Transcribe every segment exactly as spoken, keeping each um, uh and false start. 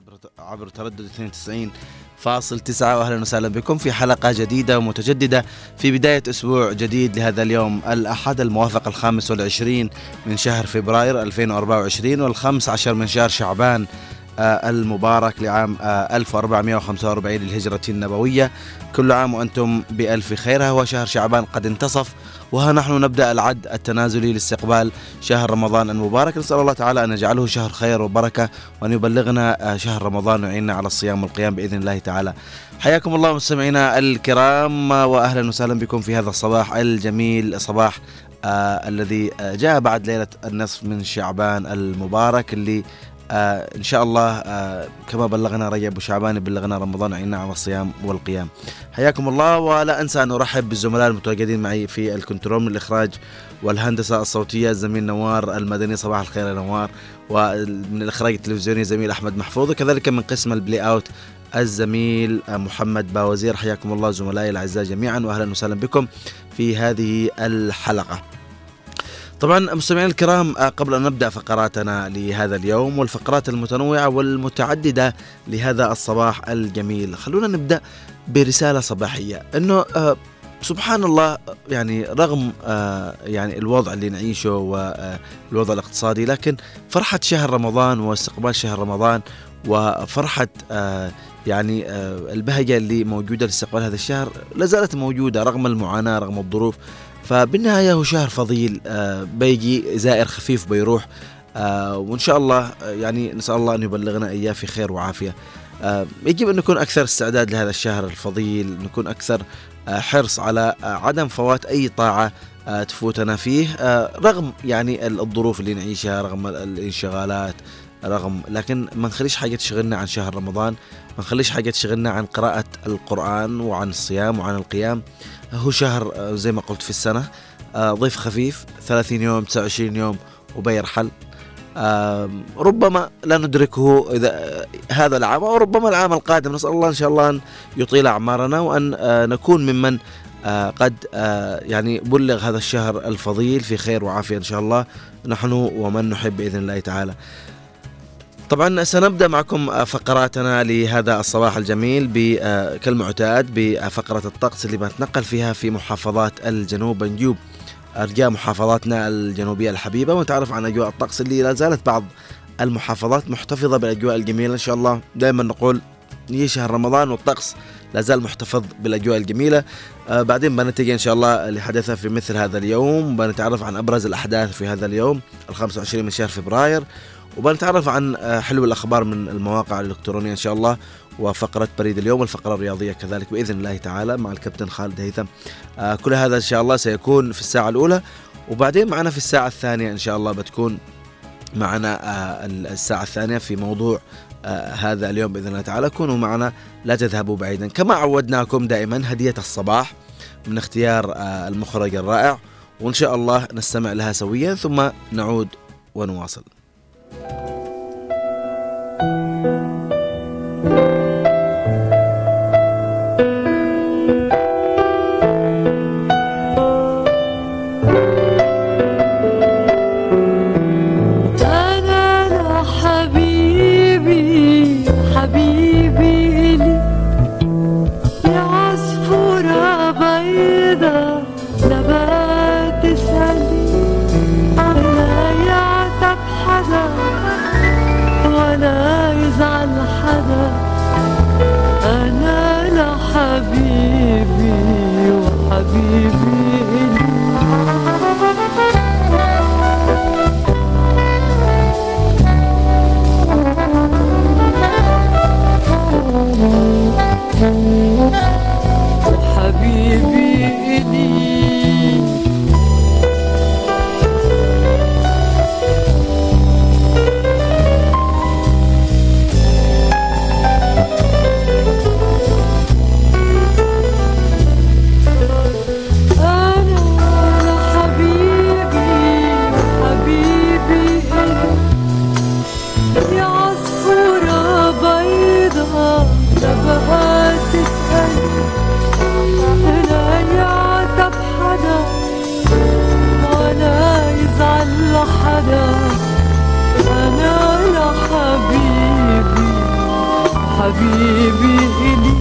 عبر عبر تردد اثنين وتسعين فاصل تسعة، واهلا وسهلا بكم في حلقة جديدة ومتجددة في بداية اسبوع جديد لهذا اليوم الاحد الموافق الخامس والعشرين من شهر فبراير ألفين وأربعة وعشرين والخامس عشر من شهر شعبان المبارك لعام ألف وأربعمائة وخمسة وأربعين للهجرة النبوية. كل عام وأنتم بألف خير. هو شهر شعبان قد انتصف، وها نحن نبدأ العد التنازلي لاستقبال شهر رمضان المبارك. نسأل الله تعالى أن يجعله شهر خير وبركة، وأن يبلغنا شهر رمضان ويعيننا على الصيام والقيام بإذن الله تعالى. حياكم الله مستمعينا الكرام، وأهلا وسهلا بكم في هذا الصباح الجميل، صباح آه الذي جاء بعد ليلة النصف من شعبان المبارك، اللي آه إن شاء الله آه كما بلغنا رجب وشعبان بلغنا رمضان وعينا على الصيام والقيام. حياكم الله. ولا أنسى أن أرحب بالزملاء المتواجدين معي في الكنترول من الإخراج والهندسة الصوتية، الزميل نوار المدني، صباح الخير يا نوار، ومن الإخراج التلفزيوني زميل أحمد محفوظ، وكذلك من قسم البلاي أوت الزميل محمد باوزير. حياكم الله زملائي الأعزاء جميعا، وأهلا وسهلا بكم في هذه الحلقة. طبعا مستمعين الكرام، قبل أن نبدأ فقراتنا لهذا اليوم والفقرات المتنوعة والمتعددة لهذا الصباح الجميل، خلونا نبدأ برسالة صباحية أنه آه سبحان الله، يعني رغم آه يعني الوضع اللي نعيشه والوضع الاقتصادي، لكن فرحة شهر رمضان واستقبال شهر رمضان وفرحة آه يعني آه البهجة اللي موجودة لاستقبال هذا الشهر لازالت موجودة رغم المعاناة رغم الظروف. فبالنهاية هو شهر فضيل، آه بيجي زائر خفيف بيروح، آه وإن شاء الله آه يعني نسأل الله أن يبلغنا إياه في خير وعافية. آه يجب أن نكون أكثر استعداد لهذا الشهر الفضيل، نكون أكثر آه حرص على آه عدم فوات أي طاعة آه تفوتنا فيه، آه رغم يعني الظروف اللي نعيشها، رغم الانشغالات، رغم لكن ما نخليش حاجة تشغلنا عن شهر رمضان، ما نخليش حاجة تشغلنا عن قراءة القرآن وعن الصيام وعن القيام. هو شهر زي ما قلت في السنة ضيف خفيف، ثلاثين يوم تسعة وعشرين يوم وبيرحل. ربما لا ندركه إذا هذا العام أو ربما العام القادم. نسأل الله إن شاء الله أن يطيل أعمارنا وأن نكون ممن قد يعني بلغ هذا الشهر الفضيل في خير وعافية إن شاء الله، نحن ومن نحب بإذن الله تعالى. طبعا سنبدأ معكم فقراتنا لهذا الصباح الجميل كالمعتاد بفقرة الطقس اللي بنتنقل فيها في محافظات الجنوب، نجوب أرجاء محافظاتنا الجنوبية الحبيبة ونتعرف عن أجواء الطقس اللي لا زالت بعض المحافظات محتفظة بالأجواء الجميلة. إن شاء الله دائما نقول يجي شهر رمضان والطقس لا زال محتفظ بالأجواء الجميلة. آه بعدين بنتجه إن شاء الله لحدث في مثل هذا اليوم، بنتعرف عن أبرز الأحداث في هذا اليوم الخامس والعشرين من شهر فبراير، وبنتعرف عن حلو الأخبار من المواقع الإلكترونية إن شاء الله، وفقرة بريد اليوم والفقرة الرياضية كذلك بإذن الله تعالى مع الكابتن خالد هيثم. آه كل هذا إن شاء الله سيكون في الساعة الأولى، وبعدين معنا في الساعة الثانية إن شاء الله بتكون معنا آه الساعة الثانية في موضوع آه هذا اليوم بإذن الله تعالى. كونوا معنا لا تذهبوا بعيدا. كما عودناكم دائما هدية الصباح من اختيار آه المخرج الرائع، وإن شاء الله نستمع لها سويا ثم نعود ونواصل. Oh حبيبي إلي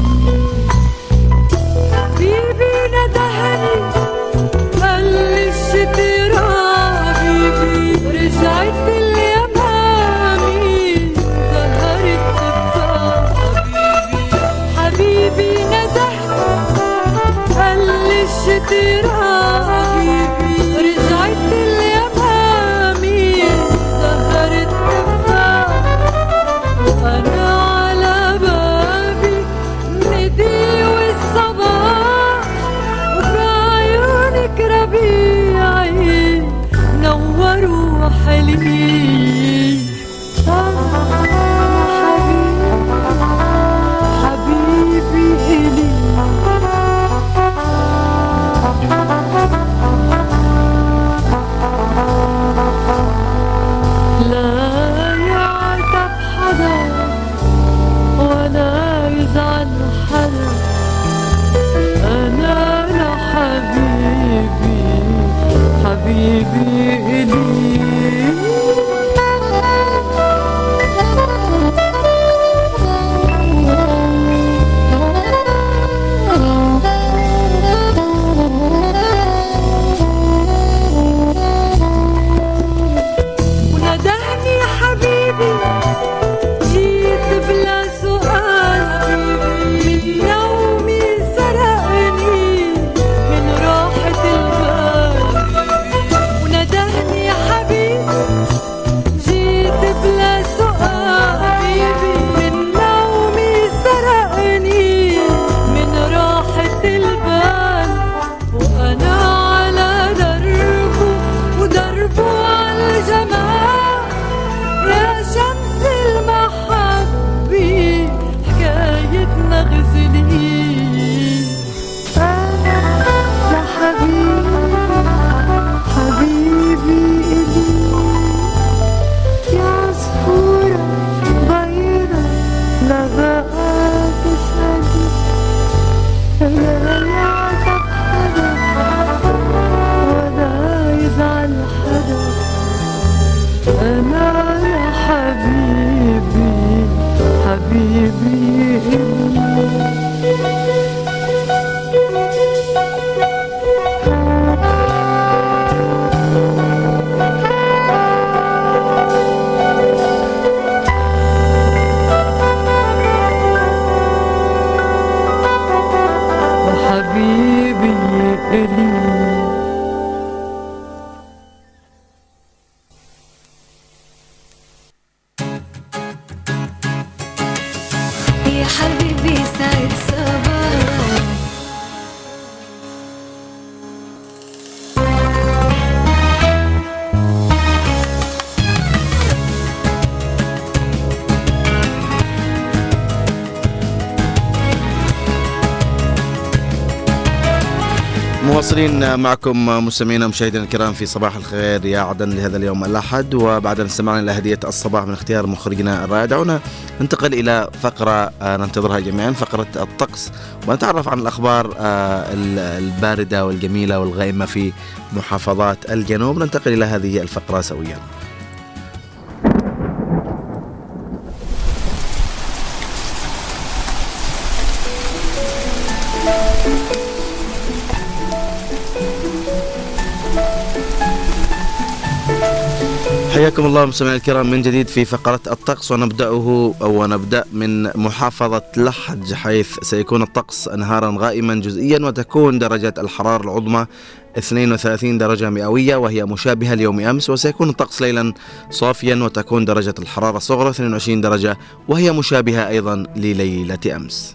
حبيبي ندهني قال لي الشتيرة حبيبي رجعت اليمامي ظهرت تفاح حبيبي حبيبي ندهني قال لي الشتيرة حبيبي رجعت اليمامي ظهرت تفاح وأنا على بابي ندي والصباح وبعيونك ربيعي نوروا حليلي حبيبي إلي لا يعتب حدا ولا يزعل حدا أنا لحبيبي حبيبي إلي وندهني حبيبي جيت بلا سؤال حبيبي من نومي سرقني من راحة البال وندهني حبيبي جيت بلا سؤال حبيبي من نومي سرقني من راحة البال وأنا على دربه ودربه على الجمال يا شمس المحبة حكايتنا غزلي أنا لحبيبي حبيبي إلي يا عصفورة بيضة لا بقى تسألي لا يعتب حدا ولا يزعل حدا أنا يا حبيبي حبيبي وحبيبي إلي يا حبيبي سعد صباح مواصلين معكم مستمعينا ومشاهدينا الكرام في صباح الخير يا عدن لهذا اليوم الأحد، وبعد أن استمعنا إلى هدية الصباح من اختيار مخرجنا الرائع دعونا ننتقل إلى فقرة ننتظرها جميعا، فقرة الطقس، ونتعرف عن الأخبار الباردة والجميلة والغائمة في محافظات الجنوب. ننتقل إلى هذه الفقرة سويا. حياكم الله مستمعينا الكرام من جديد في فقرة الطقس، ونبدأه أو نبدأ من محافظة لحج، حيث سيكون الطقس نهارا غائما جزئيا، وتكون درجة الحرارة العظمى اثنين وثلاثين درجة مئوية وهي مشابهة ليوم أمس، وسيكون الطقس ليلا صافيا وتكون درجة الحرارة الصغرى اثنين وعشرين درجة وهي مشابهة أيضا لليلة أمس.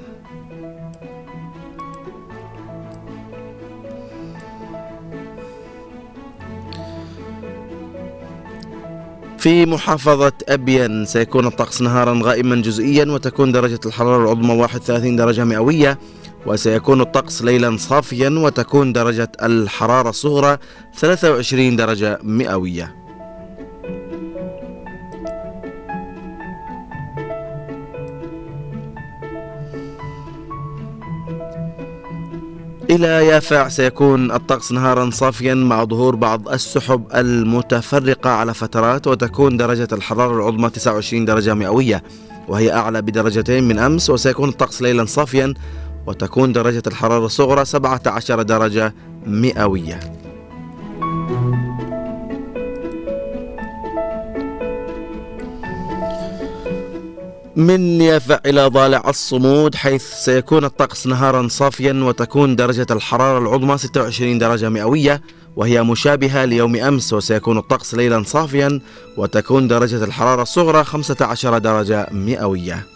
في محافظة أبين سيكون الطقس نهارا غائما جزئيا وتكون درجة الحرارة العظمى واحد وثلاثين درجة مئوية، وسيكون الطقس ليلا صافيا وتكون درجة الحرارة الصغرى ثلاثة وعشرين درجة مئوية. إلى يافع سيكون الطقس نهارا صافيا مع ظهور بعض السحب المتفرقة على فترات، وتكون درجة الحرارة العظمى تسعة وعشرين درجة مئوية وهي أعلى بدرجتين من أمس، وسيكون الطقس ليلا صافيا وتكون درجة الحرارة الصغرى سبعة عشر درجة مئوية. من يافع إلى ضالع الصمود، حيث سيكون الطقس نهارا صافيا وتكون درجة الحرارة العظمى ستة وعشرين درجة مئوية وهي مشابهة ليوم أمس، وسيكون الطقس ليلا صافيا وتكون درجة الحرارة الصغرى خمسة عشر درجة مئوية.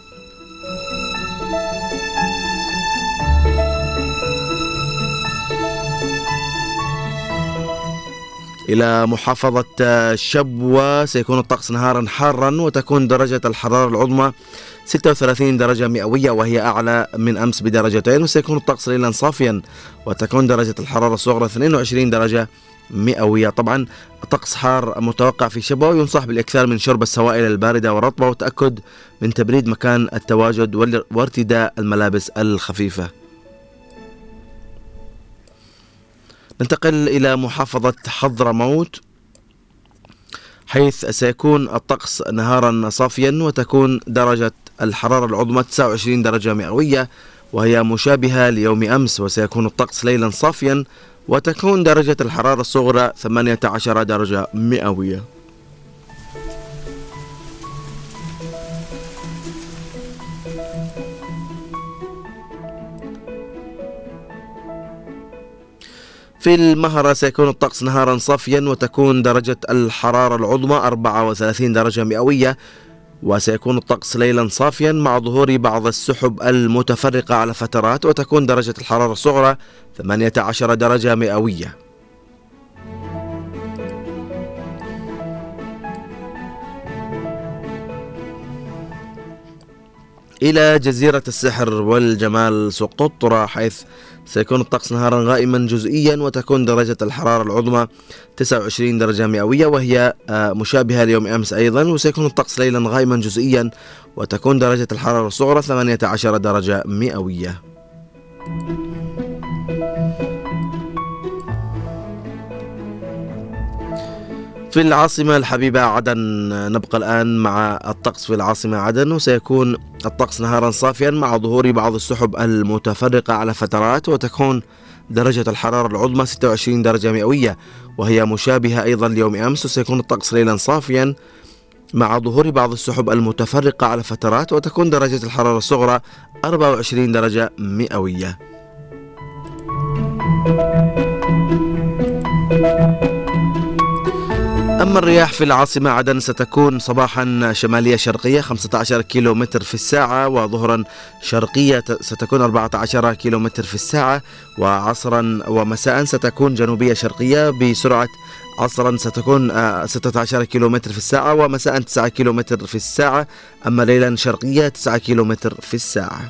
إلى محافظة شبوة سيكون الطقس نهارا حارا وتكون درجة الحرارة العظمى ستة وثلاثين درجة مئوية وهي أعلى من أمس بدرجتين، وسيكون الطقس ليلا صافيا وتكون درجة الحرارة الصغرى اثنين وعشرين درجة مئوية. طبعا طقس حار متوقع في شبوة، وينصح بالإكثار من شرب السوائل الباردة والرطبة والتأكد من تبريد مكان التواجد وارتداء الملابس الخفيفة. ننتقل إلى محافظة حضرموت، حيث سيكون الطقس نهارا صافيا وتكون درجة الحرارة العظمى تسعة وعشرين درجة مئوية وهي مشابهة ليوم أمس، وسيكون الطقس ليلا صافيا وتكون درجة الحرارة الصغرى ثمانية عشر درجة مئوية. في المهرة سيكون الطقس نهارا صافيا وتكون درجة الحرارة العظمى أربعة وثلاثين درجة مئوية وسيكون الطقس ليلا صافيا مع ظهور بعض السحب المتفرقة على فترات، وتكون درجة الحرارة الصغرى ثمانية عشر درجة مئوية. إلى جزيرة السحر والجمال سقطرى، حيث سيكون الطقس نهارا غائما جزئيا وتكون درجة الحرارة العظمى تسعة وعشرين درجة مئوية وهي مشابهة ليوم أمس أيضا، وسيكون الطقس ليلا غائما جزئيا وتكون درجة الحرارة الصغرى ثمانية عشر درجة مئوية. في العاصمة الحبيبة عدن نبقى الآن مع الطقس في العاصمة عدن، وسيكون الطقس نهارا صافيا مع ظهور بعض السحب المتفرقة على فترات، وتكون درجة الحرارة العظمى ستة وعشرين درجة مئوية وهي مشابهة أيضا ليوم أمس، وسيكون الطقس ليلا صافيا مع ظهور بعض السحب المتفرقة على فترات، وتكون درجة الحرارة الصغرى أربعة وعشرين درجة مئوية. أما الرياح في العاصمة عدن ستكون صباحا شمالية شرقية خمسة عشر كيلو متر في الساعة، وظهرا شرقية ستكون أربعة عشر كيلو متر في الساعة، وعصرا ومساء ستكون جنوبية شرقية بسرعة عصرا ستكون ستة عشر كيلو متر في الساعة، ومساء تسعة كيلو متر في الساعة، أما ليلا شرقية تسعة كيلو متر في الساعة.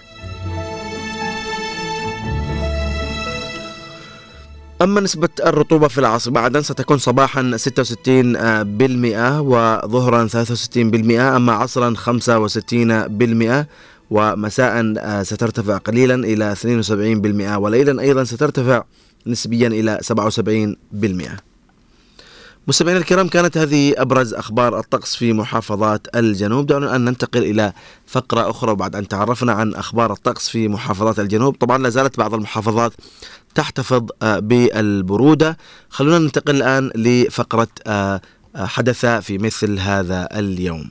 أما نسبة الرطوبة في العاصمة عدن ستكون صباحا ستة وستين بالمئة وظهرا ثلاثة وستين بالمئة، أما عصرا خمسة وستين بالمئة، ومساء سترتفع قليلا إلى اثنين وسبعين بالمئة، وليلا أيضا سترتفع نسبيا إلى سبعة وسبعين بالمئة. مستمعينا الكرام، كانت هذه أبرز أخبار الطقس في محافظات الجنوب. دعونا أن ننتقل إلى فقرة أخرى بعد أن تعرفنا عن أخبار الطقس في محافظات الجنوب. طبعا لا زالت بعض المحافظات تحتفظ بالبرودة. خلونا ننتقل الآن لفقرة حدث في مثل هذا اليوم.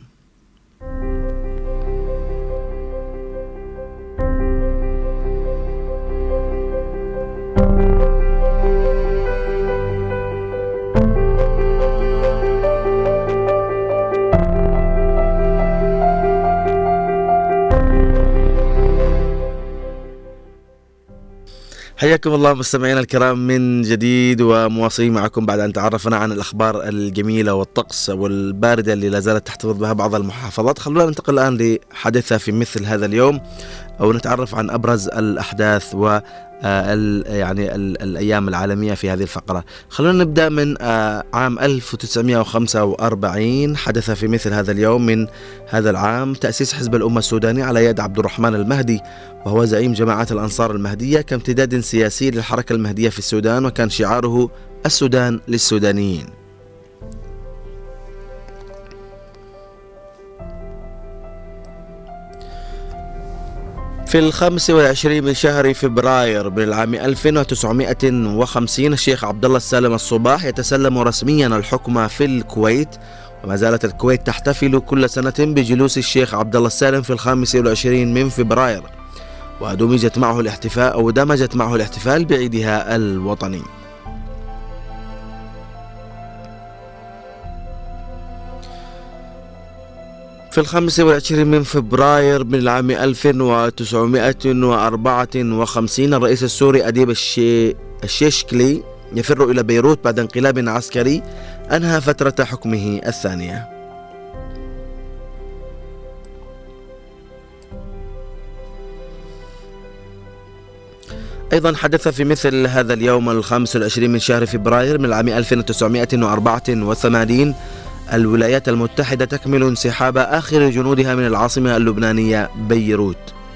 حياكم الله مستمعينا الكرام من جديد، ومواصلين معكم بعد أن تعرفنا عن الأخبار الجميلة والطقس والباردة اللي لا زالت تحتفظ بها بعض المحافظات. خلونا ننتقل الآن لحدث في مثل هذا اليوم، أو نتعرف عن أبرز الأحداث ال يعني ال الأيام العالمية في هذه الفقرة. خلونا نبدأ من عام ألف وتسعمائة وخمسة وأربعين. حدث في مثل هذا اليوم من هذا العام تأسيس حزب الأمة السوداني على يد عبد الرحمن المهدي، وهو زعيم جماعة الأنصار المهدية كامتداد سياسي للحركة المهدية في السودان، وكان شعاره السودان للسودانيين. في الخامس والعشرين من شهر فبراير من العام ألف وتسعمائة وخمسين الشيخ عبد الله السالم الصباح يتسلم رسميا الحكم في الكويت، وما زالت الكويت تحتفل كل سنة بجلوس الشيخ عبد الله السالم في الخامس والعشرين من فبراير، ودمجت معه الاحتفال أو دمجت معه الاحتفال بعيدها الوطني. في الخامس والعشرين من فبراير من العام ألف وتسعمائة وأربعة وخمسين الرئيس السوري أديب الشي... الشيشكلي يفر إلى بيروت بعد انقلاب عسكري أنهى فترة حكمه الثانية. أيضا حدث في مثل هذا اليوم الخامس والعشرين من شهر فبراير من العام ألف وتسعمائة وأربعة وثمانين الولايات المتحدة تكمل انسحاب آخر جنودها من العاصمة اللبنانية بيروت.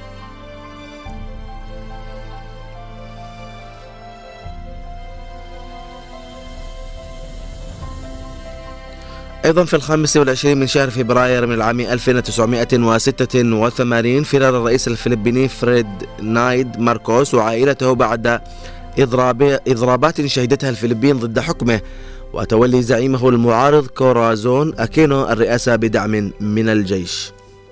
أيضا في الخامس والعشرين من شهر فبراير من العام ألف وتسعمائة وستة وثمانين فرار الرئيس الفلبيني فريد نايد ماركوس وعائلته بعد إضراب إضرابات شهدتها الفلبين ضد حكمه، وتولي زعيمه المعارض كورازون أكينو الرئاسة بدعم من الجيش.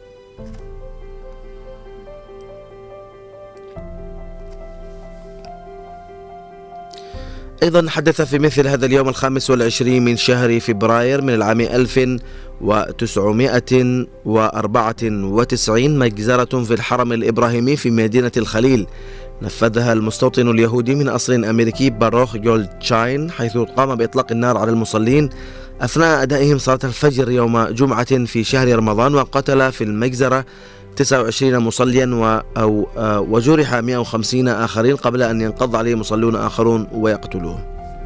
أيضا حدث في مثل هذا اليوم الخامس والعشرين من شهر فبراير من العام ألف وتسعمائة وأربعة وتسعين مجزرة في الحرم الإبراهيمي في مدينة الخليل نفذها المستوطن اليهودي من أصل أمريكي باروخ جولدشاين، حيث قام بإطلاق النار على المصلين أثناء أدائهم صلاة الفجر يوم جمعة في شهر رمضان، وقتل في المجزرة تسعة وعشرين مصليا وجرح مئة وخمسين آخرين قبل أن ينقض عليه مصلون آخرون ويقتلوه.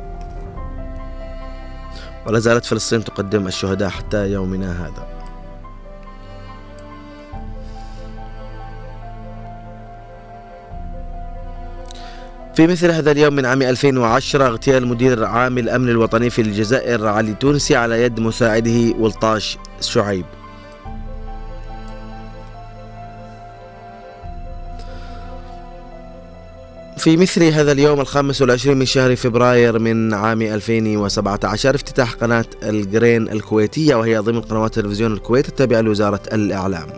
ولا زالت فلسطين تقدم الشهداء حتى يومنا هذا. في مثل هذا اليوم من عام ألفين وعشرة اغتيال مدير عام الأمن الوطني في الجزائر علي تونسي على يد مساعده ولطاش شعيب. في مثل هذا اليوم الخامس والعشرين من شهر فبراير من عام ألفين وسبعة عشر افتتاح قناة الجرين الكويتية، وهي ضمن قنوات تلفزيون الكويت التابعة لوزارة الإعلام.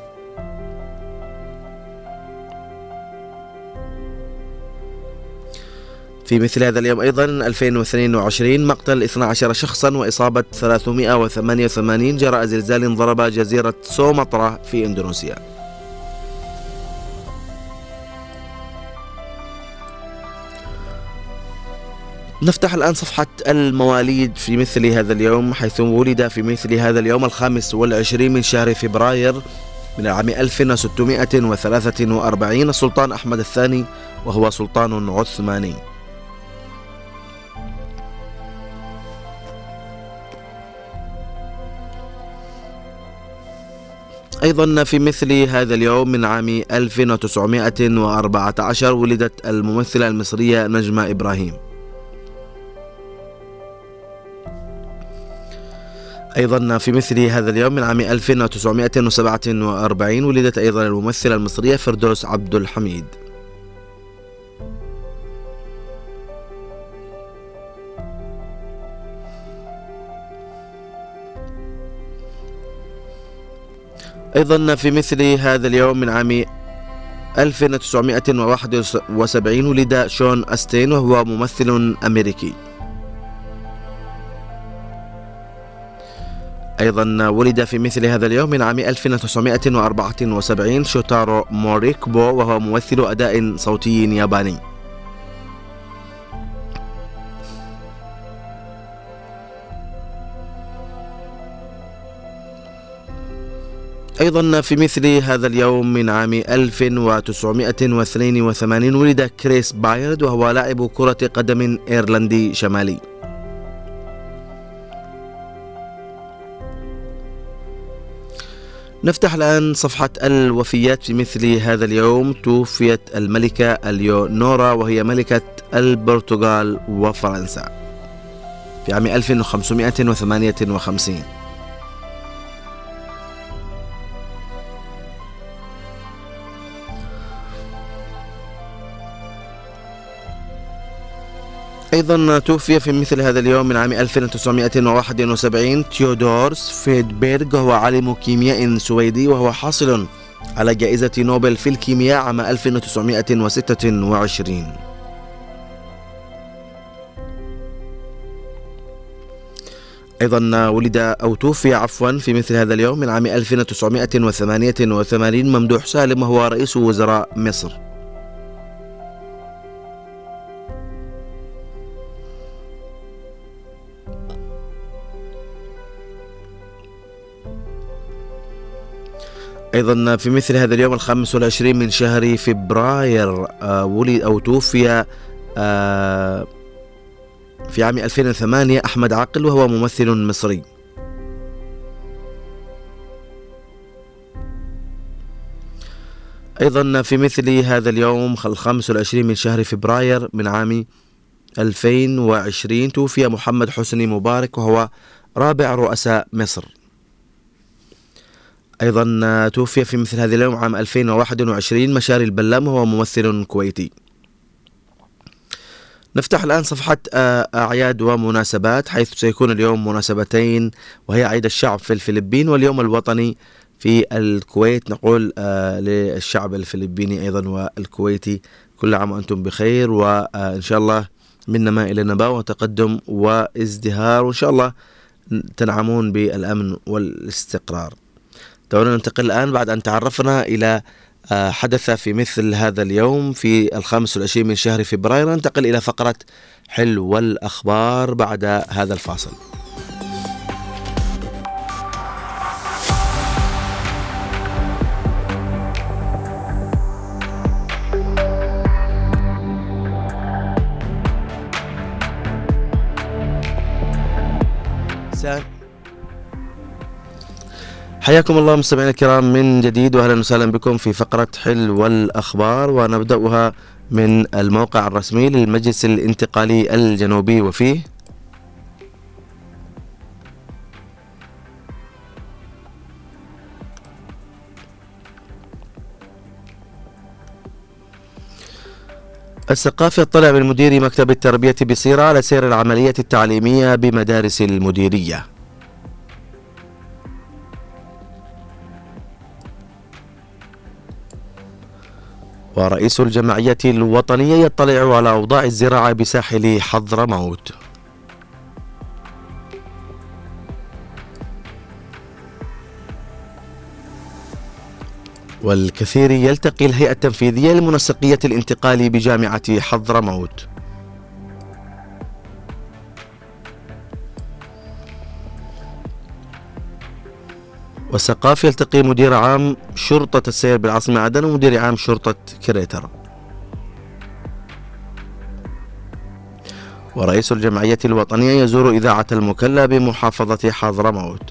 في مثل هذا اليوم أيضا ألفين واثنين وعشرين مقتل اثني عشر شخصا وإصابة ثلاثمائة وثمانية وثمانين جراء زلزال ضرب جزيرة سومطرة في إندونيسيا. نفتح الآن صفحة المواليد في مثل هذا اليوم، حيث ولد في مثل هذا اليوم الخامس والعشرين من شهر فبراير من العام ألف وستمائة وثلاثة وأربعين السلطان أحمد الثاني، وهو سلطان عثماني. أيضا في مثل هذا اليوم من عام ألف وتسعمائة وأربعة عشر ولدت الممثلة المصرية نجمة إبراهيم. أيضا في مثل هذا اليوم من عام ألف وتسعمائة وسبعة وأربعين ولدت أيضا الممثلة المصرية فردوس عبد الحميد. أيضا في مثل هذا اليوم من عام ألف وتسعمائة وواحد وسبعين ولد شون أستين، وهو ممثل أمريكي. أيضا ولد في مثل هذا اليوم من عام ألف وتسعمائة وأربعة وسبعين شوتارو موريكبو، وهو ممثل أداء صوتي ياباني. أيضا في مثل هذا اليوم من عام ألف وتسعمائة واثنين وثمانين ولد كريس بايرد، وهو لاعب كرة قدم إيرلندي شمالي. نفتح الآن صفحة الوفيات. في مثل هذا اليوم توفيت الملكة اليونورا، وهي ملكة البرتغال وفرنسا في عام ألف وخمسمائة وثمانية وخمسين. أيضا توفي في مثل هذا اليوم من عام ألف وتسعمائة وواحد وسبعين تيودورس فيدبيرغ، وهو عالم كيمياء سويدي، وهو حاصل على جائزة نوبل في الكيمياء عام ألف وتسعمائة وستة وعشرين. أيضا ولد أو توفي عفوا في مثل هذا اليوم من عام ألف وتسعمائة وثمانية وثمانين ممدوح سالم، وهو رئيس وزراء مصر. أيضا في مثل هذا اليوم الخامس والعشرين من شهر فبراير آه ولد أو توفي آه في عام ألفين وثمانية أحمد عاقل، وهو ممثل مصري. أيضا في مثل هذا اليوم الخامس والعشرين من شهر فبراير من عام ألفين وعشرين توفي محمد حسني مبارك، وهو رابع رؤساء مصر. أيضا توفي في مثل هذا اليوم عام ألفين وواحد وعشرين مشاري البلام، وهو ممثل كويتي. نفتح الآن صفحة أعياد ومناسبات، حيث سيكون اليوم مناسبتين، وهي عيد الشعب في الفلبين واليوم الوطني في الكويت. نقول للشعب الفلبيني أيضا والكويتي كل عام وأنتم بخير، وإن شاء الله من نماء إلى نماء وتقدم وازدهار، وإن شاء الله تنعمون بالأمن والاستقرار. دعونا ننتقل الآن بعد أن تعرفنا إلى حدث في مثل هذا اليوم في الخامس والعشرين من شهر فبراير، ننتقل إلى فقرة حلو الأخبار بعد هذا الفاصل. حياكم الله مستمعينا الكرام من جديد، واهلا وسهلا بكم في فقرة حلو الأخبار، ونبدأها من الموقع الرسمي للمجلس الانتقالي الجنوبي. وفيه الثقافي يطلع من مدير مكتب التربية بصيرة على سير العملية التعليمية بمدارس المديرية. ورئيس الجمعية الوطنية يطلع على أوضاع الزراعة بساحل حضرموت. والكثير يلتقي الهيئة التنفيذية لمنسقية الانتقال بجامعة حضرموت. والثقافي يلتقي مدير عام شرطة السير بالعاصمة عدن ومدير عام شرطة كريتر. ورئيس الجمعية الوطنية يزور إذاعة المكلا بمحافظة حضرموت.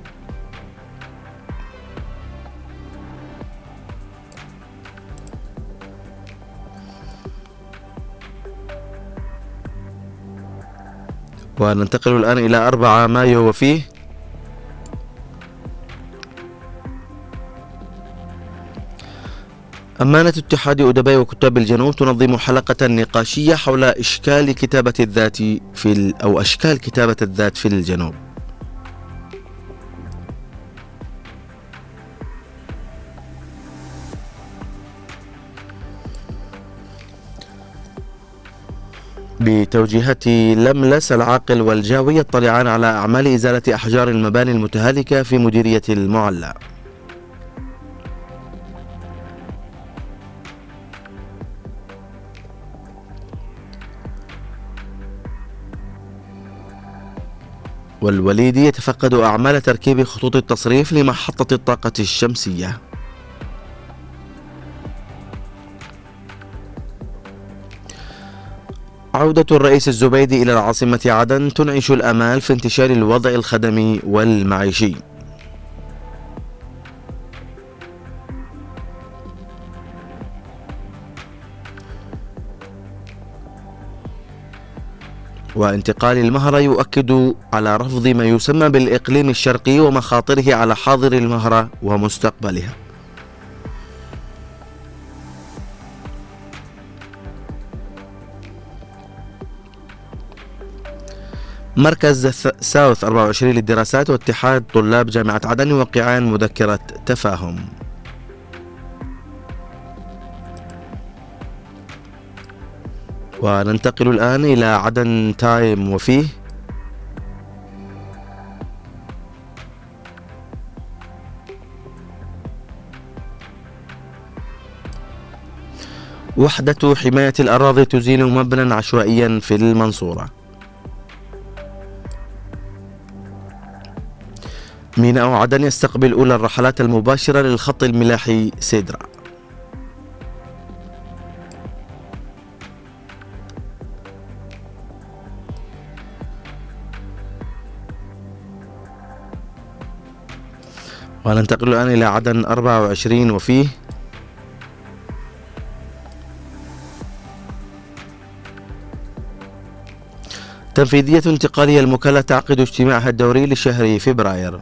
وننتقل الآن إلى أربعة مايو، وفيه أمانة اتحاد أدباء وكتاب الجنوب تنظم حلقة نقاشية حول إشكال كتابة الذات في ال... أو أشكال كتابة الذات في الجنوب. بتوجيهات لملس العاقل والجاوي يطلعان على أعمال إزالة أحجار المباني المتهالكة في مديرية المعلى. والوليدي يتفقد أعمال تركيب خطوط التصريف لمحطة الطاقة الشمسية. عودة الرئيس الزبيدي إلى العاصمة عدن تنعش الآمال في انتشار الوضع الخدمي والمعيشي. وانتقال المهرة يؤكد على رفض ما يسمى بالإقليم الشرقي ومخاطره على حاضر المهرة ومستقبلها. مركز ساوث أربعة وعشرين للدراسات واتحاد طلاب جامعة عدن يوقعان مذكرة تفاهم. وننتقل الآن إلى عدن تايم وفيه وحدة حماية الأراضي تزيل مبنى عشوائيا في المنصورة. ميناء عدن يستقبل أولى الرحلات المباشرة للخط الملاحي سيدرا. وننتقل الآن إلى عدن أربعة وعشرين وفيه تنفيذية انتقالية المكلا تعقد اجتماعها الدوري لشهر فبراير.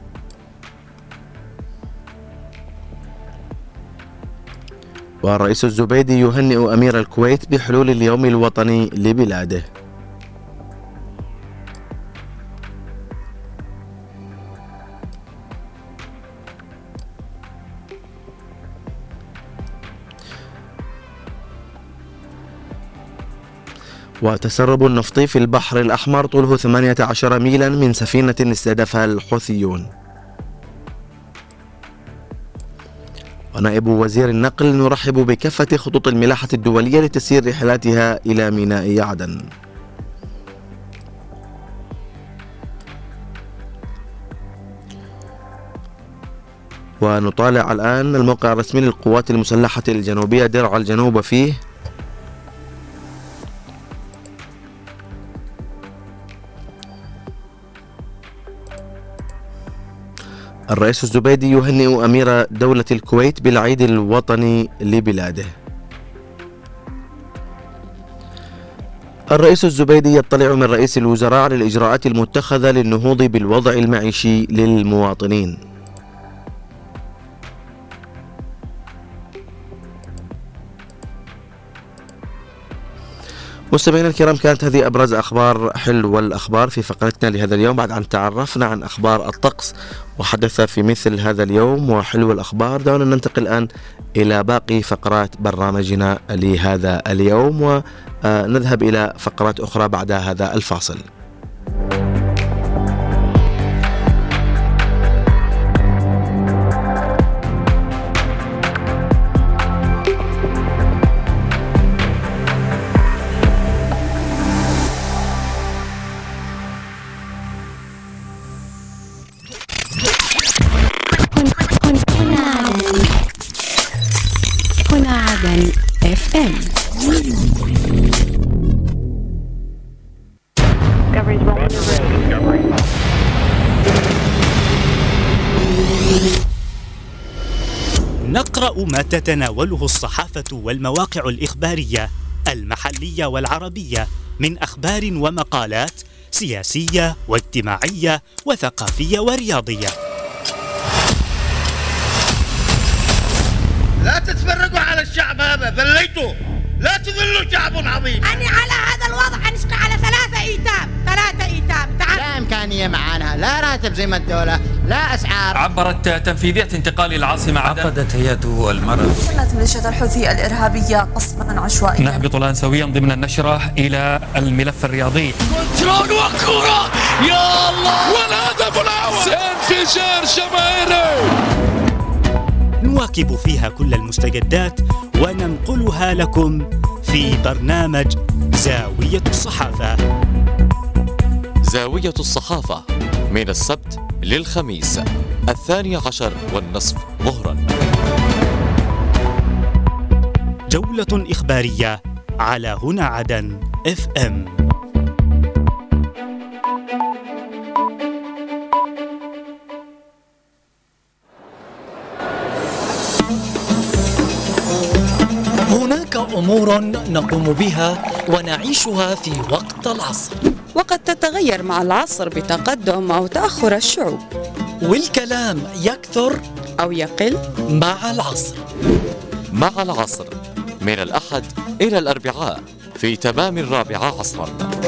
والرئيس الزبيدي يهنئ أمير الكويت بحلول اليوم الوطني لبلاده. وتسرب النفط في البحر الأحمر طوله ثمانية عشر ميلا من سفينة استهدفها الحوثيون. ونائب وزير النقل نرحب بكافة خطوط الملاحة الدولية لتسيير رحلاتها إلى ميناء عدن. ونطالع الآن الموقع الرسمي للقوات المسلحة الجنوبية درع الجنوب فيه الرئيس الزبيدي يهنئ أمير دولة الكويت بالعيد الوطني لبلاده. الرئيس الزبيدي يطلع من رئيس الوزراء على الإجراءات المتخذة للنهوض بالوضع المعيشي للمواطنين. مستمعينا الكرام، كانت هذه أبرز أخبار حلو الأخبار في فقرتنا لهذا اليوم. بعد أن تعرفنا عن أخبار الطقس وحدث في مثل هذا اليوم وحلو الأخبار، دعونا ننتقل الآن إلى باقي فقرات برنامجنا لهذا اليوم ونذهب إلى فقرات أخرى بعد هذا الفاصل. اف ام نقرأ ما تتناوله الصحافة والمواقع الإخبارية المحلية والعربية من أخبار ومقالات سياسية واجتماعية وثقافية ورياضية. لا تتفرقوا على الشعب هذا، ذليتوا، لا تذلوا شعب عظيم. أنا على هذا الوضع أنشق على ثلاثة إيتام، ثلاثة إيتام. تعال. لا إمكانية معانا، لا راتب زي ما الدولة، لا أسعار. عبرت تنفيذية انتقال العاصمة عدن. عقدت هيئة المرض. قامت ميليشيا الحوثي الإرهابية قصفا عشوائيا. نهبط الآن سويا ضمن النشرة إلى الملف الرياضي. كنترول وكرة، يا الله، والهدف الأول، انفجار جماهيري. نواكب فيها كل المستجدات وننقلها لكم في برنامج زاوية الصحافة. زاوية الصحافة من السبت للخميس الثاني عشر والنصف ظهرا. جولة إخبارية على هنا عدن اف ام. هناك أمور نقوم بها ونعيشها في وقت العصر، وقد تتغير مع العصر بتقدم أو تأخر الشعوب، والكلام يكثر أو يقل مع العصر. مع العصر من الأحد إلى الأربعاء في تمام الرابعة عصرا.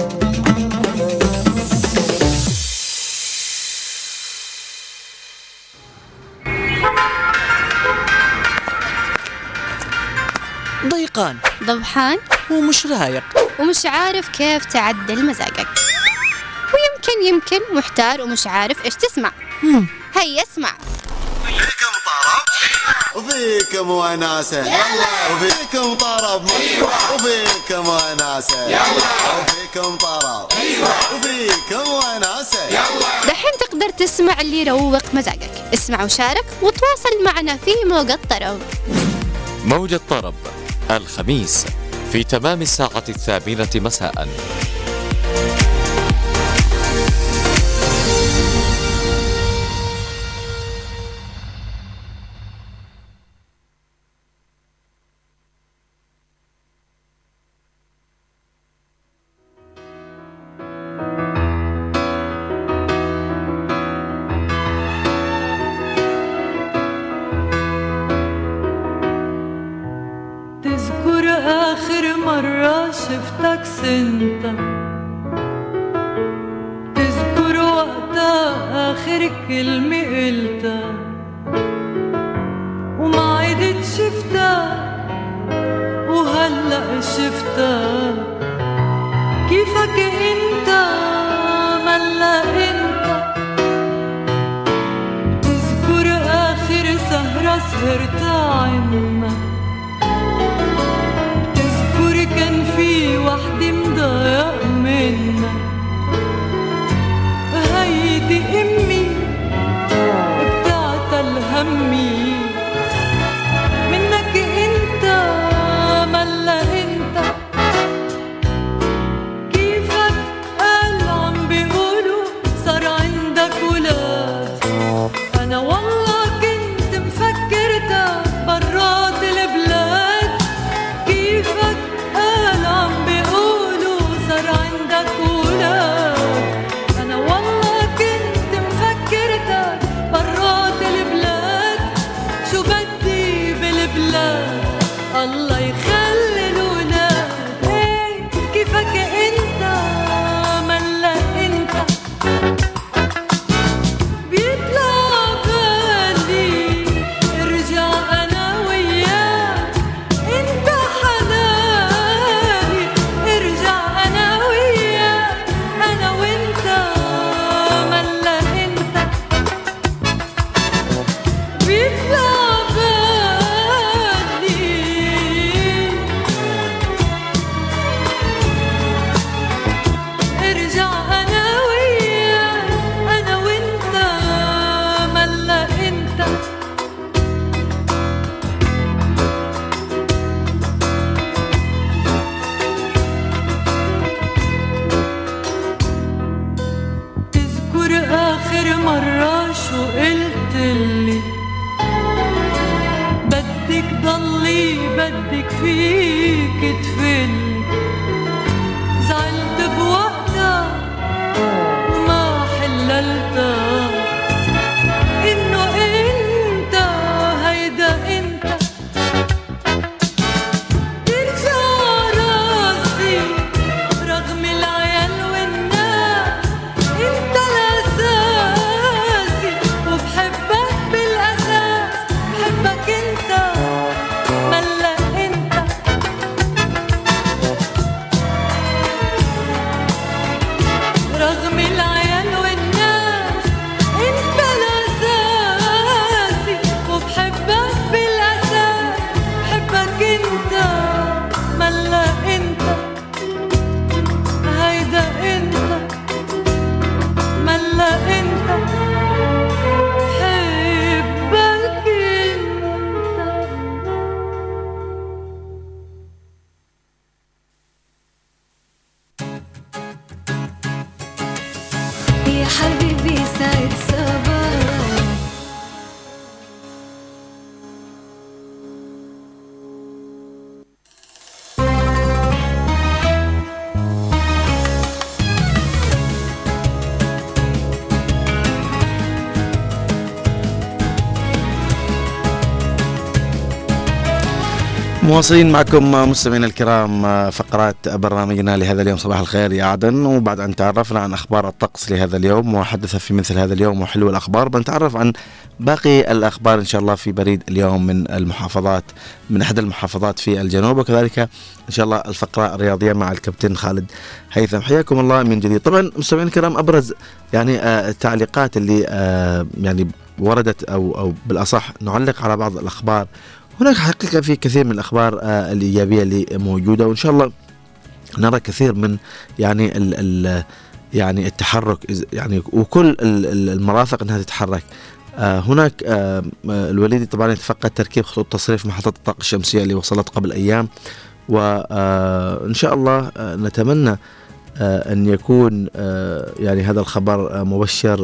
ضيقان، ضبحان، ومش رايق، ومش عارف كيف تعدل مزاجك، ويمكن يمكن محتار ومش عارف ايش تسمع. مم. هيا اسمع. فيكم طرب وفيكم وناسة، يلا وفيكم طرب، أيوة وفيكم وناسة، يلا وفيكم طرب، أيوة وفيكم وناسة، يلا. دحين تقدر تسمع اللي يروق مزاجك. اسمع وشارك وتواصل معنا في موجة الطرب. موجة طرب الخميس في تمام الساعة الثامنة مساء. شفتك سنتا، تذكر وقتها آخر كلمة قلتها وما عدت شفتها، وهلأ شفتها كيفك انت ملا انت. تذكر آخر سهرة سهرتها عنا، كان في وحدة مضايق منا، هيدي أمي بتعتل همي منك انت ملا انت. كيفك قال عم بيقولوا صار عندك ولاد، أنا والله كنت مفكرتك برات البلاد. كيفك عم بيقولوا صار عندك ولاد، أنا والله كنت مفكرتك برات البلاد. شو بدي بالبلاد الله يخلي الولاد. ايه كيفك انت ملا انت. بيطلع بالي ارجع انا وياك، انت حناني ارجع انا وياك، انا وانت ملا انت. بيطلع بالي ارجع انا وياك، انا وانت ملا انت. تذكر آخر مرة شو قلتلي، بدك ضلي بدك فيك تفلي. زعلت بوقتها وما حللتها إنه انت هيدا انت. ترجع راسي رغم العيال والناس، انت الاساسي وبحبك بالاساس. بحبك انت ملا انت. مواصلين معكم مستمعينا الكرام فقرات برنامجنا لهذا اليوم صباح الخير يا عدن. وبعد أن تعرفنا عن أخبار الطقس لهذا اليوم وحدث في مثل هذا اليوم وحلو الأخبار، بنتعرف عن باقي الأخبار إن شاء الله في بريد اليوم من المحافظات من أحد المحافظات في الجنوب، وكذلك إن شاء الله الفقرة الرياضية مع الكابتن خالد هيثم. حياكم الله من جديد. طبعا مستمعينا الكرام أبرز يعني آه التعليقات اللي آه يعني وردت أو أو بالأصح نعلق على بعض الأخبار. هناك حقيقة في كثير من الأخبار آه الإيجابية اللي موجودة، وإن شاء الله نرى كثير من يعني ال ال يعني التحرك يعني وكل المرافق أنها تتحرك. آه هناك آه الوليدي طبعا يتفقد تركيب خطوط تصريف محطة الطاقة الشمسية اللي وصلت قبل أيام، وإن شاء الله آه نتمنى آه أن يكون آه يعني هذا الخبر آه مبشر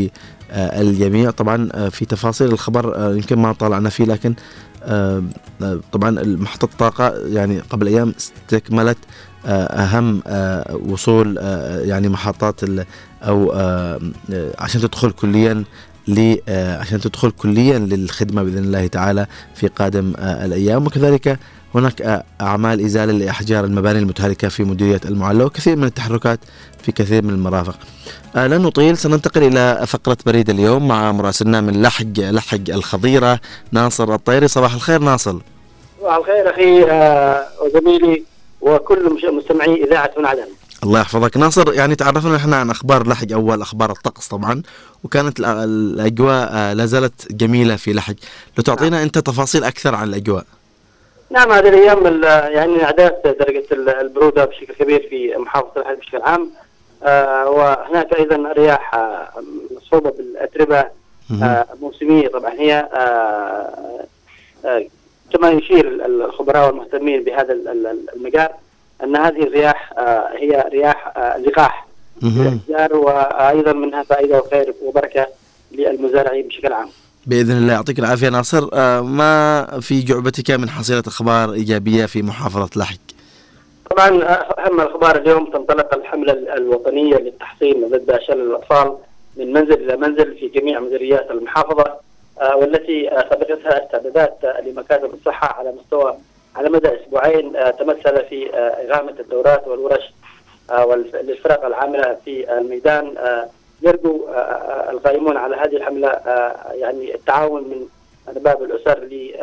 للجميع. طبعا آه في تفاصيل الخبر آه يمكن ما طالعنا فيه، لكن آه طبعا محطة الطاقة يعني قبل أيام استكملت آه أهم آه وصول آه يعني محطات أو آه عشان تدخل كليا ل عشان تدخل كليا للخدمة بإذن الله تعالى في قادم آه الأيام. وكذلك هناك آه أعمال إزالة لأحجار المباني المتهالكة في مديرية المعلة، وكثير من التحركات في كثير من المرافق. آه لن نطيل، سننتقل إلى فقرة بريد اليوم مع مراسلنا من لحج لحج الخضيرة ناصر الطيري. صباح الخير ناصر. صباح الخير أخي آه وزميلي وكل مستمعي إذاعة من عدن. الله يحفظك ناصر. يعني تعرفنا نحن عن أخبار لحج أول، أخبار الطقس طبعا، وكانت الأجواء لا زالت جميلة في لحج. لو تعطينا أنت تفاصيل أكثر عن الأجواء. نعم، هذه الأيام يعني انعدمت درجة البرودة بشكل كبير في محافظة لحج بشكل عام، آه وهناك أيضا رياح آه مصحوبة بالأتربة آه موسمية. طبعا هي آه آه كما يشير الخبراء والمهتمين بهذا المجال أن هذه الرياح آه هي رياح آه لقاح للأشجار، وأيضا منها فائدة وخير وبركة للمزارعين بشكل عام. بإذن الله. يعطيك العافية ناصر. آه ما في جعبتك من حصيلة أخبار إيجابية في محافظة لحج؟ طبعا أهم الأخبار اليوم تنطلق الحملة الوطنية للتحصين ضد شلل الأطفال من منزل إلى منزل في جميع مديريات المحافظة، آه والتي آه سبقتها استعدادات آه لمكاتب الصحة على مستوى على مدى أسبوعين آه تمثل في آه إقامة الدورات والورش آه للفرق العاملة في الميدان. آه يرجو آه القائمون على هذه الحملة آه يعني التعاون من أرباب الأسر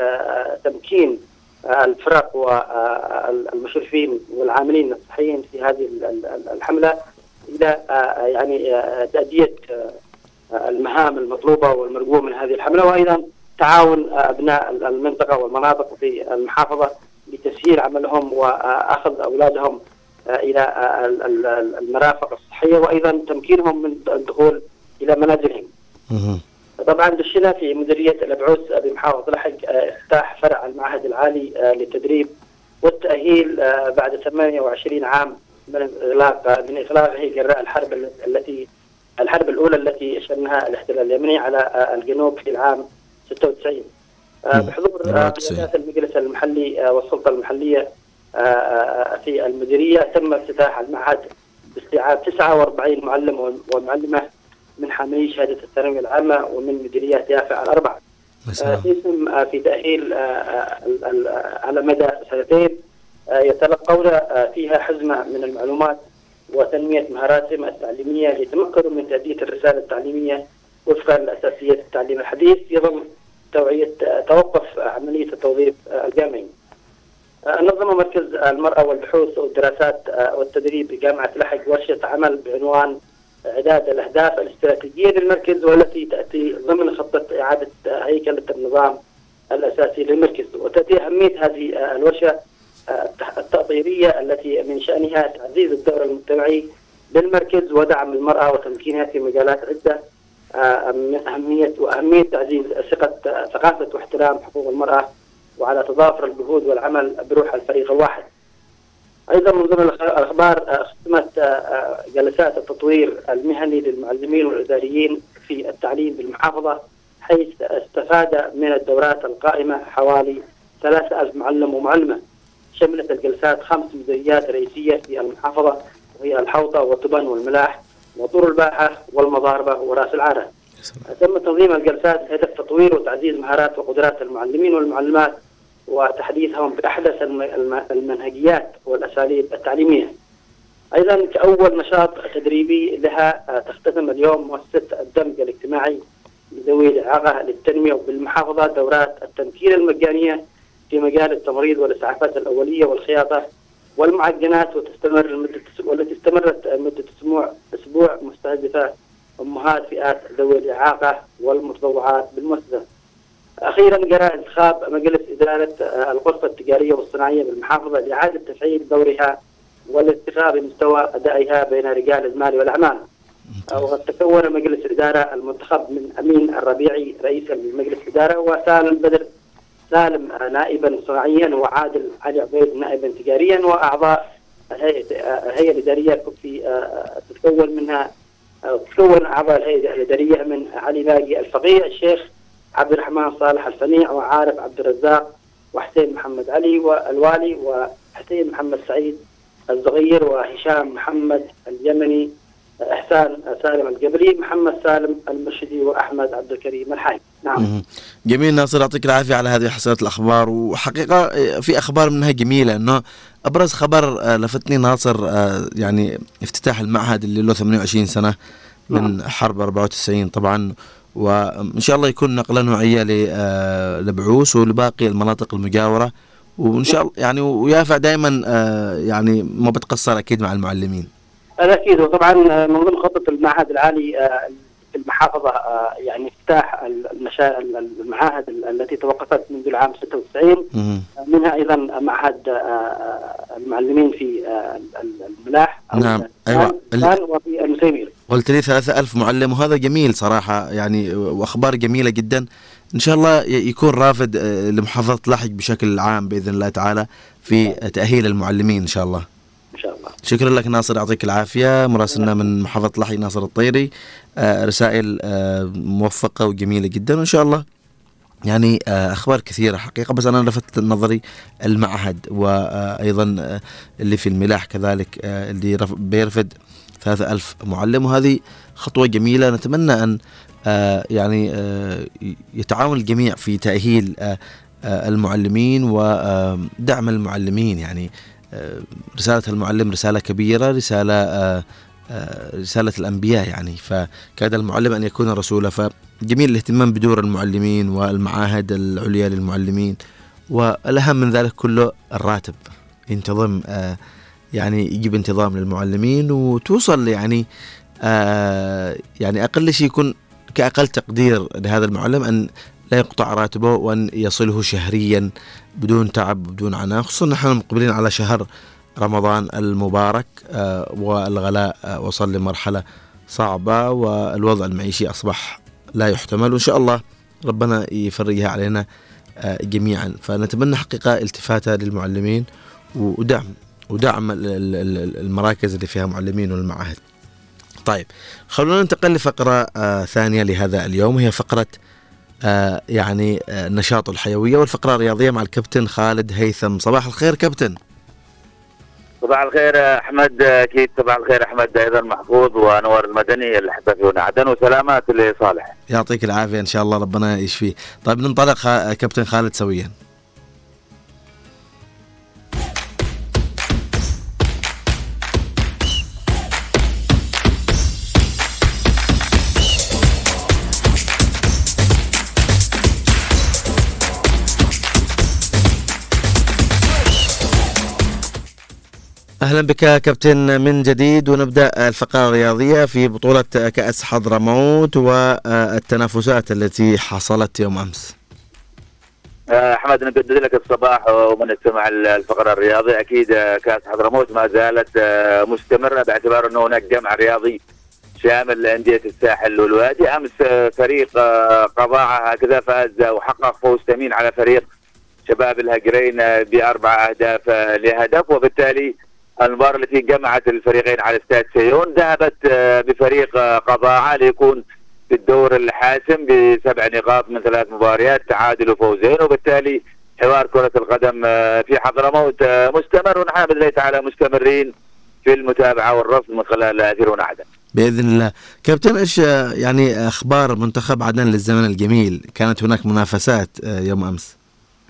لتمكين آه الفرق والمشرفين والعاملين الصحيين في هذه الحملة إلى آه يعني آه تأدية آه المهام المطلوبة والمرجوة من هذه الحملة، وأيضا تعاون أبناء المنطقة والمناطق في المحافظة لتسهيل عملهم وأخذ أولادهم إلى المرافق الصحية، وأيضا تمكينهم من الدخول إلى منازلهم. طبعا دشنا في مديرية الأبعوث بمحافظة لحج افتتاح فرع المعهد العالي للتدريب والتأهيل بعد ثمانية وعشرين عام من إغلاق من إغلاقه جراء الحرب التي الحرب الأولى التي شنها الاحتلال اليمني على الجنوب في العام ستة وتسعين بحضور قيادات المجلس المحلي والسلطة المحلية في المديرية. تم افتتاح المعهد باستيعاب تسعة وأربعين معلم ومعلمة من حاملي شهادة الثانوية العامة ومن مديريات يافع الأربع. يتم في تأهيل على مدى سنتين يتلقون فيها حزمة من المعلومات وتنمية مهاراتهم التعليمية ليتمكنوا من تأدية الرسالة التعليمية وفقا لأساسيات التعليم الحديث في ضمن توعية توقف عملية التوظيف الجامعي. نظم مركز المرأة والبحوث والدراسات والتدريب بجامعة لحج ورشة عمل بعنوان إعداد الأهداف الاستراتيجية للمركز، والتي تأتي ضمن خطة إعادة هيكلة النظام الأساسي للمركز. وتأتي أهمية هذه الورشة التأطيرية التي من شأنها تعزيز الدور المجتمعي للمركز ودعم المرأة وتمكينها في مجالات عدة من أهمية وأهمية تعزيز ثقة ثقافة واحترام حقوق المرأة وعلى تضافر الجهود والعمل بروح الفريق الواحد. أيضا من ضمن الأخبار اختتمت جلسات التطوير المهني للمعلمين والإداريين في التعليم بالمحافظة، حيث استفاد من الدورات القائمة حوالي ثلاثة ألف معلم ومعلمة. شملت الجلسات خمس مديريات رئيسية في المحافظة وهي الحوطة وطبن والملاح وطور الباحة والمضاربة وراس العارة. تم تنظيم الجلسات بهدف تطوير وتعزيز مهارات وقدرات المعلمين والمعلمات وتحديثهم بأحدث المنهجيات والأساليب التعليمية. أيضا كأول نشاط تدريبي لها تختتم اليوم مؤسسة الدمج الاجتماعي لذوي الإعاقة للتنمية بالمحافظة دورات التمكين المجانية في مجال التمريض والإسعافات الأولية والخياطة والمعجنات، وتستمر المدة والتي استمرت مدة أسبوع أسبوع مستهدفة أمهات فئات ذوي الإعاقة والمتطوعات بالمؤسسة. أخيرا جرى انتخاب مجلس إدارة الغرفة التجارية والصناعية بالمحافظة لإعادة تفعيل دورها والارتقاء بمستوى أدائها بين رجال المال والأعمال. وقد تكون مجلس الإدارة المنتخب من أمين الربيعي رئيسا لمجلس الإدارة، وسالم بدر سالم نائبا صناعيا، وعادل علي عبيد نائبا تجاريا، وأعضاء الهيئة الإدارية في تتكون منها تتكون أعضاء الهيئة الإدارية من علي باقي الفقيه، الشيخ عبد الرحمن صالح الفنيع، وعارف عبد الرزاق، وحسين محمد علي والوالي، وحسين محمد سعيد الصغير، وهشام محمد اليمني، إحسان سالم الجبري، محمد سالم المرشدي، وأحمد عبد الكريم الحاج. نعم. جميل ناصر، يعطيك العافية على هذه حصيلة الأخبار. وحقيقة في أخبار منها جميلة، إنه أبرز خبر لفتني ناصر يعني افتتاح المعهد اللي له ثمانية وعشرين سنة من حرب أربعة وتسعين طبعا، وإن شاء الله يكون نقلة نوعية لبعوث ولباقي المناطق المجاورة، وإن شاء الله يعني ويافع دائما يعني ما بتقصر أكيد مع المعلمين. هذا أكيد. وطبعا من ضمن خطة المعهد العالي في المحافظة يعني افتتاح المعاهد التي توقفت منذ العام ستة وتسعين، منها أيضا معهد المعلمين في الملاح. نعم أيوة. وفي المسيمير. قلت لي ثلاثة ألف معلم، وهذا جميل صراحة يعني، وأخبار جميلة جدا. إن شاء الله يكون رافد لمحافظة لحج بشكل عام بإذن الله تعالى في تأهيل المعلمين إن شاء الله. إن شاء الله. شكرا لك ناصر، يعطيك العافية. مراسلنا من محافظة لحج ناصر الطيري، آه رسائل آه موفقة وجميلة جدا، وإن شاء الله يعني آه أخبار كثيرة حقيقة. بس أنا لفت نظري المعهد، وأيضا آه اللي في الملاح كذلك آه اللي بيرفد ثلاثة ألف معلم، وهذه خطوة جميلة. نتمنى أن آه يعني آه يتعاون الجميع في تأهيل آه آه المعلمين ودعم المعلمين. يعني رسالة المعلم رسالة كبيرة، رسالة آه آه رسالة الأنبياء يعني، فكاد المعلم أن يكون رسولا. فجميل الاهتمام بدور المعلمين والمعاهد العليا للمعلمين، والأهم من ذلك كله الراتب ينتظم، آه يعني يجيب انتظام للمعلمين، وتوصل يعني آه يعني أقل شيء يكون كأقل تقدير لهذا المعلم أن لا يقطع راتبه، وأن يصله شهريا بدون تعب بدون عناء، خصوصا نحن مقبلين على شهر رمضان المبارك آه والغلاء آه وصل لمرحلة صعبة، والوضع المعيشي أصبح لا يحتمل، وإن شاء الله ربنا يفرجها علينا آه جميعا. فنتمنى حقيقة التفاتة للمعلمين ودعم ودعم المراكز اللي فيها معلمين والمعاهد. طيب خلونا ننتقل لفقرة آه ثانية لهذا اليوم، وهي فقرة آه يعني آه النشاط الحيوية والفقرة الرياضية مع الكابتن خالد هيثم. صباح الخير كابتن. صباح الخير أحمد. أكيد صباح الخير أحمد، أيضا محفوظ وأنوار المدني اللي حتى عدن، وسلامات لصالح. يعطيك العافية إن شاء الله، ربنا يشفيه. طيب ننطلق خ... كابتن خالد سويا. أهلا بك كابتن من جديد، ونبدأ الفقرة الرياضية في بطولة كأس حضرموت والتنافسات التي حصلت يوم أمس. أحمد نجدد لك الصباح ومن استمع الفقرة الرياضية. أكيد كأس حضرموت ما زالت مستمرة، باعتبار أنه هناك جمع رياضي شامل لأندية الساحل والوادي. أمس فريق قضاعة هكذا فاز وحقق فوز ثمين على فريق شباب الهجرين بأربع أهداف لهدف، وبالتالي المباراة التي جمعت الفريقين على استاد سيون ذهبت بفريق قضاعة ليكون في الدور الحاسم بسبع نقاط من ثلاث مباريات، تعادل وفوزين، وبالتالي حوار كرة القدم في حضرموت مستمر، ونحن بإذن الله تعالى مستمرين في المتابعة والرصد من خلال أثيرون عدن بإذن الله. كابتن إيش يعني أخبار منتخب عدن للزمن الجميل؟ كانت هناك منافسات يوم أمس.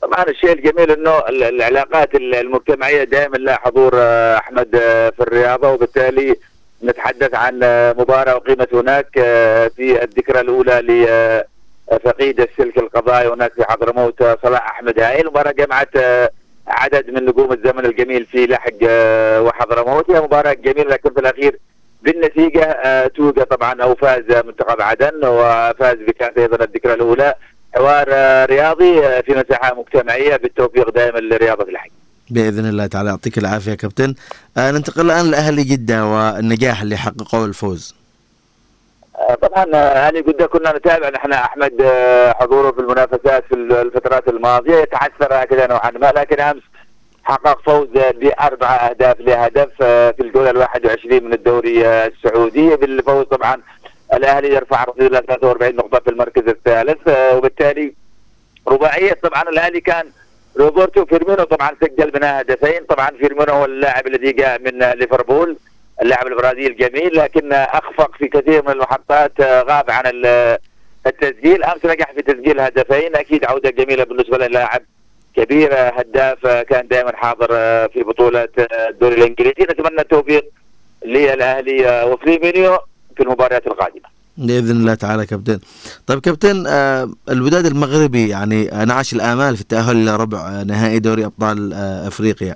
طبعا الشيء الجميل انه العلاقات المجتمعيه دائما لها حضور احمد في الرياضه، وبالتالي نتحدث عن مباراه اقيمت هناك في الذكرى الاولى لفقيد السلك القضائي هناك في حضرموت صلاح احمد هايل. مباراه جمعت عدد من نجوم الزمن الجميل في لحج وحضرموت. هي مباراه جميله لكن في الاخير بالنتيجه توجد طبعا او فاز منتخب عدن وفاز بكاس ايضا الذكرى الاولى. حوار رياضي في مساحه مجتمعيه، بالتوفيق دائما لرياضه اللحج باذن الله تعالى. يعطيك العافيه كابتن. آه ننتقل الان لاهلي جده والنجاح اللي حققوه الفوز. آه طبعا اهلي جده كنا نتابع نحن احمد حضوره في المنافسات في الفترات الماضيه، يتعثر هكذا نوعا ما، لكن امس حقق فوز باربع اهداف لهدف في الجوله الواحد وعشرين من الدوري السعودي. بالفوز طبعا الاهلي يرفع رصيده الى ثلاثة وأربعين نقطه في المركز الثالث، وبالتالي رباعيه طبعا الاهلي كان روبرتو فيرمينو طبعا سجل منها هدفين. طبعا فيرمينو هو اللاعب الذي جاء من ليفربول، اللاعب البرازيلي الجميل، لكن اخفق في كثير من المحطات، غاب عن التسجيل. امس نجح في تسجيل هدفين، اكيد عوده جميله بالنسبه للاعب كبير هداف كان دائما حاضر في بطوله الدوري الانجليزي. نتمنى التوفيق للاهلي وفيرمينيو في المباريات القادمه باذن الله تعالى كابتن. طيب كابتن، آه الوداد المغربي يعني نعش الامال في التاهل الى ربع نهائي دوري ابطال آه افريقيا.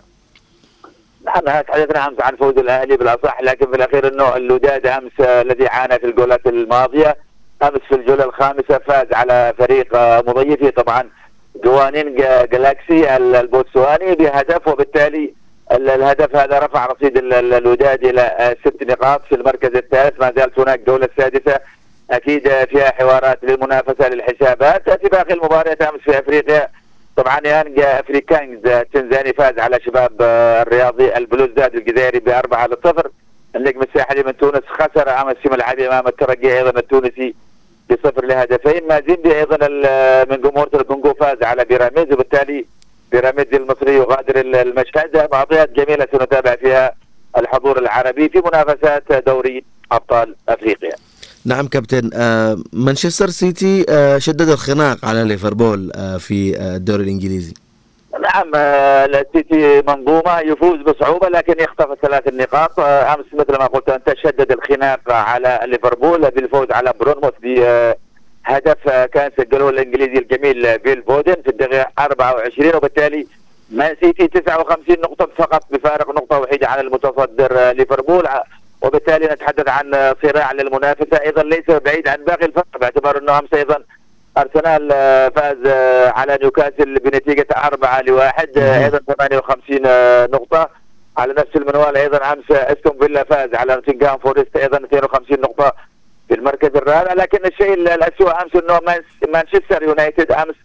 نعم تحدثنا امس عن فوز الاهلي بالاصح، لكن في الاخير انه الوداد امس الذي عانى في الجولات الماضيه، امس في الجوله الخامسه فاز على فريق آه مضيفه طبعا جوانين جالاكسي البوتسواني بهدف، وبالتالي الهدف هذا رفع رصيد الوداد الى ست نقاط في المركز الثالث. ما زالت هناك جوله السادسه اكيد فيها حوارات للمنافسه للحسابات. في باقي المباريات امس في افريقيا طبعا يانج افريكانز التنزاني فاز على شباب الرياضي البلوزداد الجزائري باربعه لصفر. النجم الساحلي من تونس خسر امس في ملعبه امام الترجي ايضا التونسي بصفر لهدفين. مازيمبي ايضا من جمهوريه الكونغو فاز على بيراميدز، وبالتالي بيراميدز المصري يغادر المشهد. معطيات جميله سنتابع فيها الحضور العربي في منافسات دوري ابطال افريقيا. نعم كابتن. آه مانشستر سيتي آه شدد الخناق على ليفربول آه في آه الدوري الانجليزي. نعم آه السيتي منظومه يفوز بصعوبه لكن يخطف الثلاث النقاط. آه امس مثل ما قلت انت شدد الخناق على ليفربول بالفوز على برونموث ب آه هدف كان سجله الانجليزي الجميل بيل فودن في الدقيقه أربعة وعشرين، وبالتالي مان سيتي تسعة وخمسين نقطه فقط بفارق نقطه وحيده عن المتصدر ليفربول، وبالتالي نتحدث عن صراع للمنافسه ايضا ليس بعيد عن باقي الفرق، باعتبار انه امس ايضا ارسنال فاز على نيوكاسل بنتيجه أربعة لواحد ايضا ثمانية وخمسين نقطه. على نفس المنوال ايضا امس استون فيلا فاز على نوتنغهام فورست ايضا اثنين وخمسين نقطه في المركز الرابع. لكن الشيء الأسوأ امس انه مانشستر يونايتد امس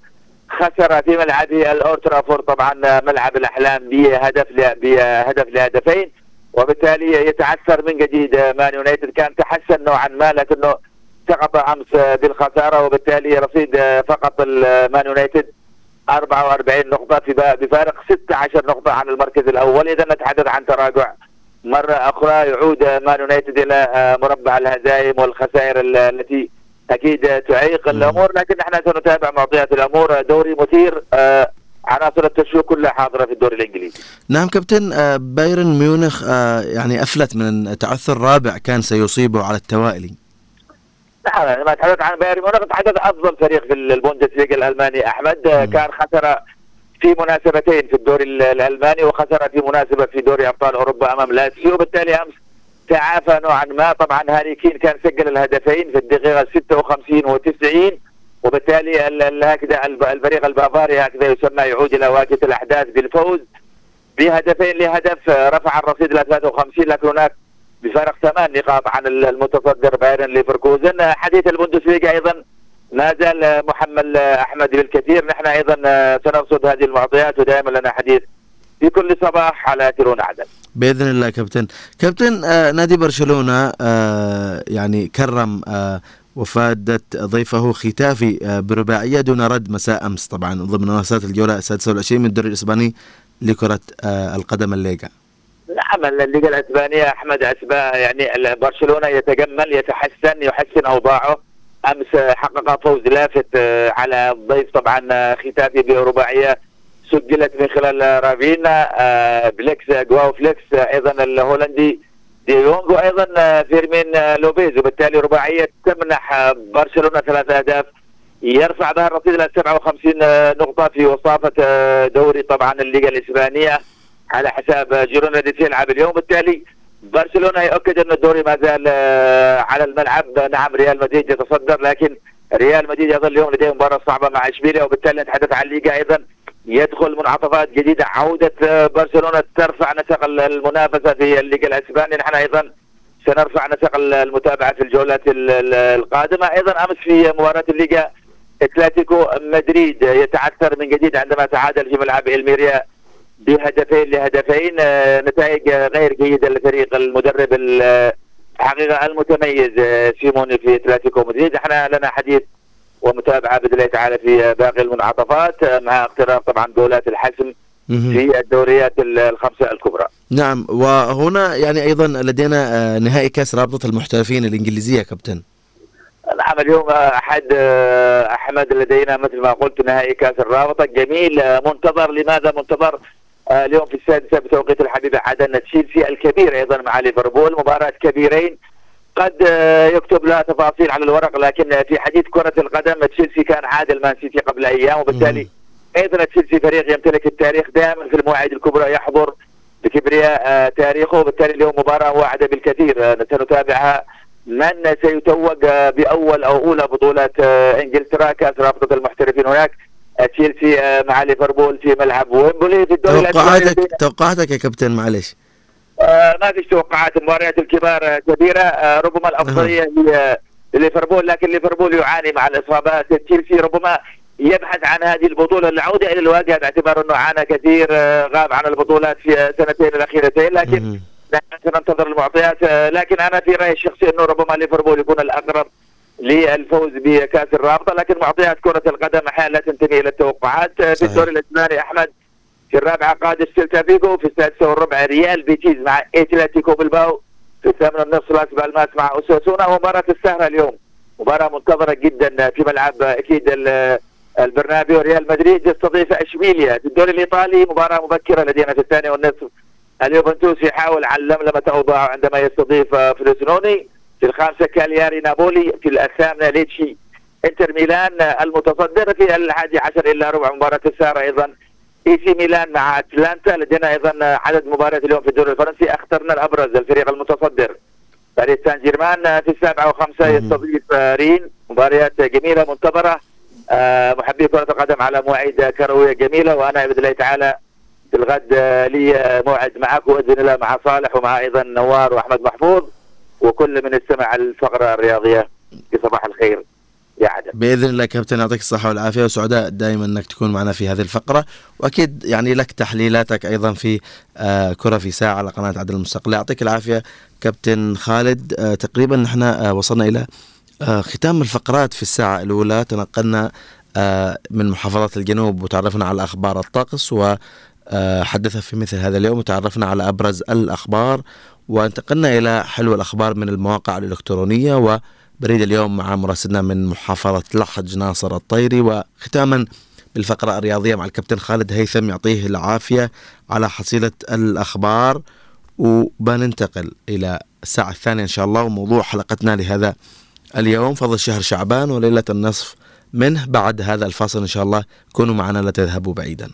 خسر في ملعبه الأولد ترافورد طبعا ملعب الاحلام بهدف بهدف لهدفين، وبالتالي يتعثر من جديد مان يونايتد. كان تحسن نوعا ما لكنه سقط امس بالخساره، وبالتالي رصيد فقط المان يونايتد أربعة وأربعين نقطه في بفارق ستة عشر نقطه عن المركز الاول. اذا نتحدث عن تراجع مرة أخرى، يعود مان يونايتد إلى مربع الهزائم والخسائر التي أكيد تعيق الأمور، لكن نحن سنتابع معطيات الأمور. دوري مثير، عناصر التشويق كلها حاضرة في الدوري الإنجليزي. نعم كابتن. بايرن ميونخ يعني أفلت من تعثر رابع كان سيصيبه على التوالي. نعم لما تحدث عن بايرن ميونخ تحدث أفضل فريق في البوندسليغا الألماني أحمد. م. كان خسر في مناسبتين في الدوري الألماني وخسر في مناسبة في دوري أبطال أوروبا أمام لاتسيو، وبالتالي أمس تعافى نوعا ما. طبعا هاري كين كان سجل الهدفين في الدقيقة ستة وخمسين وتسعين، وبالتالي هكذا الفريق البافاري هكذا يسمى يعود إلى واجهة الأحداث بالفوز بهدفين لهدف، رفع الرصيد إلى ثلاثة وخمسين، لكن هناك بفارق ثمان نقاط عن المتصدر بايرن ليفركوزن. حديث البوندسليغا أيضا ما زال محمل أحمد بالكثير. نحن أيضا سنرصد هذه المعطيات ودائما لنا حديث في كل صباح على تيرون عدن بإذن الله. كابتن كابتن آه نادي برشلونة آه يعني كرم آه وفادة ضيفه ختافي آه برباعية دون رد مساء أمس طبعا ضمن منافسات الجولة السادسة والعشرين من الدوري الإسباني لكرة آه القدم الليغا. نعم الليغا الإسبانية أحمد أسباب يعني برشلونة يتجمل يتحسن يحسن أوضاعه. أمس حقق فوز لافت على الضيف طبعا ختافي برباعية سجلت من خلال رافينا، بليكس جواو فليكس، ايضا الهولندي دي يونغ، وايضا فيرمين لوبيز، وبالتالي رباعيه تمنح برشلونه ثلاث اهداف يرفع بها الرصيد الى سبعة وخمسين نقطه في وصافه دوري طبعا الليغا الاسبانيه على حساب جيرونا الذي سيلعب اليوم. بالتالي برشلونه يؤكد ان الدوري ما زال على الملعب. نعم ريال مدريد يتصدر، لكن ريال مدريد يظل اليوم لديه مباراه صعبه مع اشبيليا، وبالتالي نتحدث عن الليغا ايضا يدخل منعطفات جديده، عوده برشلونه ترفع نسق المنافسه في الليغا الاسباني. نحن ايضا سنرفع نسق المتابعه في الجولات القادمه. ايضا امس في مباراه الليغا اتلتيكو مدريد يتعثر من جديد عندما تعادل في ملعب الميريا بهدفين لهدفين، نتائج غير جيده لفريق المدرب الحقيقه المتميز سيموني في اتلتيكو مدريد. احنا لنا حديث ومتابعه باذن الله تعالى في باقي المنعطفات مع اقتراب طبعا جولات الحسم في الدوريات الخمسه الكبرى. نعم، وهنا يعني ايضا لدينا نهائي كاس رابطه المحترفين الانجليزيه كابتن. نعم اليوم احد احمد لدينا مثل ما قلت نهائي كاس الرابطه جميل منتظر. لماذا منتظر؟ اليوم في السادسه بتوقيت الحبيبه عدن تشيلسي الكبير ايضا مع ليفربول، مباراه كبيرين قد يكتب لها تفاصيل على الورق، لكن في حديث كره القدم تشيلسي كان عادل مان سيتي قبل ايام، وبالتالي ايضا تشيلسي فريق يمتلك التاريخ دائما في المواعيد الكبرى يحضر بكبرياء تاريخه، وبالتالي اليوم مباراه واعده بالكثير سنتابعها. من سيتوج باول او اولى بطولات انجلترا كاس رابطه المحترفين هناك؟ تشيلسي مع ليفربول في ملعب ويمبلي في الدوري الاسباني. توقعاتك توقعاتك يا كابتن معلش. آه ما فيش توقعات، المباريات الكبار كبيره، آه ربما الافضليه هي ليفربول، لكن ليفربول يعاني مع الاصابات. تشيلسي ربما يبحث عن هذه البطوله العوده الى الواجهه باعتبار انه عانى كثير، آه غاب عن البطولات في السنتين الاخيرتين، لكن سننتظر المعطيات. آه لكن انا في رايي الشخصي انه ربما ليفربول يكون الاقرب للفوز بكاس الرابطه، لكن معطيات كره القدم احيانا لا تنتمي الى التوقعات. آه في الدوري الاسباني احمد في الرابعه قادش سيلتا فيغو، في السادسه والربع ريال بيتيز مع اتلتيكو بالباو، في الثامنه والنصف لاس بالماس مع اوساسونا. ومباراه السهره اليوم مباراه منتظره جدا في ملعب اكيد البرنابيو، ريال مدريد يستضيف اشبيليا. في الدوري الايطالي مباراه مبكره لدينا في الثانيه والنصف، اليوفنتوس يحاول على لملمه اوضاعه عندما يستضيف فلوسنوني. في الخامسه كالياري نابولي، في الثامنه ليتشي انتر ميلان المتصدر. في الحادي عشر الا ربع مباراه السهره ايضا اي سي ميلان مع اتلانتا. لدينا ايضا عدد مباريات اليوم في الدوري الفرنسي، اخترنا الابرز الفريق المتصدر باريس سان جيرمان في السابعه وخمسه يستضيف رين، مباريات جميله منتظره. أه محبي كره القدم على مواعيد كرويه جميله، وانا باذن الله تعالى في الغد لي موعد معكم باذن الله مع صالح ومع ايضا نوار واحمد محفوظ وكل من استمع الفقره الرياضيه في صباح الخير يا عدم. باذن الله كابتن يعطيك الصحه والعافيه، وسعداء دائما انك تكون معنا في هذه الفقره، واكيد يعني لك تحليلاتك ايضا في آه كره في ساعه على قناه عدن المستقله. يعطيك العافيه كابتن خالد. آه تقريبا نحن آه وصلنا الى آه ختام الفقرات في الساعه الاولى. تنقلنا آه من محافظات الجنوب وتعرفنا على اخبار الطقس وحدثنا في مثل هذا اليوم، وتعرفنا على ابرز الاخبار، وانتقلنا الى حلو الاخبار من المواقع الالكترونيه و بريد اليوم مع مراسلنا من محافظة لحج ناصر الطيري، وختاما بالفقرة الرياضية مع الكابتن خالد هيثم يعطيه العافية على حصيلة الأخبار. وبننتقل إلى الساعة الثانية إن شاء الله، وموضوع حلقتنا لهذا اليوم فضل شهر شعبان وليلة النصف منه. بعد هذا الفاصل إن شاء الله كونوا معنا لا تذهبوا بعيدا.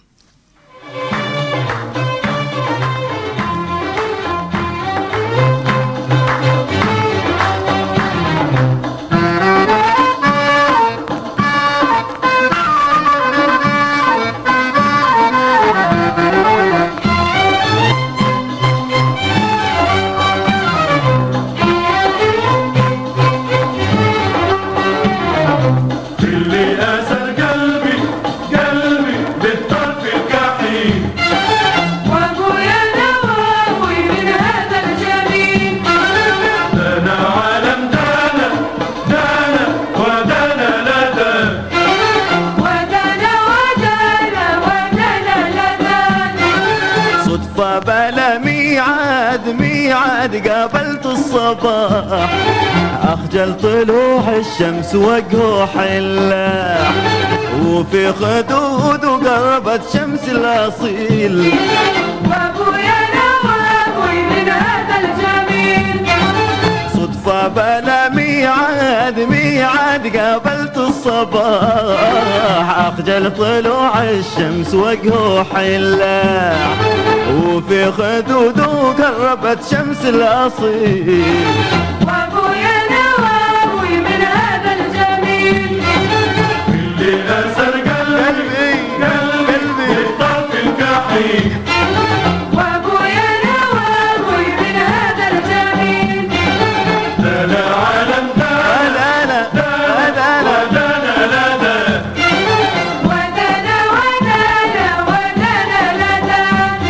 قابلت الصباح أخجل طلوع الشمس وجهه حلاح، وفي خدود قربت شمس الأصيل. وابويا نوابوي من هذا الجميل، صدفة بلا ميعاد ميعاد قابلت الصباح، أخجل طلوع الشمس وجهه حلاح، وفي خدوده قربت شمس الأصيل. وابويا نوابوي من هذا الجميل، اللي أسر قلبي قلبي بالطرف الكحيل. وابويا نوابوي من هذا الجميل، لا لا عالم لا لا لا لا لا لا لا لا ودانا ودانا ودانا لدى.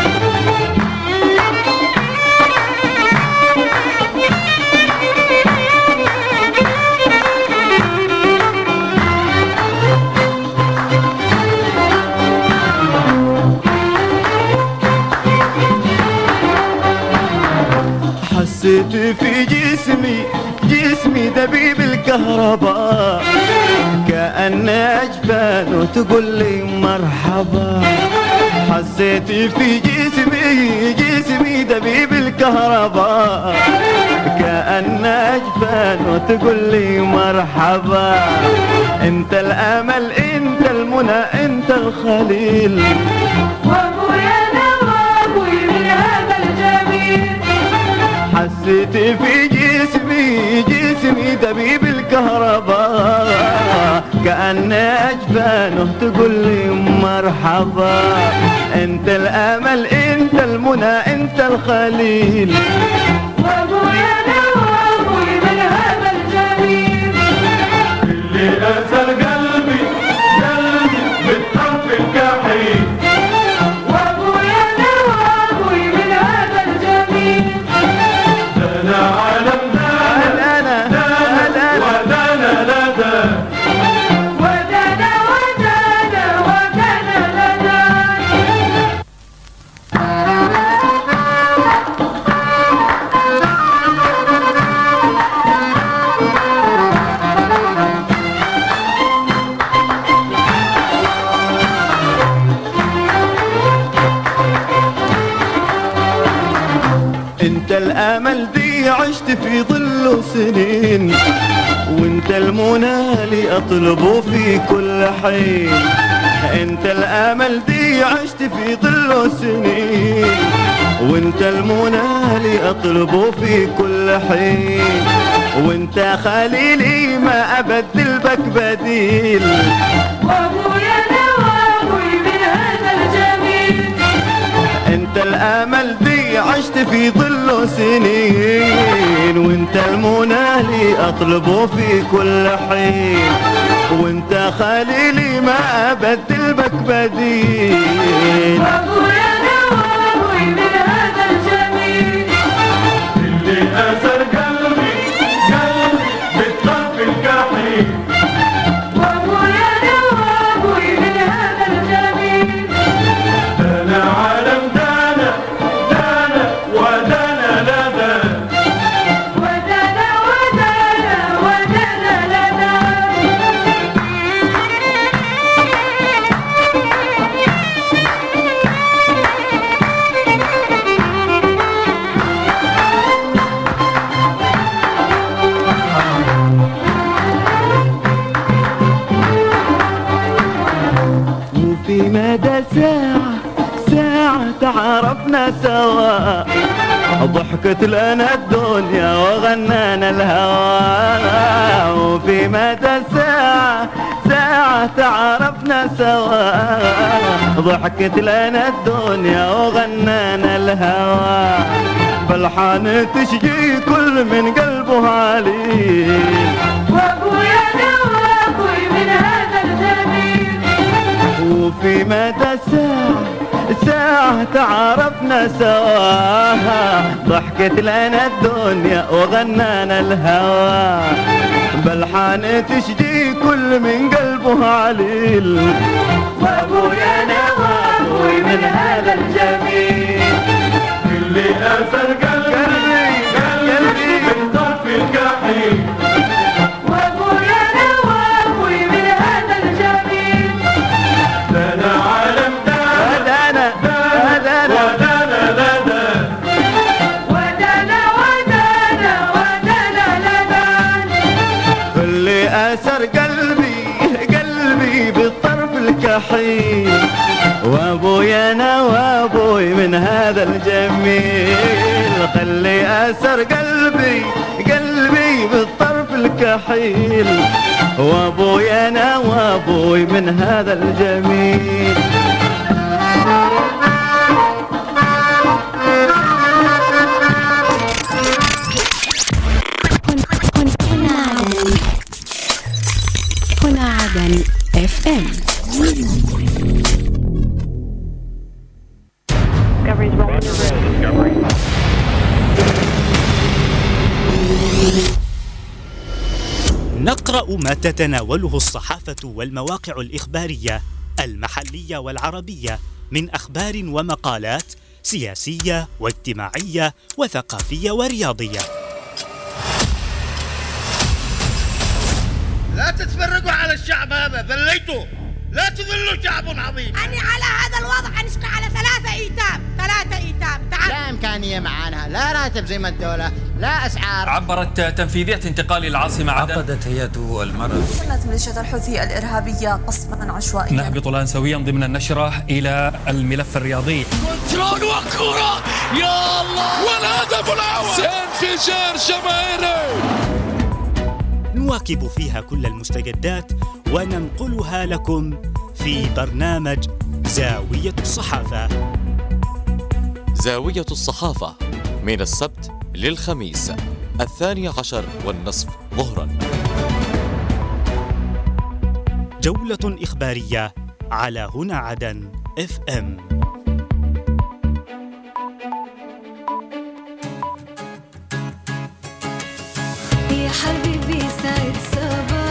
حسيت في جسمي جسمي دبيب الكهرباء، كأن أجفان تقول لي مرحبا. حسيت في جسمي جسمي دبيب الكهرباء، كأن أجفان تقول لي مرحبا. انت الأمل انت المنى انت الخليل. وابويا نوابوي من هذا الجميل، حسيت في جسمي جسمي دبيب الكهرباء، كأن أجفانه تقول لي مرحبا. انت الأمل انت المنى انت الخليل. وابويا نوابوي من هذا الجميل، اللي أسر قلبي قلبي بالطرف الكحيل. وابويا نوابوي من هذا الجميل، لا عالم لا لا لا لا ودانا لا لا ودانا ودانا ودانا لدى. انت الامل دي عشت في ظله سنين، وانت المنى لي اطلبه في كل حين. انت الامل دي عشت في ظله سنين، وانت المنى لي اطلبه في كل حين. وانت خليلي ما ابدل بك بديل. وابويا نوابوي من هذا الجميل، انت الامل دي عشت في ظله سنين، وانت المنى لي اطلبه في كل حين. وانت خليلي ما ابدل بك بديل. وابويا نوابوي من هذا الجميل، اللي أسر قلبي قلبي بالطرف الكحيل. وابويا نوابوي من هذا الجميل، دانا عالم دانا دانا ودانا لا دا ودانا ودانا ودانا لدى. وفي مدى ساعة ساعة تعرفنا سوا، ضحكت لنا الدنيا وغنانا الهوى. وفي مدى ساعة ساعة تعرفنا سوا، ضحكت لنا الدنيا وغنانا الهوى. بلحان تشجي كل من قلبه عليل. وابويا نوابوي من هذا الجميل، وفي مدى ساعة ساعة تعرفنا سوا، ضحكت لنا الدنيا وغنانا الهوى. بلحان تشجي كل من قلبه عليل. وابويا نوابوي من هذا الجميل، اللي أسر قلبي قلبي بالطرف الكحيل. وابويا نوابوي من هذا الجميل، لا لا الكحيل وابويا انا وابوي من هذا الجميل خلي اثر قلبي قلبي بالطرف الكحيل وابويا انا وابوي من هذا الجميل هنا عدن اف ام. نقرأ ما تتناوله الصحافة والمواقع الإخبارية المحلية والعربية من أخبار ومقالات سياسية واجتماعية وثقافية ورياضية. لا تتفرقوا على الشعب هذا، ذليتوا، لا تذلوا شعب عظيم. أنا على هذا الوضع أنشقى على ثلاثة إيتام، ثلاثة إيتام. تعال. لا إمكانية معانا، لا راتب زي ما الدولة، لا أسعار. عبرت تنفيذية انتقال العاصمة عدن. عقدت هيئة المرض. شنت ميليشيا الحوثي الإرهابية قصفا عشوائيا. نهبط الآن سويا ضمن النشرة إلى الملف الرياضي. كنترول وكرة، يا الله، والهدف الأول، انفجار جماهيري. نواكب فيها كل المستجدات وننقلها لكم في برنامج زاوية الصحافة. زاوية الصحافة من السبت للخميس الثاني عشر والنصف ظهرا. جولة إخبارية على هنا عدن اف ام. يا حبيبي سعد صباح.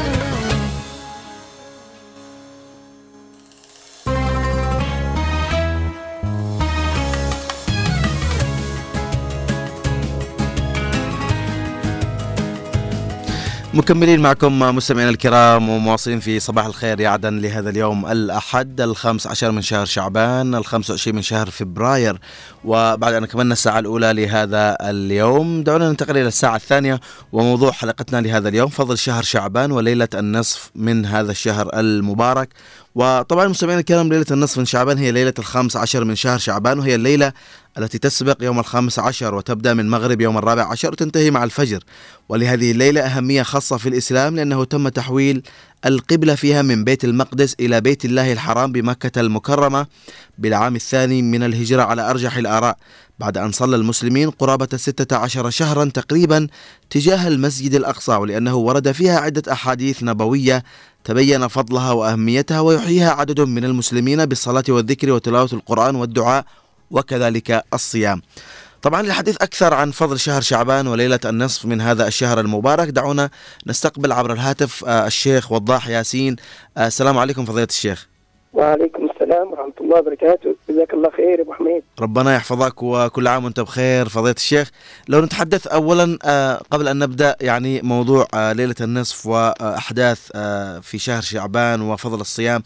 مكملين معكم مستمعينا الكرام ومواصلين في صباح الخير يا عدن لهذا اليوم الأحد الخامس عشر من شهر شعبان الخامس وعشرين من شهر فبراير. وبعد أن كملنا الساعة الأولى لهذا اليوم دعونا ننتقل إلى الساعة الثانية وموضوع حلقتنا لهذا اليوم فضل شهر شعبان وليلة النصف من هذا الشهر المبارك. وطبعا مستمعينا الكرام ليلة النصف من شعبان هي ليلة الخامس عشر من شهر شعبان وهي الليلة التي تسبق يوم الخامس عشر وتبدأ من مغرب يوم الرابع عشر وتنتهي مع الفجر. ولهذه الليلة أهمية خاصة في الإسلام لأنه تم تحويل القبلة فيها من بيت المقدس إلى بيت الله الحرام بمكة المكرمة بالعام الثاني من الهجرة على أرجح الآراء بعد أن صلى المسلمين قرابة ستة عشر شهرا تقريبا تجاه المسجد الأقصى ولأنه ورد فيها عدة أحاديث نبوية تبين فضلها وأهميتها ويحييها عدد من المسلمين بالصلاة والذكر وتلاوة القرآن والدعاء وكذلك الصيام. طبعا للحديث أكثر عن فضل شهر شعبان وليلة النصف من هذا الشهر المبارك دعونا نستقبل عبر الهاتف الشيخ وضاح ياسين. السلام عليكم فضيلة الشيخ. وعليكم السلام ورحمة الله وبركاته. جزاك الله خير يا أبو حميد. ربنا يحفظك وكل عام وانت بخير فضيلة الشيخ. لو نتحدث أولا قبل أن نبدأ يعني موضوع ليلة النصف وأحداث في شهر شعبان وفضل الصيام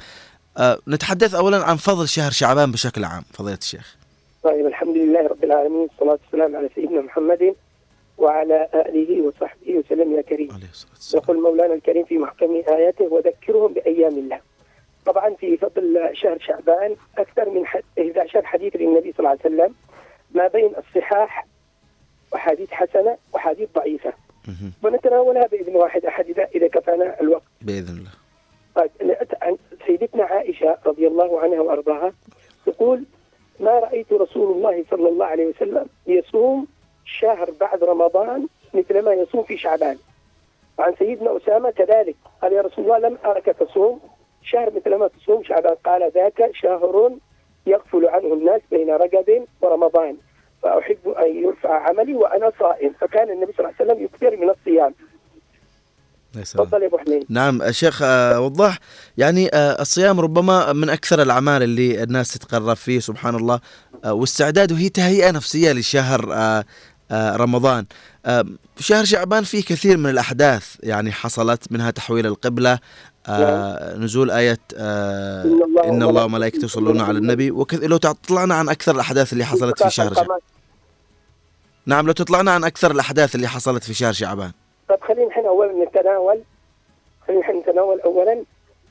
نتحدث أولا عن فضل شهر شعبان بشكل عام فضيلة الشيخ. طيب الحمد لله رب العالمين والصلاة والسلام على سيدنا محمد وعلى آله وصحبه وسلم يا كريم. يقول مولانا الكريم في محكم آياته وذكرهم بأيام الله. طبعا في فضل شهر شعبان أكثر من إحدى عشر حديث للنبي صلى الله عليه وسلم ما بين الصحاح وحديث حسنة وحديث ضعيفة ونتناولها بإذن واحد أحد إذا كفانا الوقت بإذن الله. طيب سيدتنا عائشة رضي الله عنها وأرضاها تقول ما رأيت رسول الله صلى الله عليه وسلم يصوم شهر بعد رمضان مثل ما يصوم في شعبان. وعن سيدنا أسامة كذلك قال يا رسول الله لم أرك تصوم شهر مثل ما تصوم شعبان قال ذاك شهر يغفل عنه الناس بين رجب ورمضان فأحب أن يرفع عملي وأنا صائم. فكان النبي صلى الله عليه وسلم يكثر من الصيام. تفضل يا أبو حميد. نعم الشيخ وضح يعني الصيام ربما من أكثر الأعمال اللي الناس تتقرب فيه سبحان الله واستعداد وهي تهيئة نفسية لشهر رمضان. شهر شعبان فيه كثير من الأحداث يعني حصلت منها تحويل القبلة نزول آية إن الله وملائكته يصلون على النبي وكذا. لو تطلعنا عن أكثر الأحداث اللي حصلت في شهر شعبان. نعم لو تطلعنا عن أكثر الأحداث اللي حصلت في شهر شعبان. طيب خلينا نحن أولا نتناول خلينا نحن نتناول أولا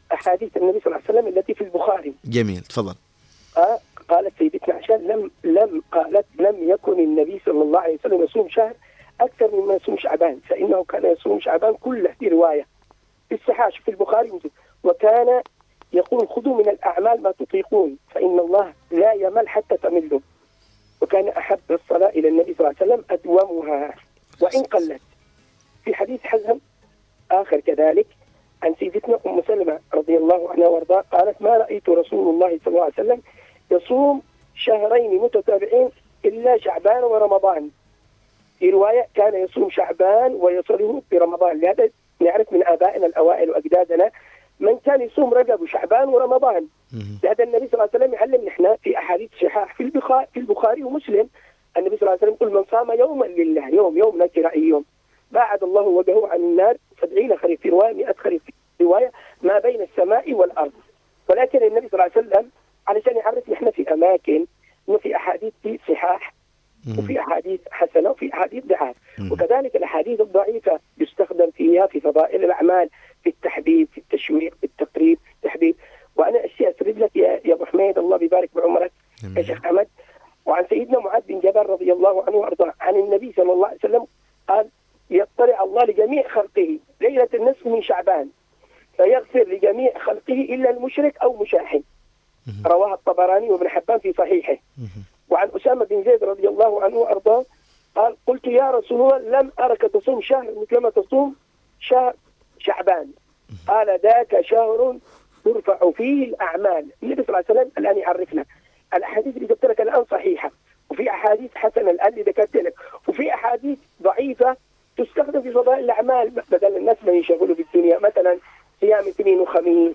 أحاديث النبي صلى الله عليه وسلم التي في البخاري. جميل، تفضل. آه قالت سيدتنا عائشة لم لم قالت لم يكن النبي صلى الله عليه وسلم يصوم شهر أكثر مما يصوم شعبان، فإنه كان يصوم شعبان كله في رواية في الصحاح في البخاري، وكان يقول خذوا من الأعمال ما تطيقون فإن الله لا يمل حتى تملوا. وكان أحب الصلاة إلى النبي صلى الله عليه وسلم أدومها وإن قلت. في حديث حزم آخر كذلك عن سيدتنا أم سلمة رضي الله عنها وارضاها قالت ما رأيت رسول الله صلى الله عليه وسلم يصوم شهرين متتابعين إلا شعبان ورمضان. في رواية كان يصوم شعبان ويصله في رمضان. لهذا نعرف من آبائنا الأوائل وأجدادنا من كان يصوم رجب وشعبان ورمضان. لهذا النبي صلى الله عليه وسلم يعلم نحن في أحاديث صحاح في البخاري في البخاري ومسلم النبي صلى الله عليه وسلم يقول من صام يوما لله يوم يوم نكر أي يوم باعد الله وجهه عن النار سبعين خريف في رواية مئة خريف في رواية ما بين السماء والأرض. ولكن النبي صلى الله عليه وسلم علشان يعرف نحن في أماكن إنه في أحاديث في صحاح وفي أحاديث حسنة وفي أحاديث ضعاف، وكذلك الأحاديث الضعيفة يستخدم فيها في فضائل الأعمال في التحبيب في التشويق في التقريب التحبيب. وأنا أشياء أسرد لك يا يا أبو حميد الله بيبارك بعمرك يا شيخ أحمد. وعن سيدنا معاذ بن جبل رضي الله عنه وأرضاه عن النبي صلى الله عليه وسلم قال يطلع الله لجميع خلقه ليلة النصف من شعبان فيغفر لجميع خلقه إلا المشرك أو مشاحن. رواه الطبراني وابن حبان في صحيحه. وعن أسامة بن زيد رضي الله عنه وأرضاه قال قلت يا رسول الله لم أرك تصوم شهر مثلما تصوم شهر شعبان. قال ذاك شهر ترفع فيه الأعمال. النبي صلى الله عليه وسلم الآن يعرفنا الأحاديث اللي قلت لك الآن صحيحة، وفي أحاديث حسنة الآن اللي ذكرت لك، وفي أحاديث ضعيفة تستخدم في فضائل الأعمال بدل الناس ما ينشغلوا بالدنيا. مثلا صيام اثنين وخميس،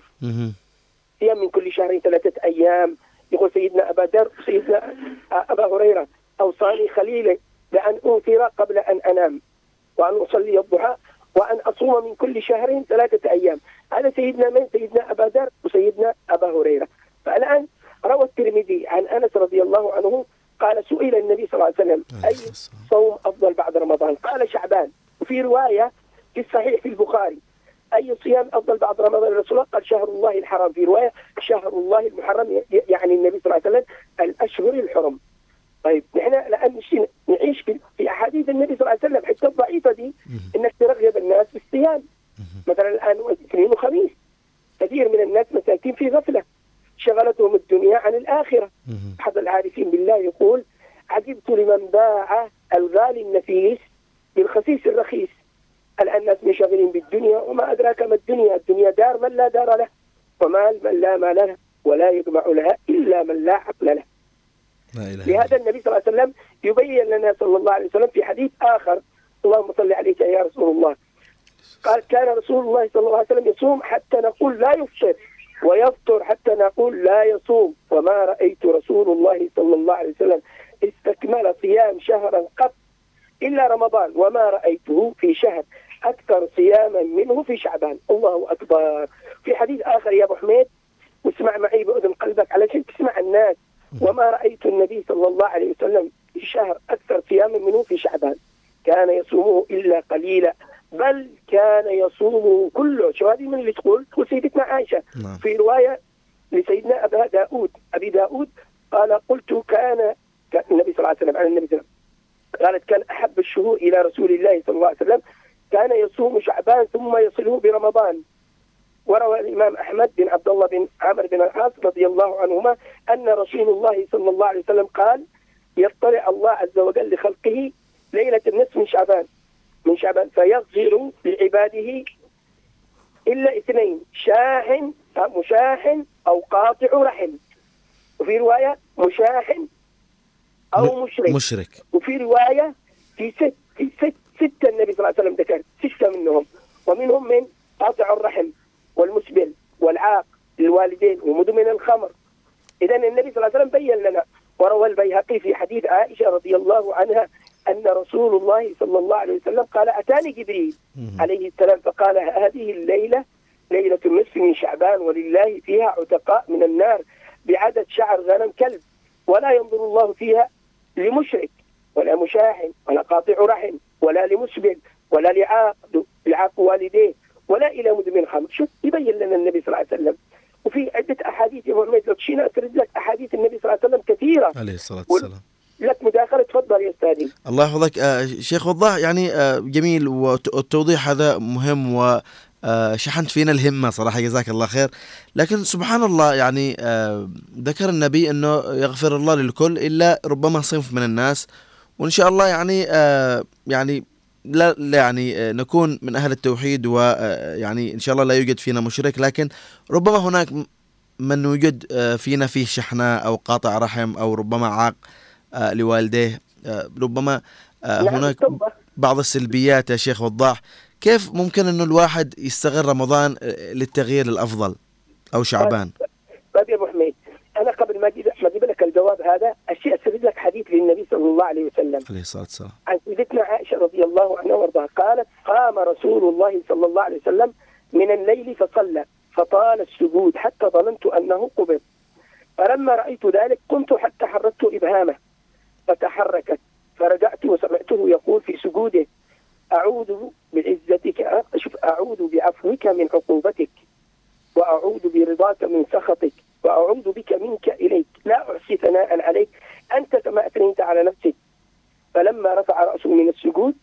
صيام من كل شهرين ثلاثة أيام. يقول سيدنا أبا ذر سيدنا أبا هريرة أوصاني خليلي لأن أوتر قبل أن أنام وأن أصلي الضحى وأن أصوم من كل شهر ثلاثة أيام. هذا سيدنا من سيدنا أبا ذر وسيدنا أبا هريرة. فالآن روى الترمذي عن أنس رضي الله عنه قال سئل النبي صلى الله عليه وسلم أي صوم أفضل بعد رمضان؟ قال شعبان. وفي رواية في الصحيح في البخاري أي صيام أفضل بعد رمضان الرسول قال شهر الله الحرام. في رواية شهر الله المحرم يعني النبي صلى الله عليه وسلم الأشهر الحرم. طيب نحن الآن نعيش في أحاديث النبي صلى الله عليه وسلم حتى الضعيفة دي إنك ترغب الناس بالصيام. مثلا الآن اثنين وخميس كثير من الناس مساكين في غفلة شغلتهم الدنيا عن الآخرة. أحد العارفين بالله يقول عجبت لمن باع الغالي النفيس بالخسيس الرخيص. الآن الناس منشغلين بالدنيا وما أدراك ما الدنيا. الدنيا دار من لا دار له ومال من لا مال له ولا يجمع لها إلا من لا عقل له. لهذا النبي صلى الله عليه وسلم يبين لنا صلى الله عليه وسلم في حديث آخر اللهم صل عليك يا رسول الله قال كان رسول الله صلى الله عليه وسلم يصوم حتى نقول لا يفطر ويفطر حتى نقول لا يصوم وما رأيت رسول الله صلى الله عليه وسلم استكمل صيام شهرا قط إلا رمضان وما رأيته في شهر أكثر صياما منه في شعبان. الله أكبر. في حديث آخر يا أبو حميد واسمع معي بأذن قلبك علشان تسمع الناس وما رأيت النبي صلى الله عليه وسلم في شهر أكثر صياما منه في شعبان كان يصومه إلا قليلا بل كان يصومه كله. شو هذه من اللي تقول؟ تقول سيدتنا عائشة. في رواية لسيدنا أبا داود أبي داود قال قلت كان النبي صلى الله عليه وسلم عن النبي صلى الله عليه وسلم قالت كان أحب الشهور إلى رسول الله صلى الله عليه وسلم كان يصوم شعبان ثم يصله برمضان. وروى الإمام أحمد بن عبد الله بن عمرو بن العاص رضي الله عنهما أن رسول الله صلى الله عليه وسلم قال يطلع الله عز وجل لخلقه ليلة النصف من شعبان من شعبان فيغفر لعباده إلا اثنين شاحن مشاحن أو قاطع رحم. وفي رواية مشاحن أو مشرك. مشرك. وفي رواية في ست في ست ستة النبي صلى الله عليه وسلم ذكر ستة منهم ومنهم من قاطع الرحم والمسبل والعاق للوالدين ومدمن الخمر. إذن النبي صلى الله عليه وسلم بين لنا. وروى البيهقي في حديث عائشة رضي الله عنها أن رسول الله صلى الله عليه وسلم قال أتاني جبريل عليه السلام فقال هذه الليلة ليلة النصف من شعبان ولله فيها عتقاء من النار بعدد شعر غنم كلب ولا ينظر الله فيها لمشرك ولا مشاحن ولا قاطع رحم ولا لمسبل ولا لعاق لعاق والديه ولا إلى مدمن خمر. شوف يبين لنا النبي صلى الله عليه وسلم. وفي عدة أحاديث يا محمد لو تشينا أسرد لك أحاديث النبي صلى الله عليه وسلم كثيرة عليه الصلاة والسلام. لك مداخلة، تفضل يا أستاذي. الله يحفظك. آه شيخ وضاح، يعني آه جميل، والتوضيح هذا مهم وشحنت فينا الهمة صراحة، جزاك الله خير. لكن سبحان الله يعني آه ذكر النبي أنه يغفر الله للكل إلا ربما صنف من الناس، وإن شاء الله يعني آه يعني لا, لا يعني آه نكون من أهل التوحيد، ويعني إن شاء الله لا يوجد فينا مشرك، لكن ربما هناك من يوجد آه فينا فيه شحناء أو قاطع رحم أو ربما عاق آه لوالديه، آه ربما آه هناك بعض السلبيات يا شيخ وضاح. كيف ممكن أنه الواحد يستغل رمضان للتغيير الأفضل أو شعبان؟ طيب يا أبو حميد، أنا قبل ما أجيب ما أجيب لك الجواب هذا الشيء أسرد لك حديث للنبي صلى الله عليه وسلم عليه الصلاة والسلام عن سيدتنا عائشة رضي الله عنها وارضاها قالت: قام رسول الله صلى الله عليه وسلم من الليل فصلى فطال السجود حتى ظننت أنه قبض، فلما رأيت ذلك قمت حتى حركت إبهامه فتحركت، فرجعت وسمعته يقول في سجوده: أعوذ بعزتك، شوف، أعوذ بعفوك من عقوبتك، وأعوذ برضاك من سخطك، وأعوذ بك منك إليك، لا أحصي ثناء عليك أنت كما أثنيت على نفسك. فلما رفع رأسه من السجود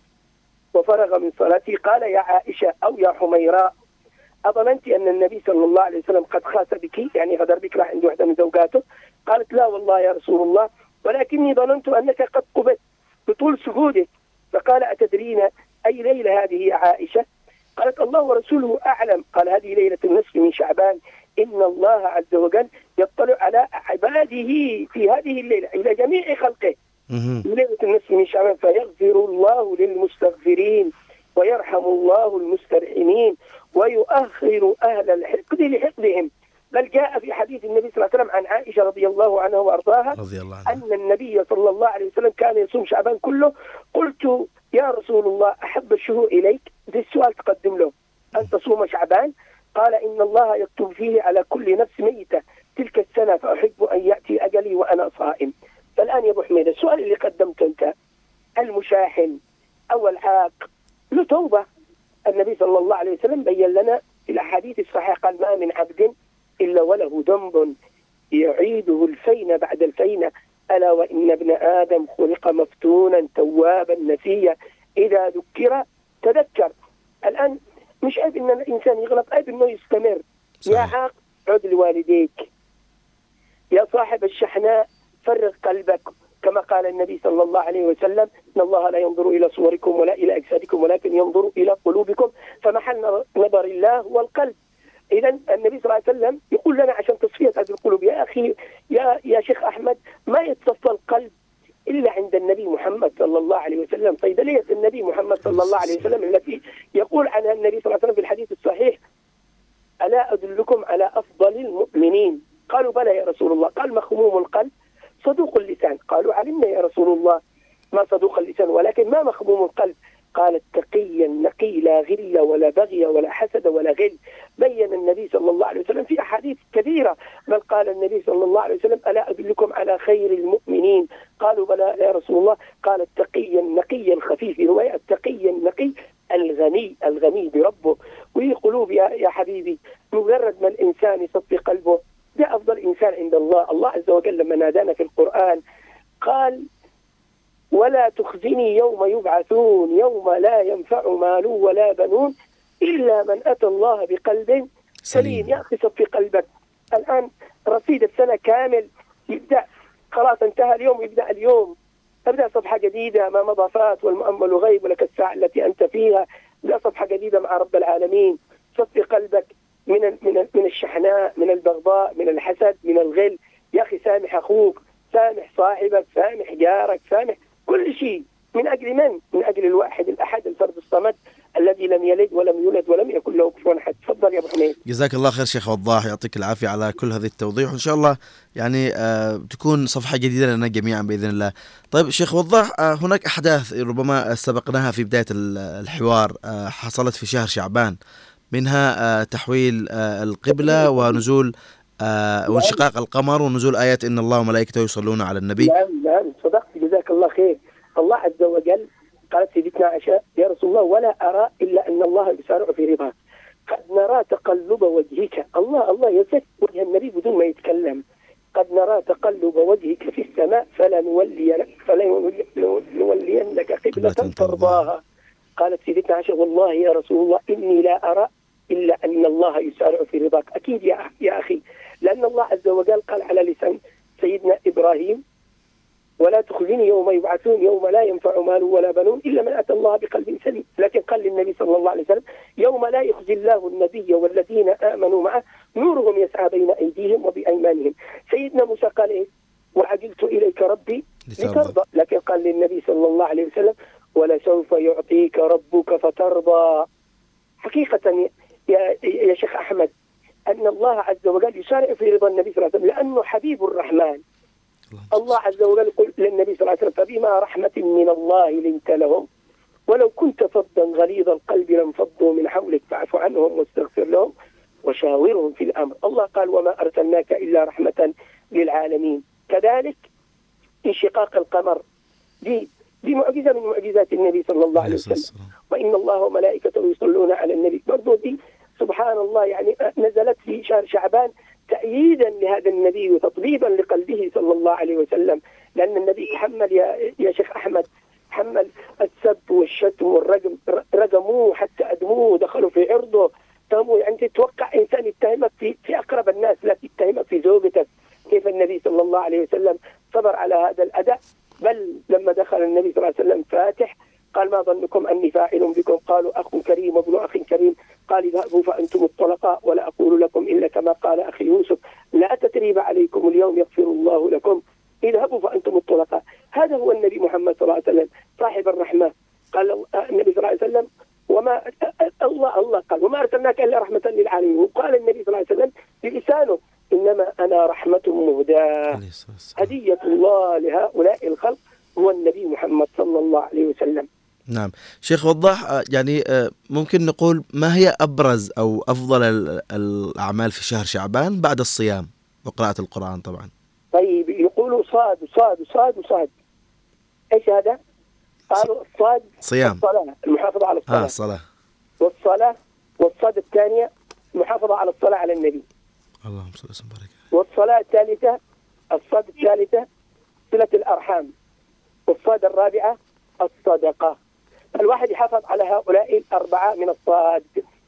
وفرغ من صلاته قال: يا عائشة أو يا حميراء، أظننت أن النبي صلى الله عليه وسلم قد خاس بك، يعني غدر بك، راح عند واحدة من زوجاته؟ قالت: لا والله يا رسول الله، ولكني ظننت أنك قد قبضت بطول سجودك. فقال: أتدرين أي ليلة هذه يا عائشة؟ قالت: الله ورسوله أعلم. قال: هذه ليلة النصف من شعبان، إن الله عز وجل يطلع على عباده في هذه الليلة إلى جميع خلقه، ليلة النصف من شعبان، فيغفر الله للمستغفرين ويرحم الله المسترحمين ويؤخر أهل الحقد لحقدهم. بل جاء في حديث النبي صلى الله عليه وسلم عن عائشة رضي الله عنها وأرضاها رضي الله عنها أن النبي صلى الله عليه وسلم كان يصوم شعبان كله. قلت: يا رسول الله، أحب الشهور إليك؟ ذي السؤال تقدم له، أن تصوم شعبان؟ قال: إن الله يكتب فيه على كل نفس ميتة تلك السنة، فأحب أن يأتي أجلي وأنا صائم. فالآن يا أبو حميد، السؤال اللي قدمته أنت، المشاحن أو العاق له توبة. النبي صلى الله عليه وسلم بين لنا في الأحاديث الصحيحة قال: ما من عبد إلا وله ذنب يعيده الفين بعد الفين، ألا وإن ابن آدم خلق مفتونا توابا نسيا إذا ذكر تذكر. الآن مش عيب إن الإنسان يغلط، عيب إنه يستمر. صحيح. يا عاق عد لوالديك، يا صاحب الشحناء فرغ قلبك، كما قال النبي صلى الله عليه وسلم: إن الله لا ينظر إلى صوركم ولا إلى أجسادكم ولكن ينظر إلى قلوبكم، فمحل نظر الله هو القلب. إذا النبي صلى الله عليه وسلم يقول لنا عشان تصفية هذه القلوب يا أخي يا يا شيخ أحمد، ما يتصفى القلب إلا عند النبي محمد صلى الله عليه وسلم. صيدلية النبي محمد صلى الله عليه وسلم التي يقول عنها النبي صلى الله عليه وسلم في الحديث الصحيح: ألا أدلكم على أفضل المؤمنين؟ قالوا: بلى يا رسول الله. قال: مخموم القلب صدوق اللسان. قالوا: علمنا يا رسول الله ما صدوق اللسان، ولكن ما مخموم القلب؟ قال: التقي النقي لا غل ولا بغي ولا حسد ولا غل. بين النبي صلى الله عليه وسلم في أحاديث كثيرة، بل قال النبي صلى الله عليه وسلم: ألا أدلكم على خير المؤمنين؟ قالوا: بلى يا رسول الله. قال: التقي النقي الخفيف، في رواية التقي النقي الغني الغني بربه. وهي قلوب يا يا حبيبي، مجرد ما الإنسان يصفي قلبه ده أفضل إنسان عند الله. الله عز وجل لما نادانا في القرآن قال: ولا تخزني يوم يبعثون يوم لا ينفع مال ولا بنون إلا من أتى الله بقلب سليم. يا أخي صفي قلبك. الآن رصيد السنة كامل يبدأ، خلاص انتهى اليوم، يبدأ اليوم، ابدأ صفحة جديدة، ما مضى فات والمؤمل غيب ولك الساعة التي أنت فيها. ابدأ صفحة جديدة مع رب العالمين. صفي قلبك من من من الشحناء، من البغضاء، من الحسد، من الغل. يا أخي سامح أخوك، سامح صاحبك، سامح جارك، سامح كل شيء. من أجل من؟ من أجل الواحد الأحد الفرد الصمد الذي لم يلد ولم يولد ولم يكن له كفوا أحد. تفضل يا أبو حميد. جزاك الله خير شيخ وضاح، يعطيك العافية على كل هذه التوضيح، وإن شاء الله يعني آه تكون صفحة جديدة لنا جميعا بإذن الله. طيب شيخ وضاح، آه هناك أحداث ربما سبقناها في بداية الحوار آه حصلت في شهر شعبان، منها آه تحويل آه القبلة ونزول آه وانشقاق القمر ونزول آيات إن الله وملائكته يصلون على النبي. نعم نعم صدقت، جزاك الله خير. الله عز وجل قالت سيدتنا عائشة: يا رسول الله، ولا أرى إلا أن الله يسارع في رضاه. قد نرى تقلب وجهك. الله الله يزكي وجه النبي بدون ما يتكلم. قد نرى تقلب وجهك في السماء فلنولي فلنولينك قبلة ترضاها. قالت سيدتنا عائشة والله يا رسول الله إني لا أرى إلا أن الله يسارع في رضاك. أكيد يا يا أخي، لأن الله عز وجل قال على لسان سيدنا إبراهيم ولا تخزني يوم يبعثون يوم لا ينفع مال ولا بنون إلا من أتى الله بقلب سليم. لكن قال للنبي صلى الله عليه وسلم يوم لا يخزي الله النبي والذين آمنوا معه نورهم يسعى بين أيديهم وبأيمانهم. سيدنا موسى قال إيه؟ وعجلت إليك ربي لترضى. لكن قال للنبي صلى الله عليه وسلم ولسوف يعطيك ربك فترضى. حقيقة يا, يا شيخ أحمد أن الله عز وجل يسارع في رضا النبي صلى الله عليه وسلم لأنه حبيب الرحمن. الله عز وجل يقول للنبي صلى الله عليه وسلم فبما رحمة من الله لنت لهم ولو كنت فظا غليظ القلب لانفضوا من حولك فاعف عنهم واستغفر لهم وشاورهم في الأمر. الله قال وما أرسلناك إلا رحمة للعالمين. كذلك انشقاق القمر دي دي معجزة من معجزات النبي صلى الله عليه وسلم. وإن الله وملائكته يصلون على النبي. برضو دي سبحان الله يعني نزلت في شهر شعبان تأييدا لهذا النبي وتطبيبا لقلبه صلى الله عليه وسلم. لأن النبي تحمل يا, يا شيخ أحمد تحمل السب والشتم والرجم، رجموه حتى أدموه دخلوا في عرضه تهموا. يعني تتوقع إنسان يتهمك في, في أقرب الناس لا يتهمك في زوجتك. كيف النبي صلى الله عليه وسلم صبر على هذا الأداء. بل لما دخل النبي صلى الله عليه وسلم فاتح قال ما ظنكم أني فاعل بكم؟ قالوا أخ كريم وابن أخ كريم. قال اذهبوا فأنتم الطلقاء ولا أقول لكم إلا كما قال أخي يوسف لا تتريب عليكم اليوم يغفر الله لكم اذهبوا فأنتم الطلقاء. هذا هو النبي محمد صلى الله عليه وسلم صاحب الرحمة. قال النبي صلى الله عليه وسلم وما الله الله قال وما أرسلناك إلا رحمة للعالمين. وقال النبي صلى الله عليه وسلم بلسانه إنما أنا رحمة مهداة هدية الله لهؤلاء الخلق هو النبي محمد صلى الله عليه وسلم. نعم شيخ وضح يعني ممكن نقول ما هي أبرز أو أفضل الأعمال في شهر شعبان بعد الصيام وقراءة القرآن طبعا؟ طيب يقولوا صاد وصاد وصاد وصاد. إيش هذا؟ قالوا الصاد صيام الصلاة المحافظة على الصلاة. آه الصلاة والصلاة والصاد الثانية المحافظة على الصلاة على النبي. اللهم صل وسلم وبارك. والصلاة الثالثة الصاد الثالثة صلة الأرحام. والصاد الرابعة الصدقة. الواحد يحافظ على هؤلاء الأربعة من الصاد.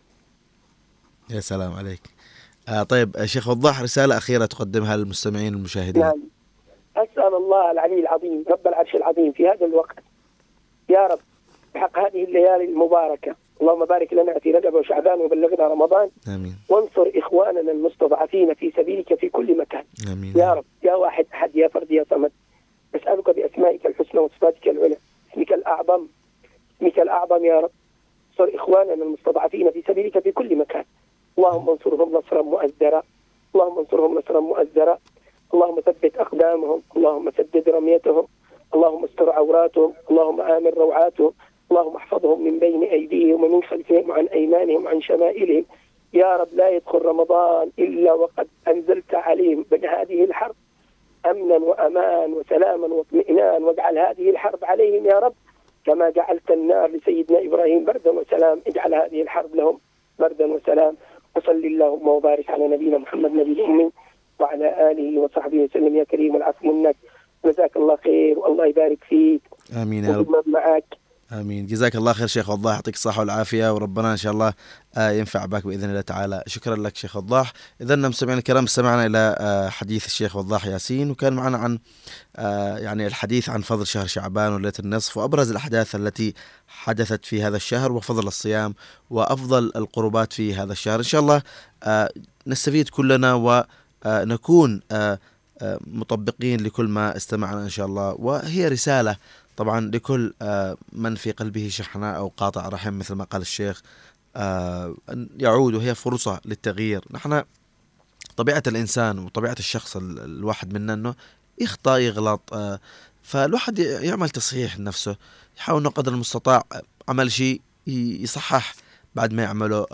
يا سلام عليك. آه طيب شيخ وضح رسالة أخيرة تقدمها للمستمعين المشاهدين. نعم أسأل الله العلي العظيم رب العرش العظيم في هذا الوقت يا رب بحق هذه الليالي المباركة اللهم بارك لنا في رجب وشعبان وبلغنا رمضان. آمين. وانصر إخواننا المستضعفين في سبيلك في كل مكان. آمين. يا رب يا واحد أحد يا فرد يا صمد أسألك بأسمائك الحسنى وصفاتك العلى اسمك الأعظم اسمك الأعظم يا رب انصر إخواننا المستضعفين في سبيلك في كل مكان. اللهم انصرهم نصرا مؤزرا اللهم انصرهم نصرا مؤزرا اللهم ثبت أقدامهم اللهم سدد رميتهم اللهم استر عوراتهم اللهم آمن روعاتهم اللهم احفظهم من بين أيديهم ومن خلفهم وعن أيمانهم وعن شمائلهم. يا رب لا يدخل رمضان إلا وقد أنزلت عليهم من هذه الحرب أمنا وأمان وسلاما واطمئنان واجعل هذه الحرب عليهم يا رب كما جعلت النار لسيدنا إبراهيم بردا وسلام. اجعل هذه الحرب لهم بردا وسلام. وصل اللهم وبارك على نبينا محمد نبي الأمي وعلى آله وصحبه وسلم يا كريم العفو منك. جزاك الله خير والله يبارك فيك. آمين يا رب. معك. آمين. جزاك الله خير شيخ وضاح يعطيك الصحة والعافية وربنا إن شاء الله ينفع بك بإذن الله تعالى. شكرا لك شيخ وضاح. إذن مستمعينا الكرام استمعنا إلى حديث الشيخ وضاح ياسين وكان معنا عن يعني الحديث عن فضل شهر شعبان وليلة النصف وأبرز الأحداث التي حدثت في هذا الشهر وفضل الصيام وأفضل القربات في هذا الشهر. إن شاء الله نستفيد كلنا ونكون مطبقين لكل ما استمعنا إن شاء الله. وهي رسالة طبعا لكل من في قلبه شحنة أو قاطع رحم مثل ما قال الشيخ أن يعود وهي فرصة للتغيير. نحن طبيعة الإنسان وطبيعة الشخص الواحد منا أنه يخطأ يغلط فالواحد يعمل تصحيح لنفسه يحاول قدر المستطاع عمل شيء يصحح بعد ما يعمله.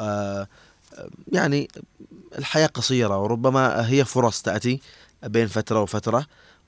يعني الحياة قصيرة وربما هي فرص تأتي بين فترة وفترة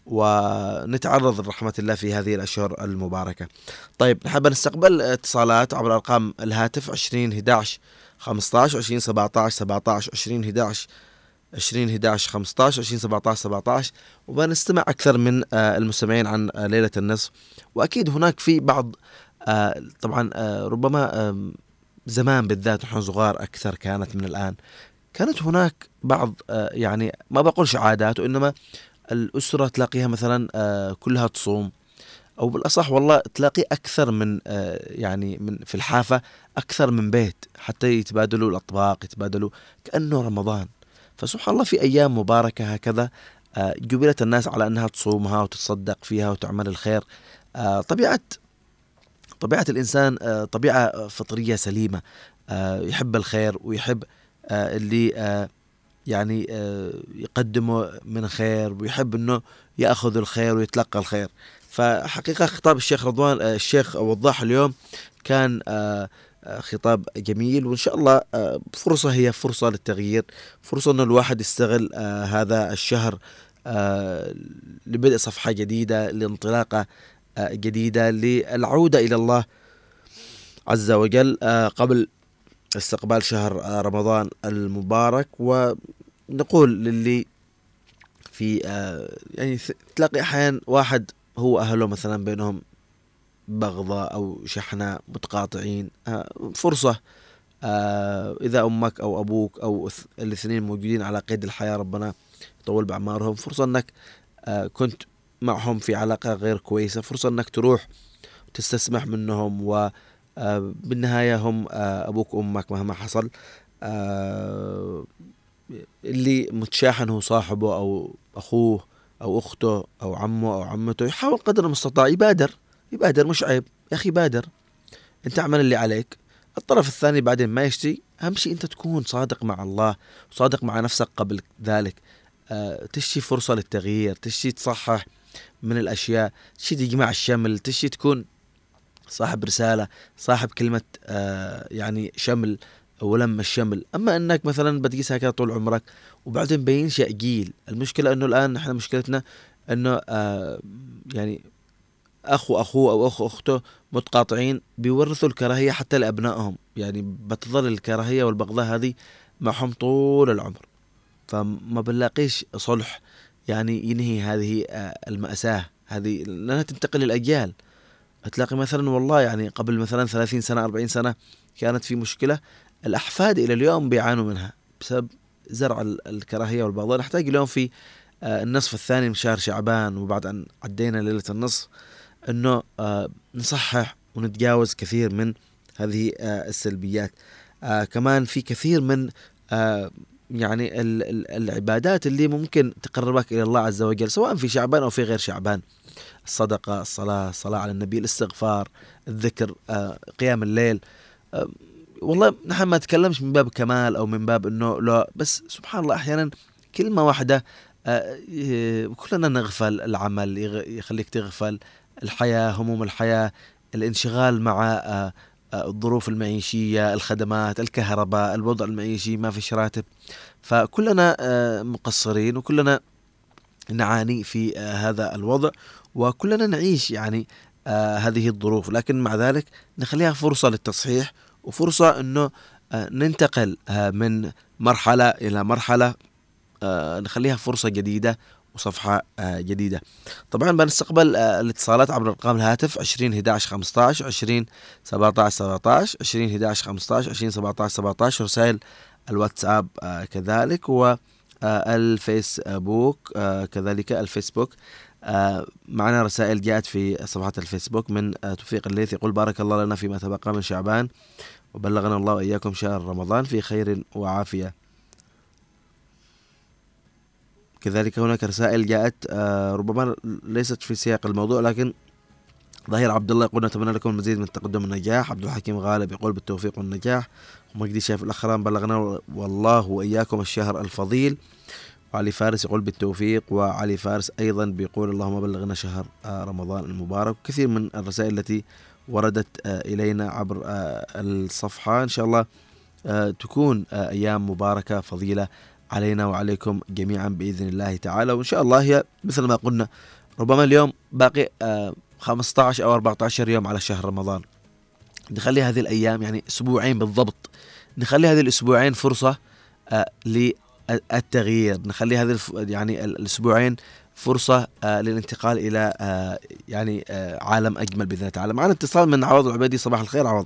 ونتعرض لرحمة الله في هذه الأشهر المباركة. طيب نحب نستقبل اتصالات عبر أرقام الهاتف عشرين إحدى عشر خمسطعش عشرين سبعطعش سبعطعش عشرين إحداعش عشرين إحداعش خمسطعش عشرين سبعطعش سبعطعش. وبنستمع أكثر من آه المستمعين عن آه ليلة النصف. وأكيد هناك في بعض آه طبعا آه ربما آه زمان بالذات نحن صغار أكثر كانت من الآن، كانت هناك بعض آه يعني ما بقولش عادات، وإنما الأسرة تلاقيها مثلا آه كلها تصوم، أو بالأصح والله تلاقي أكثر من آه يعني من في الحافة أكثر من بيت، حتى يتبادلوا الأطباق، يتبادلوا كأنه رمضان. فسبحان الله في أيام مباركة هكذا آه جبلت الناس على أنها تصومها وتتصدق فيها وتعمل الخير. آه طبيعة طبيعة الإنسان آه طبيعة فطرية سليمة، آه يحب الخير ويحب آه اللي آه يعني آه يقدمه من خير، ويحب أنه يأخذ الخير ويتلقى الخير. فحقيقة خطاب الشيخ رضوان آه الشيخ وضاح اليوم كان آه خطاب جميل، وإن شاء الله آه فرصة هي فرصة للتغيير، فرصة أنه الواحد يستغل آه هذا الشهر آه لبدء صفحة جديدة، لانطلاقة آه جديدة، للعودة إلى الله عز وجل آه قبل استقبال شهر آه رمضان المبارك. ونقول للي في آه يعني تلاقي أحيان واحد هو أهله مثلا بينهم بغضة أو شحنة، متقاطعين، آه فرصة آه إذا أمك أو أبوك أو الاثنين موجودين على قيد الحياة، ربنا يطول بأعمارهم، فرصة أنك آه كنت معهم في علاقة غير كويسة، فرصة أنك تروح تستسمح منهم، وبالنهاية هم آه أبوك وأمك مهما حصل. آه اللي متشاحن هو صاحبه أو أخوه أو أخته أو عمه أو عمته، يحاول قدر المستطاع يبادر يبادر مش عيب يا أخي، بادر أنت اعمل اللي عليك. الطرف الثاني بعدين ما يشتي، أهم شيء أنت تكون صادق مع الله وصادق مع نفسك قبل ذلك. أه تشتي فرصة للتغيير، تشتي تصحح من الأشياء، تشتي تجمع الشمل، تشتي تكون صاحب رسالة، صاحب كلمة أه يعني شمل ولم الشمل. أما أنك مثلا بتقيسها كده طول عمرك وبعدين بينشأ جيل. المشكلة أنه الآن نحن مشكلتنا أنه أه يعني أخو أخوه أو أخو أخته متقاطعين، بيورثوا الكراهية حتى لأبنائهم، يعني بتظل الكراهية والبغضاء هذه معهم طول العمر، فما بنلاقيش صلح يعني ينهي هذه المأساة هذه، لأنها تنتقل للأجيال. هتلاقي مثلا والله يعني قبل مثلا ثلاثين سنة أربعين سنة كانت في مشكلة، الأحفاد إلى اليوم بيعانوا منها بسبب زرع الكراهية والبغضاء. نحتاج اليوم في النصف الثاني من شهر شعبان وبعد أن عدينا ليلة النصف أنه آه نصحح ونتجاوز كثير من هذه آه السلبيات. آه كمان في كثير من آه يعني ال ال العبادات اللي ممكن تقربك إلى الله عز وجل، سواء في شعبان أو في غير شعبان. الصدقة، الصلاة، الصلاة على النبي، الاستغفار، الذكر، آه قيام الليل. آه والله نحن ما نتكلمش من باب كمال أو من باب أنه لا، بس سبحان الله أحيانا كلمة واحدة آه كلنا نغفل، العمل يخليك تغفل، الحياة، هموم الحياة، الانشغال مع الظروف المعيشية، الخدمات، الكهرباء، الوضع المعيشي، ما فيش راتب. فكلنا مقصرين وكلنا نعاني في هذا الوضع، وكلنا نعيش يعني هذه الظروف، لكن مع ذلك نخليها فرصة للتصحيح وفرصة أنه ننتقل من مرحلة إلى مرحلة، نخليها فرصة جديدة وصفحة جديدة. طبعا بنستقبل الاتصالات عبر ارقام الهاتف عشرين إحداعش خمسطعش عشرين سبعطعش سبعطعش عشرين إحداعش خمسطعش عشرين سبعطعش سبعطعش، رسائل الواتساب كذلك، والفيسبوك كذلك. الفيسبوك معنا رسائل جاءت في صفحة الفيسبوك من توفيق الليث، يقول بارك الله لنا فيما تبقى من شعبان وبلغنا الله وإياكم شهر رمضان في خير وعافية. كذلك هناك رسائل جاءت آه ربما ليست في سياق الموضوع، لكن ظهير عبد الله يقول نتمنى لكم المزيد من التقدم والنجاح. عبد الحكيم غالب يقول بالتوفيق والنجاح. ومجدي شايف الأخرام بلغنا والله وإياكم الشهر الفضيل. وعلي فارس يقول بالتوفيق، وعلي فارس أيضا بيقول اللهم بلغنا شهر آه رمضان المبارك. كثير من الرسائل التي وردت آه إلينا عبر آه الصفحة، إن شاء الله آه تكون آه أيام مباركة فضيلة علينا وعليكم جميعا بإذن الله تعالى. وإن شاء الله هي مثل ما قلنا ربما اليوم باقي آه خمسة عشر أو أربعة عشر يوم على شهر رمضان، نخلي هذه الأيام يعني أسبوعين بالضبط نخلي هذه الأسبوعين فرصة آه للتغيير، نخلي هذه الف... يعني الأسبوعين فرصة آه للانتقال إلى آه يعني آه عالم أجمل بإذن الله تعالى. معنا اتصال من عوض العبيدي. صباح الخير عوض.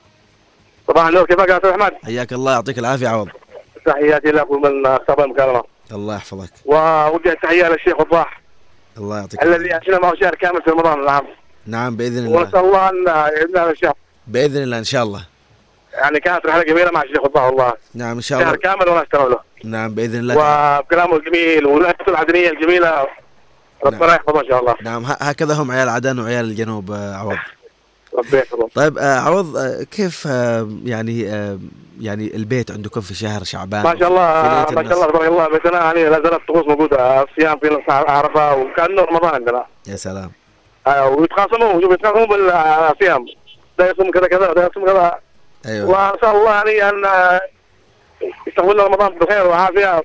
صباح النور، كيفك يا أستاذ أحمد؟ حياك الله، يعطيك العافية عوض. تحياتي لكم من أصحاب المكالمة. الله يحفظك. ووجه التحية للشيخ وضاح الله يعطيك الذي عشنا معه شهر كامل في رمضان العام. نعم بإذن الله. ونسأل الله أن يعيدنا هذا الشهر بإذن الله إن شاء الله. يعني كانت رحلة جميلة مع الشيخ وضاح والله. نعم إن شاء الله. شهر كامل ونستمع له. نعم بإذن الله. وكلامه الجميل والأسئلة العدنية الجميلة ربنا نعم. يحفظه إن شاء الله. نعم هكذا هم عيال عدن وعيال الجنوب عوض. ربنا يحفظه. طيب عوض، كيف يعني يعني البيت عندكم في شهر شعبان؟ ما شاء الله ما شاء الله تبارك الله. بيتنا يعني لا زالت الطقوس موجودة، الصيام في عرفة وكأنه رمضان عندنا. يا سلام. آه ويتخاصموا شوف يتخاصموا بالصيام، ده يصوم كذا كذا وده يصوم كذا. ايوه. واسال الله يعني ان يستقبلنا رمضان بخير وعافيه.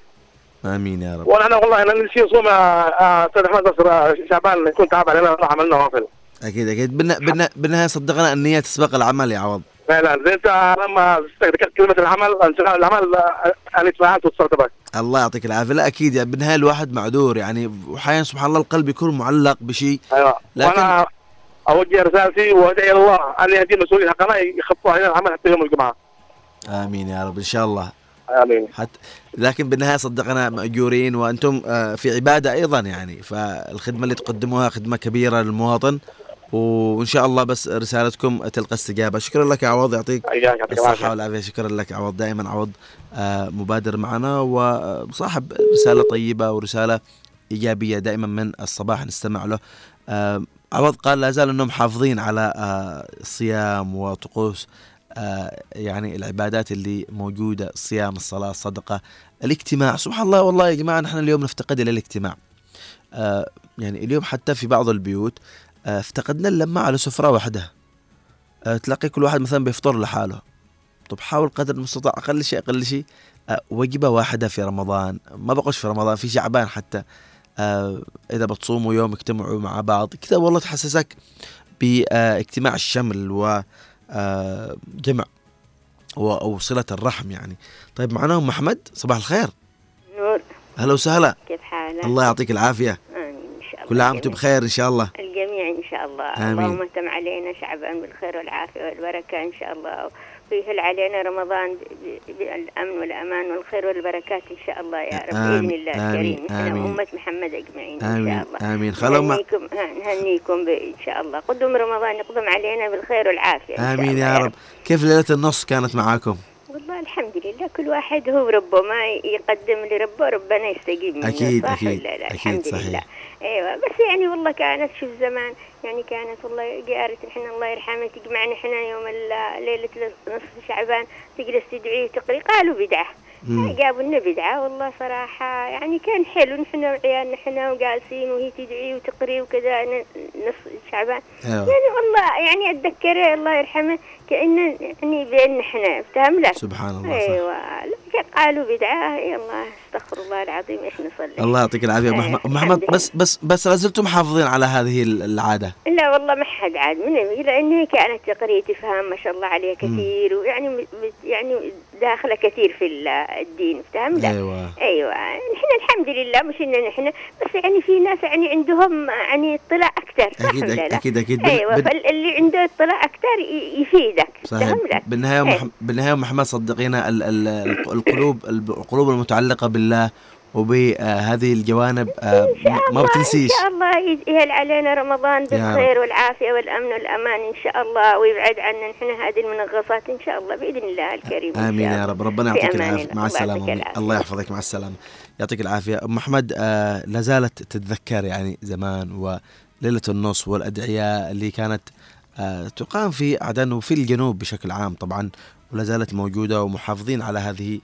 امين يا رب. ونحن والله ان نشي صوم استاذ احمد بس شعبان يكون تعب علينا عملنا وافل. اكيد اكيد بالن... بالن... بالنهايه صدقنا النية تسبق العمل يا عوض. فعلا زي انت لما ذكرت كلمه العمل انشغال العمل انا تفاعلت واتصلت بك. الله يعطيك العافيه. لا اكيد يعني بالنهايه الواحد معذور يعني، وحين سبحان الله القلب يكون معلق بشيء. ايوه. لكن وانا اوجه رسالتي وادعي الله ان يهدي المسؤولين حقنا يخطوا علينا العمل حتى يوم الجمعه. امين يا رب ان شاء الله. امين. حتى لكن بالنهايه صدقنا ماجورين وانتم في عباده ايضا يعني، فالخدمه اللي تقدموها خدمه كبيره للمواطن، وان شاء الله بس رسالتكم تلقى استجابه. شكرا لك يا عوض، يعطيك الصحه والعافيه. شكرا لك عوض، دائما عوض مبادر معنا وصاحب رساله طيبه ورساله ايجابيه دائما من الصباح نستمع له. عوض قال لا زال انهم محافظين على الصيام وطقوس يعني العبادات اللي موجوده، الصيام، الصلاه، الصدقه، الاجتماع. سبحان الله والله يا جماعه نحن اليوم نفتقد الى الاجتماع. يعني اليوم حتى في بعض البيوت افتقدنا اللمة على سفرة واحدة، تلاقي كل واحد مثلا بيفطر لحاله. طب حاول قدر المستطاع أقل شيء أقل شيء وجبة واحدة في رمضان، ما بقوش في رمضان، في شعبان حتى إذا بتصوموا يوم اجتمعوا مع بعض كذا، والله تحسسك باجتماع الشمل وجمع وصلة الرحم يعني. طيب معنا أم محمد. صباح الخير. نور. هلا وسهلا. كيف حالك؟ الله يعطيك العافية. آمين إن شاء الله. كل عام وانتم بخير إن شاء الله. الجميع إن شاء الله. آمين. اللهم تم علينا شعبان بالخير والعافية والبركة إن شاء الله، ويهل علينا رمضان بالأمن والأمان والخير والبركات إن شاء الله يا رب. بإذن الله الكريم. نحن أمة محمد أجمعين إن شاء الله. آمين. خلوا نهنيكم نهنيكم إن شاء الله. قدم رمضان يقدم علينا بالخير والعافية. آمين يا رب. كيف ليلة النص كانت معاكم؟ والله الحمد لله كل واحد هو ربه ما يقدم لربه ربنا يستجيب منه. أكيد صح أكيد ولا لا؟ أكيد الحمد صحيح. لله. ايوه بس يعني والله كانت شوف زمان يعني كانت والله جارة احنا الله يرحمها تجمعنا احنا يوم ليلة نصف شعبان تجلس تدعي وتقري، قالوا بدعة. جابوا لنا بدعة والله صراحة يعني كان حلو، نحن وعيالنا احنا وجالسين وهي تدعي وتقري وكذا نصف شعبان. أيوة. يعني والله يعني اتذكر الله يرحمه كأنه يعني بين احنا فهم لك. سبحان الله. ايوه قالوا بدعة. يلا استغفر الله العظيم ايش نصلي. الله يعطيك العافية أم محمد. محمد بس بس بس لازلتم محافظين على هذه العادة؟ لا والله ما حد عاد من لأن كانت تقرية تفهم ما شاء الله عليها كثير، ويعني يعني داخلة كثير في الدين فهم لا. أيوة. أيوة نحن الحمد لله مش إن نحن بس يعني في ناس يعني عندهم يعني اطلاع أكثر. أكيد أكيد, أكيد أكيد. أيوة بن... فاللي عنده اطلاع أكثر يفيدك. صحيح. بالنهاية مح... بالنهاية محمد صدقينا ال... ال... القلوب القلوب المتعلقة بالله وبهذه الجوانب ما بتنسيش. إن شاء الله يهل علينا رمضان بالخير والعافية والأمن والأمان إن شاء الله، ويبعد عنا نحن هذه المنغصات إن شاء الله بإذن الله الكريم. آمين يا رب. ربنا يعطيك العافية. مع السلامة. الله يحفظك. مع السلامة. يعطيك العافية. أم محمد آه لازالت تتذكر يعني زمان وليلة النص والأدعية اللي كانت آه تقام في عدن وفي الجنوب بشكل عام طبعا، ولازالت موجودة ومحافظين على هذه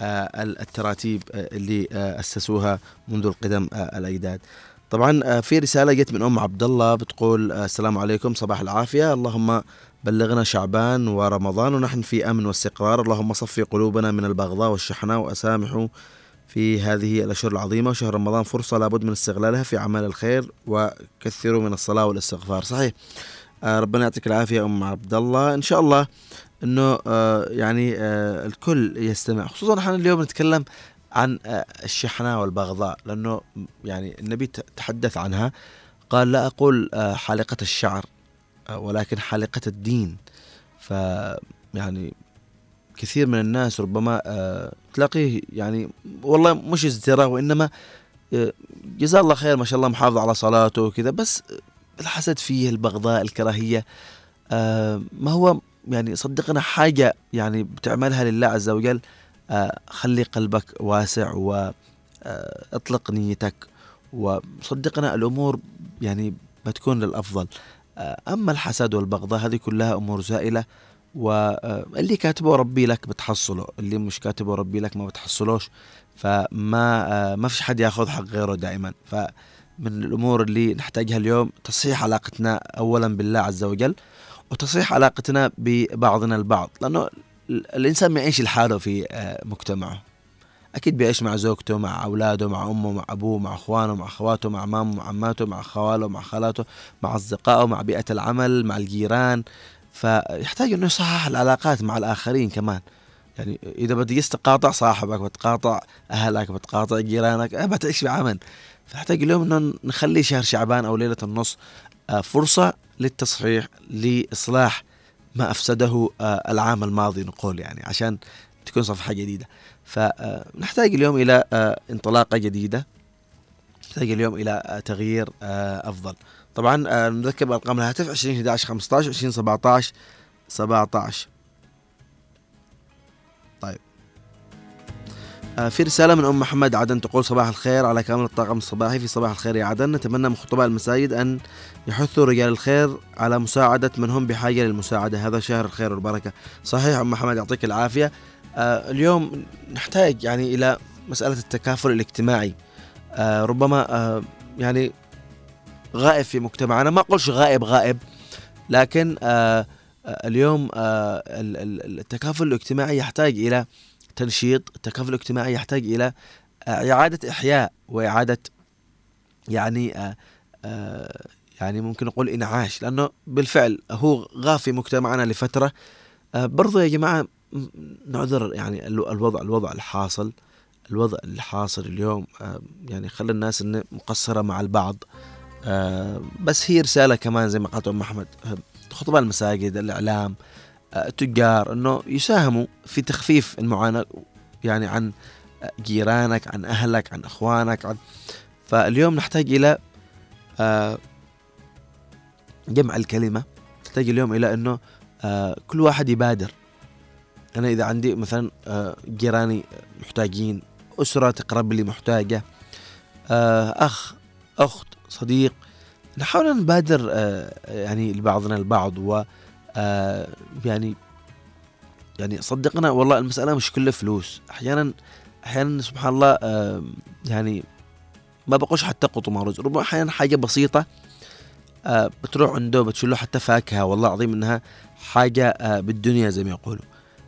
التراتيب اللي أسسوها منذ القدم الأجداد. طبعا في رسالة جت من أم عبد الله بتقول السلام عليكم، صباح العافية، اللهم بلغنا شعبان ورمضان ونحن في أمن واستقرار، اللهم صفي قلوبنا من البغضاء والشحناء وأسامحوا في هذه الأشهر العظيمة، وشهر رمضان فرصة لابد من استغلالها في أعمال الخير وكثروا من الصلاة والاستغفار. صحيح آه ربنا يعطيك العافية أم عبد الله. إن شاء الله إنه آه يعني آه الكل يستمع، خصوصا نحن اليوم نتكلم عن آه الشحناء والبغضاء، لأنه يعني النبي تحدث عنها، قال لا أقول آه حالقة الشعر آه ولكن حالقة الدين. ف يعني كثير من الناس ربما آه تلاقيه يعني والله مش ازدراء، وإنما آه جزاه الله خير ما شاء الله محافظ على صلاته وكذا، بس الحسد فيه، البغضاء، الكراهية، آه ما هو يعني صدقنا حاجة يعني بتعملها لله عز وجل. آه خلي قلبك واسع واطلق نيتك، وصدقنا الأمور يعني بتكون للأفضل. آه أما الحسد والبغضاء هذه كلها أمور زائلة، واللي كاتبه ربي لك بتحصله، اللي مش كاتبه ربي لك ما بتحصلوش. فما آه ما فيش حد ياخذ حق غيره دائما. فمن الأمور اللي نحتاجها اليوم تصحيح علاقتنا أولا بالله عز وجل، وتصحيح علاقتنا ببعضنا البعض، لأنه الإنسان ما يعيش لحاله في مجتمعه، أكيد بيعيش مع زوجته، مع أولاده، مع أمه، مع أبوه، مع أخوانه، مع أخواته، مع مامه، مع عماته، مع خواله، مع خالاته، مع أصدقائه، مع بيئة العمل، مع الجيران. فيحتاج أنه يصحح العلاقات مع الآخرين كمان. يعني إذا بدي تقاطع صاحبك، بتقاطع أهلك، بتقاطع جيرانك، أه بتعيش بعمل. فيحتاج اليوم أنه نخلي شهر شعبان أو ليلة النص فرصة للتصحيح، لإصلاح ما أفسده العام الماضي نقول، يعني عشان تكون صفحة جديدة. فنحتاج اليوم إلى انطلاقة جديدة، نحتاج اليوم إلى تغيير أفضل. طبعا نذكر بأرقام الهاتف عشرين إحدى عشر خمسة عشر عشرين سبعة عشر سبعة عشر. طيب، في رسالة من أم محمد عدن تقول صباح الخير على كامل الطاقم الصباحي في صباح الخير يا عدن. نتمنى من خطباء المساجد أن يحثوا رجال الخير على مساعدة من هم بحاجة للمساعدة، هذا شهر الخير والبركة. صحيح أم محمد يعطيك العافية. آه اليوم نحتاج يعني إلى مسألة التكافل الاجتماعي. آه ربما آه يعني غائب في مجتمعنا، ما أقولش غائب غائب، لكن آه اليوم آه التكافل الاجتماعي يحتاج إلى تنشيط، التكافل الاجتماعي يحتاج إلى إعادة إحياء وإعادة يعني آآ آآ يعني ممكن نقول إنعاش، لأنه بالفعل هو غاب في مجتمعنا لفترة. برضو يا جماعة نعذر يعني الوضع الوضع الحاصل الوضع الحاصل اليوم يعني خلى الناس إن مقصرة مع البعض. بس هي رسالة كمان زي ما قالت أم أحمد، خطباء المساجد، الإعلام، التجار، أنه يساهموا في تخفيف المعاناة يعني عن جيرانك، عن أهلك، عن أخوانك، عن فاليوم نحتاج إلى جمع الكلمة، نحتاج اليوم إلى أنه كل واحد يبادر. أنا إذا عندي مثلا جيراني محتاجين، أسرة تقرب لي محتاجة، أخ، أخت، صديق، نحاول نبادر يعني لبعضنا البعض. و يعني يعني صدقنا والله المسألة مش كله فلوس. أحيانا أحيانا سبحان الله يعني ما بقولش حتى قطمة رز، ربما أحيانا حاجة بسيطة بتروح عنده بتشيله حتى فاكهة، والله عظيم إنها حاجة بالدنيا زي ما يقولوا.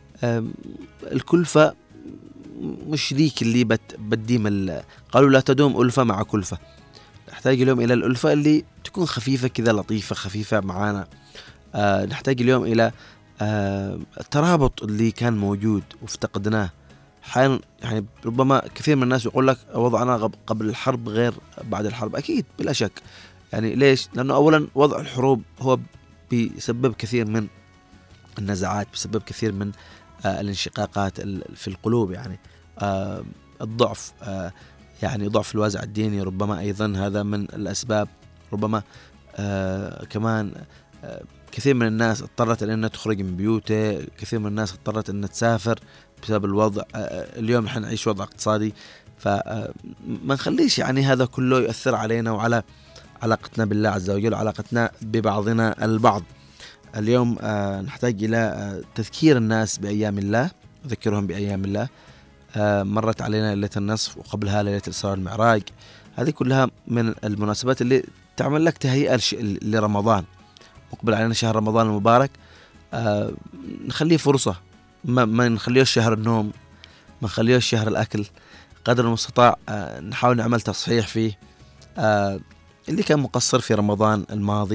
الكلفة مش ذيك اللي بت بديم، قالوا لا تدوم ألفة مع كلفة. نحتاج اليوم إلى الألفة اللي تكون خفيفة كذا، لطيفة خفيفة معانا. آه نحتاج اليوم إلى آه الترابط اللي كان موجود وافتقدناه. حين يعني ربما كثير من الناس يقول لك وضعنا قبل الحرب غير بعد الحرب، أكيد بلا شك. يعني ليش؟ لأنه أولا وضع الحروب هو بيسبب كثير من النزاعات، بيسبب كثير من آه الانشقاقات في القلوب، يعني آه الضعف، آه يعني ضعف الوازع الديني ربما أيضا هذا من الأسباب. ربما آه كمان آه كثير من الناس اضطرت أنها تخرج من بيوته، كثير من الناس اضطرت أنها تسافر بسبب الوضع. اليوم نحن نعيش وضع اقتصادي، فما نخليش يعني هذا كله يؤثر علينا وعلى علاقتنا بالله عز وجل وعلاقتنا ببعضنا البعض. اليوم نحتاج إلى تذكير الناس بأيام الله، نذكرهم بأيام الله. مرت علينا ليلة النصف وقبلها ليلة الإسراء والمعراج، هذه كلها من المناسبات اللي تعمل لك تهيئة لرمضان. مقبل علينا شهر رمضان المبارك، آه نخليه فرصة، ما, ما نخليه شهر النوم، ما نخليه شهر الأكل. قدر المستطاع آه نحاول نعمل تصحيح فيه. آه اللي كان مقصر في رمضان الماضي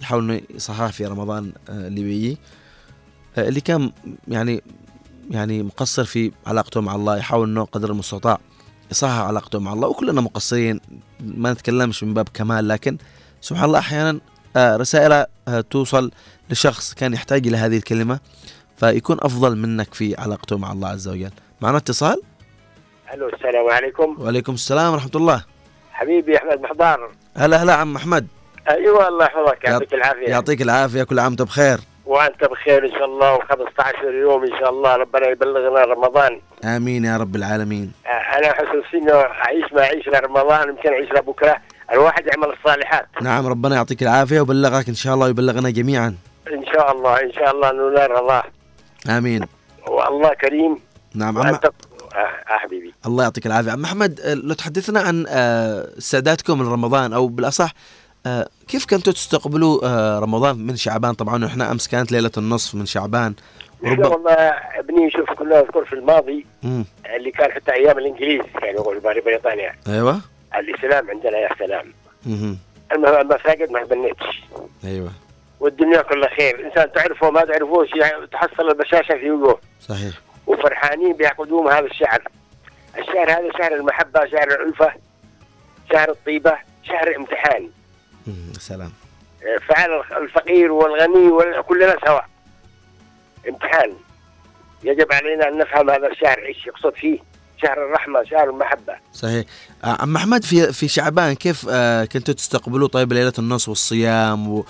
يحاول إنه يصحح في رمضان اللي بيجي. اللي كان يعني يعني مقصر في علاقته مع الله يحاول إنه قدر المستطاع يصحح علاقته مع الله، وكلنا مقصرين ما نتكلمش من باب كمال، لكن سبحان الله أحيانا رسائل توصل لشخص كان يحتاج إلى هذه الكلمة فيكون أفضل منك في علاقته مع الله عز وجل. معنا اتصال. الو السلام عليكم. وعليكم السلام ورحمة الله. حبيبي أحمد محضار. هلا هلا عم أحمد. أيوة الله يحفظك يعطيك العافية. يعطيك العافية، كل عام وأنت بخير. وأنت بخير إن شاء الله، وخمسة عشر يوم إن شاء الله ربنا يبلغنا رمضان. آمين يا رب العالمين. أنا حسس إنه أعيش ما أعيش لرمضان يمكن أعيش لبكرة، الواحد يعمل الصالحات. نعم ربنا يعطيك العافية وبلغك إن شاء الله ويبلغنا جميعا. إن شاء الله إن شاء الله ننال رضاه. آمين. والله كريم. نعم عم عم آه حبيبي. الله يعطيك العافية. عم محمد لو تحدثنا عن ساداتكم لرمضان، أو بالأصح كيف كنتوا تستقبلوا رمضان من شعبان؟ طبعا احنا أمس كانت ليلة النصف من شعبان. ورب... والله ابني شوف كنا نذكر في الماضي مم. اللي كان حتى أيام الإنجليز يعني يقول بريطانيا. أيوة. الإسلام عندنا يا سلام. مم. المساجد ما بنتش. أيوة. والدنيا كلها خير، إنسان تعرفه ما تعرفوش يعني تحصل البشاشة في وجهه. صحيح. وفرحانين بقدوم هذا الشهر. الشهر هذا شهر المحبة، شهر الألفة، شهر الطيبة، شهر امتحان. امم سلام. فعل الفقير والغني وكلنا سواء. امتحان. يجب علينا أن نفهم هذا الشهر ايش يقصد فيه، شهر الرحمة، شهر المحبة. صحيح. عم أحمد في في شعبان كيف آه كنتوا تستقبلوا طيب ليلة النصف والصيام و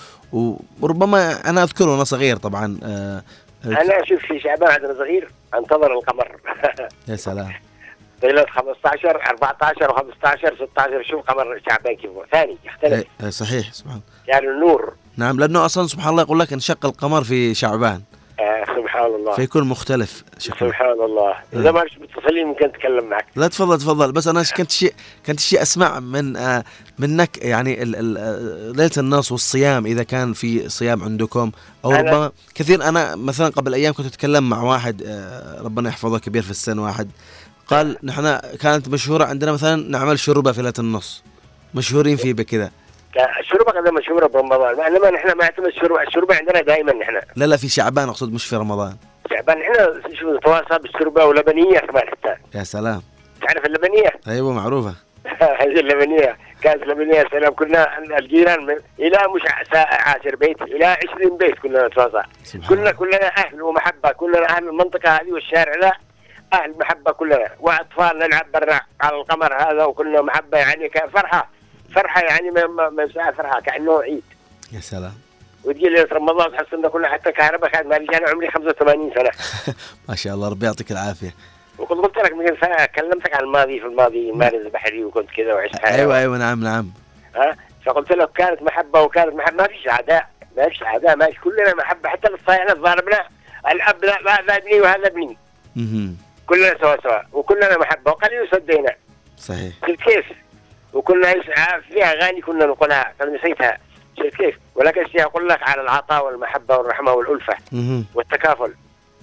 وربما أنا أذكر وأنا صغير طبعا. آه أنا أشوف في شعبان عندنا صغير أنتظر القمر. يا سلام. ليلة خمسة عشر أربعة عشر وخمسة عشر ستة عشر شوف قمر شعبان كيف ثاني يختلف. ايه صحيح سبحان. يعني النور. نعم لأنه أصلا سبحان الله يقول لك انشق القمر في شعبان. آه سبحان الله. فيكون مختلف شكله. سبحان الله. إذا ما مش متصلين ممكن أتكلم معك. لا تفضل تفضل، بس أنا كنت شيء كنت شيء أسمع من آه منك يعني ال ال ليلة النص والصيام إذا كان في صيام عندكم أو ربما كثير. أنا مثلا قبل أيام كنت أتكلم مع واحد آه ربنا يحفظه كبير في السن، واحد قال نحن كانت مشهورة عندنا مثلا نعمل شوربة في ليلة النص، مشهورين فيه بكذا. الشوربة قد مشهورة برمضان، إنما نحن ما نعتمد الشوربة، الشوربة عندنا دائما نحن. لا لا في شعبان أقصد مش في رمضان. شعبان نحن شو تواصل بالشوربة ولبنية كمان حتى. يا سلام. تعرف اللبنية؟ أيوة معروفة. هذه اللبنية كانت لبنية سلام، كنا الجيران من إلى مش عشر بيت إلى عشرين بيت كنا نتواصل. كلنا كلنا أهل ومحبة، كلنا أهل المنطقة هذه والشارع لا أهل محبة كلنا، وأطفال نلعب برا على القمر هذا وكلنا محبة يعني كفرحة فرحة يعني ما ما ساعة فرحة كأنه عيد. يا سلام. وتجي ليلة رمضان تحس إن كلنا حتى كهرباء كانت ما أنا عمري خمسة وثمانين سنة. ما شاء الله ربي يعطيك العافية. وكنت قلت لك من سنة كلمتك عن الماضي في الماضي مارس بحري وكنت كذا وعشت حياتي. أيوة أيوة نعم نعم. ها فقلت لك كانت محبة وكانت محبة، ما فيش عداء ما فيش عداء ما فيش كلنا محبة، حتى الصايعنا ضربنا الأب لا هذا ابني وهذا ابني. اها. كلنا سوا سوا وكلنا محبة وقليل صدينا. صحيح. شفت كيف؟ وكنا فيها أغاني كنا نقولها قد نسيتها. شفت كيف؟ ولكن الشيء أقول لك على العطاء والمحبة والرحمة والألفة اها. والتكافل.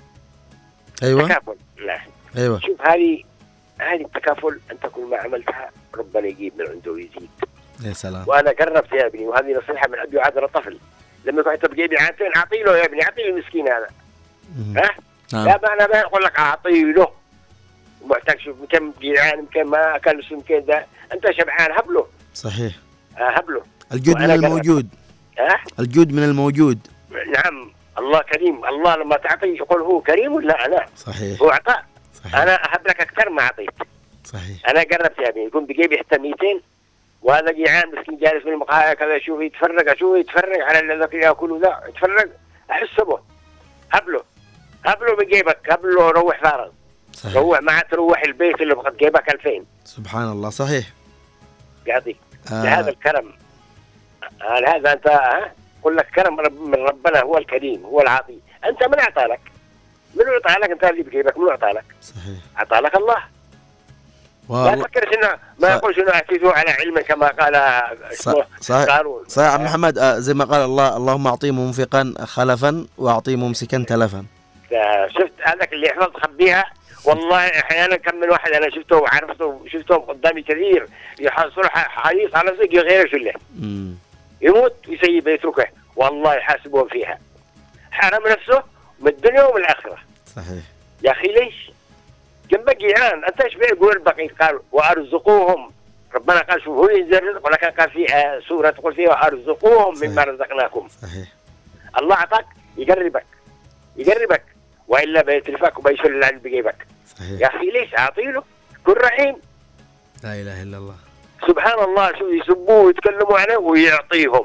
أيوة. التكافل لا. أيوة. شوف هذه هذه التكافل أنت كل ما عملتها ربنا يجيب من عنده ويزيد. يا سلام. وأنا قربت يا ابني، وهذه نصيحة من أبي وعذر الطفل، لما كنت بجيب عاتين أعطي له يا ابني، أعطي له المسكين هذا. ها؟ نعم. لا ما أنا ما أقول لك أعطي له. محتاج شوف كم جيعان كم ما أكل شو كم ده، أنت شبعان هب له. صحيح. هب له. الجود من الموجود. ها؟ الجود من الموجود. نعم الله كريم، الله لما تعطي يقول هو كريم ولا أنا؟ صحيح. هو عطاء. صحيح. أنا أهب لك أكثر ما أعطيت. صحيح. أنا قربت يا ابني، يكون بجيبي حتى مئتين وهذا جيعان مسكين جالس في المقهى كذا يشوف يتفرج أشوف يتفرج على الذي يأكله ذا يتفرج أحس به. هب له هب له بجيبك، هب له روح فارغ. صحيح. روح ما تروح البيت اللي بقد جيبك ألفين. سبحان الله. صحيح. يعطيك آه. لهذا الكرم. آه هذا أنت ها قل لك كرم رب من ربنا، هو الكريم هو العطي. أنت من أعطى لك؟ من أعطى لك؟ أنت اللي بجيبك من أعطى لك؟ صحيح. أعطى لك الله. والله. ما تفكرش إنه ما يقولش إنه أعطيته على علم كما قال قارون. صحيح عم محمد. آه زي ما قال الله اللهم أعطيه منفقا خلفا وأعطيه ممسكا تلفا. شفت هذاك اللي حفظت خبيها والله أحيانا كم من واحد أنا شفته وعرفته وشفتهم قدامي كثير يحصل حريص على زوج غير شله. يموت ويسيب يتركه والله يحاسبون فيها. حرم نفسه من الدنيا ومن الآخرة. صحيح يا أخي ليش؟ جنبك جيران، أنت إيش بيقول بقي؟ قال وأرزقوهم، ربنا قال شوف هو ينزل الرزق، ولكن قال في سورة تقول فيها وأرزقوهم مما رزقناكم. صحيح. الله أعطاك يقربك يقربك وإلا بيتلفك وبيشل اللي عند بجيبك. صحيح. يا أخي ليش؟ أعطيله كن رحيم. لا إله إلا الله. سبحان الله، شو يسبوه ويتكلموا عنه ويعطيهم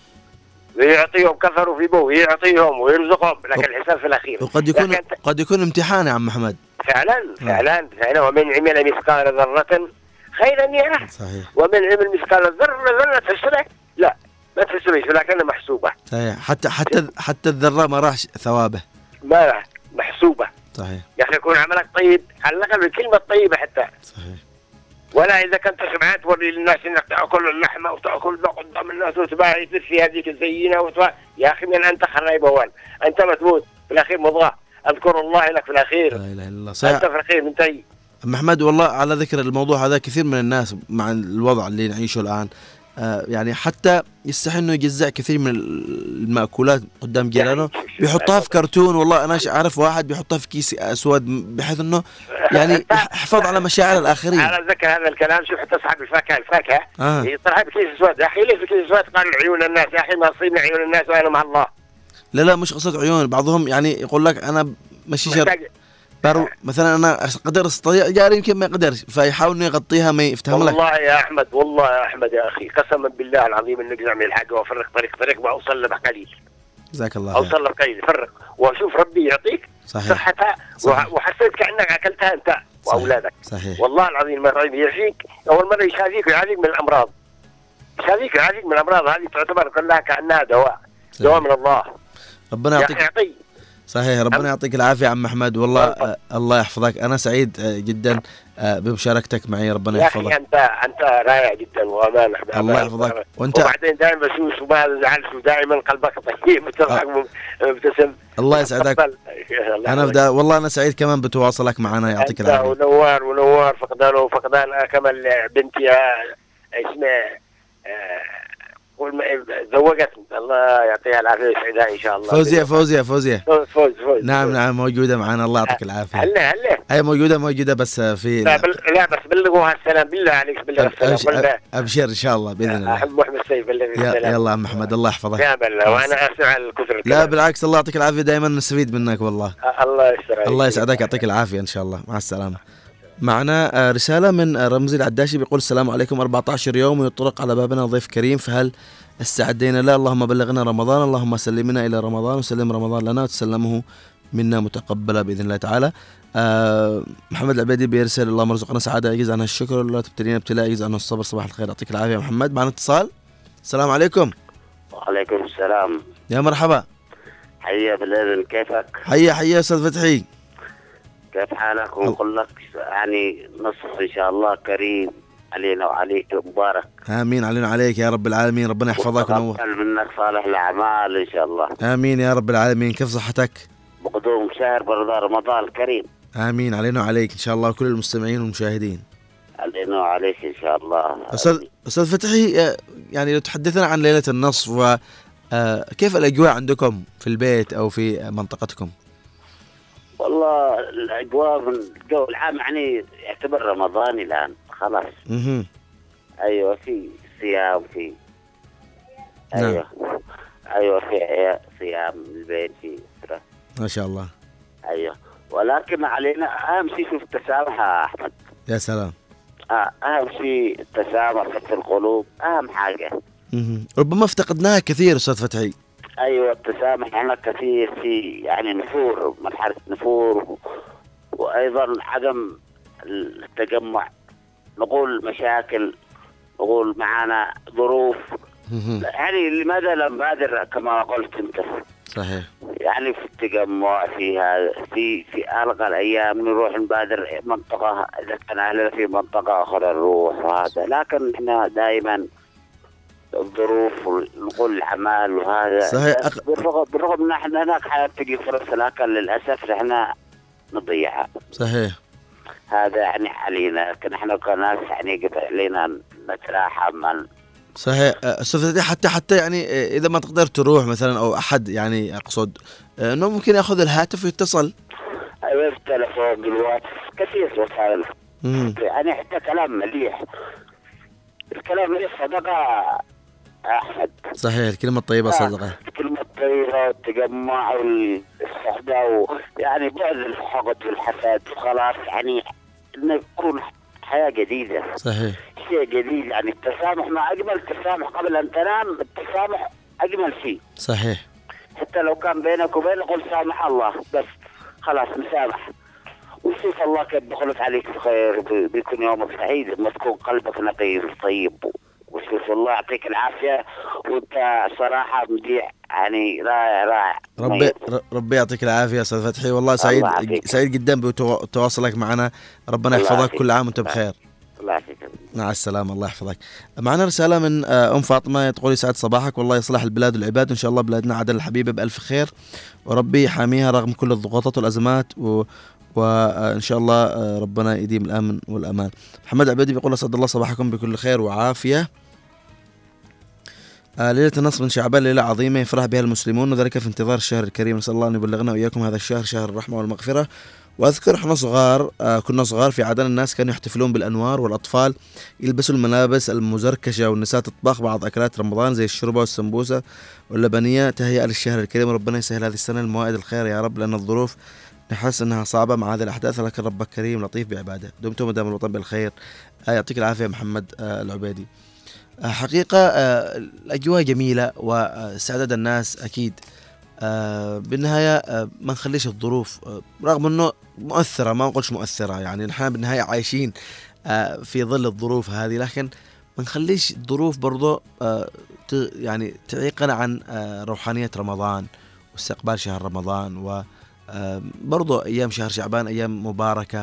ويعطيهم كثروا في بوه ويعطيهم ويرزقهم، لكن الحساب في الأخير. وقد يكون قد يكون امتحان يا عم محمد. فعلا فعلا فعلا. ومن عمل مثقال ذرة خيرا يره. صحيح. ومن عمل مثقال ذرة ذرة تحسبه لا ما تحسبش، ولكنها محسوبة. صحيح. حتى حتى حتى الذرة ما راح ثوابه. ما راح محسوبة. صحيح. يا أخي يكون عملك طيب على الأقل بالكلمة طيبة حتى. صحيح. ولا إذا كنت شبعان توري للناس إنك تأكل اللحمة وتأكل قدام الناس وتباعي في هذيك الزينة وتباعي. يا أخي من أنت خريب أول، أنت متموت في الأخير مضغى، أذكر الله لك في الأخير. لا إله إلا الله. صحيح. أنت في الأخير منتهي. محمد والله على ذكر الموضوع هذا، كثير من الناس مع الوضع اللي نعيشه الآن آه يعني حتى يستحي انه يجزع كثير من المأكولات قدام جيرانه، بيحطها في كرتون. والله انا اعرف واحد بيحطها في كيس اسود بحيث انه يعني يحفظ على مشاعر الاخرين. على ذكر هذا الكلام، شوف حتى اصحاب الفاكهه الفاكهه آه. يطرحها بكيس اسود. يا اخي ليش بكيس اسود؟ قالوا عيون الناس. يا اخي ما تصيبنا عيون الناس وانا مع الله. لا لا مش قصة عيون، بعضهم يعني يقول لك انا ماشي شر بارو مثلا انا اقدر استطيع جاري يمكن ما يقدرش، فيحاول انه يغطيها ما يفتهم لك. والله يا احمد، والله يا احمد يا اخي قسما بالله العظيم انك نعمل الحاجه وافرق طريق طريق واوصل له بقليل. جزاك الله. اوصل له بقليل فرق واشوف ربي يعطيك صحتها وحسيت كانك اكلتها انت واولادك. صحيح. والله العظيم مرة يعافيك، اول مره يشافيك ويعافيك من الامراض. يشافيك ويعافيك من الامراض، هذه تعتبر كلها كانها دواء. صحيح. دواء من الله. ربنا يعطيك. يعطي. صحيح. ربنا يعطيك العافية عم محمد. والله آه الله يحفظك. أنا سعيد آه جدا آه بمشاركتك معي. ربنا يحفظك. يا أخي أنت أنت رائع جدا وأمان. الله يحفظك. وأنت وبعدين دائما بشوش وما تزعلش ودائما قلبك طيب وتضحك مبتسم. الله يسعدك. أنا بدأ والله أنا سعيد كمان بتواصلك معنا. يعطيك العافية. ونوار ونوار فقدان وفقدان كمان بنتي اسمها زوجت الله يعطيها العافيه ويسعدها ان شاء الله. فوزيه فوزيه فوزيه فوز فوز فوز. نعم نعم موجوده معنا. الله يعطيك العافيه. هلا هلا هي موجوده موجوده بس في لا, بل... لا بس بلغوها السلام بالله عليك. بلغ السلام. أبشر, ابشر ان شاء الله باذن الله. احب محمد السيف بلغ السلام. يلا عم محمد الله يحفظك. يا بالله وانا اسف على الكثر. لا بالعكس الله يعطيك العافيه، دائما نستفيد منك والله. الله يسعدك. الله يسعدك يعطيك العافيه ان شاء الله. مع السلامه. معنا رساله من رمزي العداشي بيقول السلام عليكم. أربعة عشر يوم ويطرق على بابنا ضيف كريم، فهل استعدينا له؟ اللهم بلغنا رمضان، اللهم سلمنا إلى رمضان وسلم رمضان لنا وتسلمه منا متقبلا بإذن الله تعالى. آه محمد العبيدي بيرسل اللهم ارزقنا سعادة يجوز عنها الشكر، لا تبتلينا ابتلاء يجوز عنه الصبر. صباح الخير يعطيك العافية يا محمد. معنا اتصال. السلام عليكم. وعليكم السلام. يا مرحبا. حيا بالإذن، كيفك؟ حيا حيا أستاذ فتحي. كيف حالك؟ ونقول لك يعني نصف إن شاء الله كريم علينا وعليك مبارك. آمين علينا وعليك يا رب العالمين. ربنا يحفظك ونور. وتقبل منك صالح الأعمال إن شاء الله. آمين يا رب العالمين. كيف صحتك؟ بقدوم شهر رمضان الكريم. آمين علينا وعليك إن شاء الله وكل المستمعين والمشاهدين. علينا وعليك إن شاء الله. أستاذ أستاذ فتحي، يعني لو تحدثنا عن ليلة النصف وكيف الأجواء عندكم في البيت أو في منطقتكم؟ والله الأجواء من الجو العام يعني يعتبر رمضاني الآن خلاص. اها ايوه في صيام في ايوه نعم. ايوه في صيام البيت في فترة. ما شاء الله. ايوه ولكن علينا اهم شيء شوف التسامح يا احمد. يا سلام. اه اهم شيء التسامح في القلوب اهم حاجه. اها ربما افتقدناها كثير استاذ فتحي. ايوه التسامح يعني كثير في يعني نفور مرحله نفور، وايضا عدم التجمع. نقول مشاكل، نقول معنا ظروف، يعني لماذا لم نبادر كما قلت انت؟ صحيح. يعني في التجمع فيها في في ألقى الأيام نروح نبادر منطقة، إذا كان أهلنا في منطقة أخرى نروح وهذا، لكن إحنا دائما الظروف نقول الأعمال وهذا. صحيح. بالرغم بالرغم إن إحنا هناك حالات تجي فرص، لكن للأسف إحنا نضيعها. صحيح. هذا يعني علينا، لكن احنا كناس يعني قد علينا نتراحم صحيح. استاذ حتى حتى يعني اذا ما تقدر تروح مثلا او احد يعني اقصد انه ممكن ياخذ الهاتف ويتصل. ايوه التلفون بالواتس كثير وسائل يعني حتى كلام مليح. الكلام مليح صدقه احمد. صحيح الكلمه الطيبه صدقه. الكلمه الطيبه والتجمع والصحبه ويعني بعد الحقد والحسد وخلاص يعني انه يكون حياه جديده. صحيح. شيء جديد يعني التسامح مع اجمل التسامح قبل ان تنام. التسامح اجمل شيء. صحيح. حتى لو كان بينك وبينه قل سامح الله بس خلاص مسامح وشوف الله كيف بخلف عليك بخير. بيكون يومك سعيد لما تكون قلبك نقي طيب. وشوف الله يعطيك العافيه وانت صراحه مديع يعني رائع رائع. ربي ربي يعطيك العافيه استاذ فتحي والله سعيد سعيد جدا بتواصلك معنا. ربنا يحفظك كل عام وانت بخير. الله يعافيك. مع السلامه الله يحفظك. معنا رساله من ام فاطمه تقول يسعد صباحك والله يصلح البلاد والعباد وان شاء الله بلادنا عدن الحبيبه بالف خير وربي يحاميها رغم كل الضغوطات والازمات و وإن شاء الله ربنا يديم الأمن والأمان. محمد عبيدي بيقول أسعد الله صباحكم بكل خير وعافية. ليلة النصف من شعبان ليلة عظيمة يفرح بها المسلمون وذلك في انتظار الشهر الكريم. نسأل الله أن يبلغنا وإياكم هذا الشهر شهر الرحمة والمغفرة. وأذكر إحنا صغار كنا صغار في عدن الناس كانوا يحتفلون بالأنوار والأطفال يلبسوا الملابس المزركشة والنساء تطبخ بعض أكلات رمضان زي الشوربة والسمبوسة واللبنية تهيئة للشهر الكريم. ربنا يسهل هذه السنة الموائد الخير يا رب لأن الظروف نحس أنها صعبة مع هذه الأحداث لكن ربك كريم لطيف بعباده. دمتم مدام الوطن بالخير. يعطيك العافية محمد العبيدي. حقيقة الأجواء جميلة وسعادة الناس أكيد. بالنهاية ما نخليش الظروف رغم أنه مؤثرة ما نقولش مؤثرة يعني نحن بالنهاية عايشين في ظل الظروف هذه لكن ما نخليش الظروف برضو يعني تعيقنا عن روحانية رمضان واستقبال شهر رمضان و برضو أيام شهر شعبان أيام مباركة.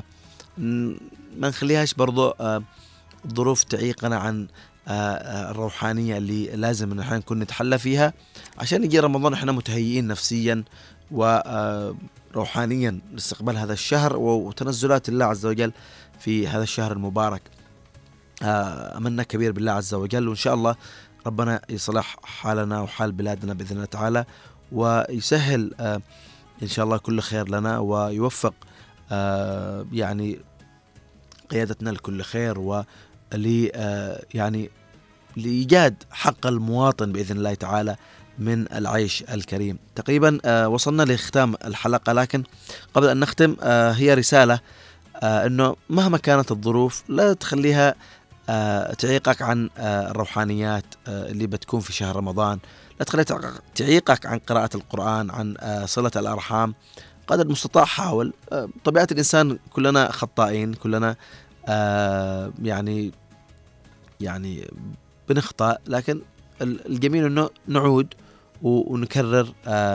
ما نخليهاش برضو الظروف تعيقنا عن الروحانية اللي لازم نحن نكون نتحلى فيها عشان يجي رمضان احنا متهيئين نفسيا وروحانيا لاستقبال هذا الشهر وتنزلات الله عز وجل في هذا الشهر المبارك. أملنا كبير بالله عز وجل وإن شاء الله ربنا يصلح حالنا وحال بلادنا بإذن الله تعالى ويسهل إن شاء الله كل خير لنا ويوفق يعني قيادتنا لكل خير ولي يعني لإيجاد حق المواطن بإذن الله تعالى من العيش الكريم. تقريبا وصلنا لختام الحلقة لكن قبل أن نختم هي رسالة أنه مهما كانت الظروف لا تخليها تعيقك عن الروحانيات اللي بتكون في شهر رمضان. لا تخليها تعيقك عن قراءة القرآن عن صلة الأرحام. قدر المستطاع حاول. طبيعة الإنسان كلنا خطائين كلنا يعني يعني بنخطأ لكن الجميل أنه نعود ونكرر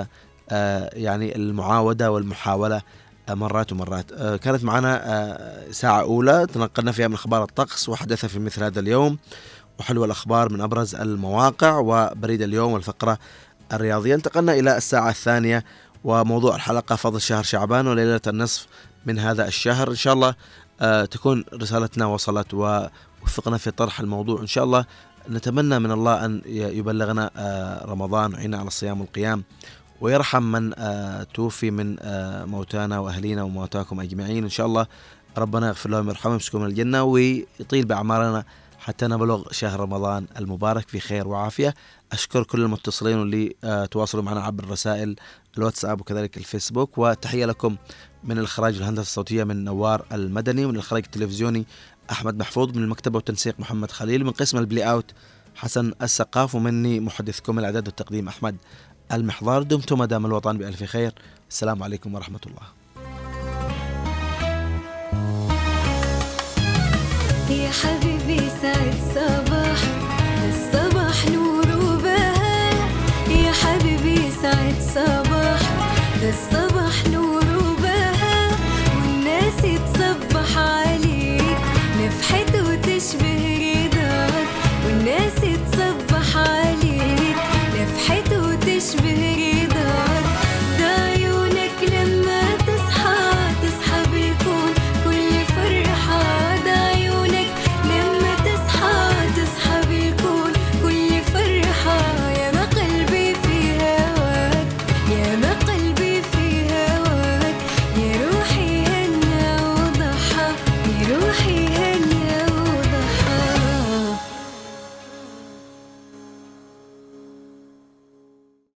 يعني المعاودة والمحاولة مرات ومرات. كانت معنا ساعة أولى تنقلنا فيها من أخبار الطقس وحدث في مثل هذا اليوم وحلو الأخبار من أبرز المواقع وبريد اليوم والفقرة الرياضية. انتقلنا إلى الساعة الثانية وموضوع الحلقة فضل شهر شعبان وليلة النصف من هذا الشهر. إن شاء الله تكون رسالتنا وصلت ووفقنا في طرح الموضوع. إن شاء الله نتمنى من الله أن يبلغنا رمضان ويعيننا على الصيام والقيام ويرحم من توفي من موتانا وأهلينا وموتاكم أجمعين. إن شاء الله ربنا يغفر لهم ويرحمهم ويسكنهم الجنة ويطيل بأعمارنا حتى نبلغ شهر رمضان المبارك في خير وعافية. أشكر كل المتصلين واللي تواصلوا معنا عبر الرسائل الواتساب وكذلك الفيسبوك. وتحية لكم من الإخراج والهندسة الصوتية من نوار المدني ومن الإخراج التلفزيوني أحمد محفوظ من المكتبة والتنسيق محمد خليل من قسم البلاي أوت حسن السقاف ومني محدثكم الإعداد والتقديم أحمد المحضار. دمتم مدام الوطن بألف خير. السلام عليكم ورحمة الله. يا حبيبي سعد صباح الصباح نور وبهاء. يا حبيبي سعد صباح الصباح نور وبهاء والناس تصبح عليك نفحت وتشبه رضاك والناس تصبح عليك نفحت وتشبه رضاك. ده عيونك لما تصحى تصحى بالكون كل فرحة. ده عيونك لما تصحى تصحى بالكون كل صحيح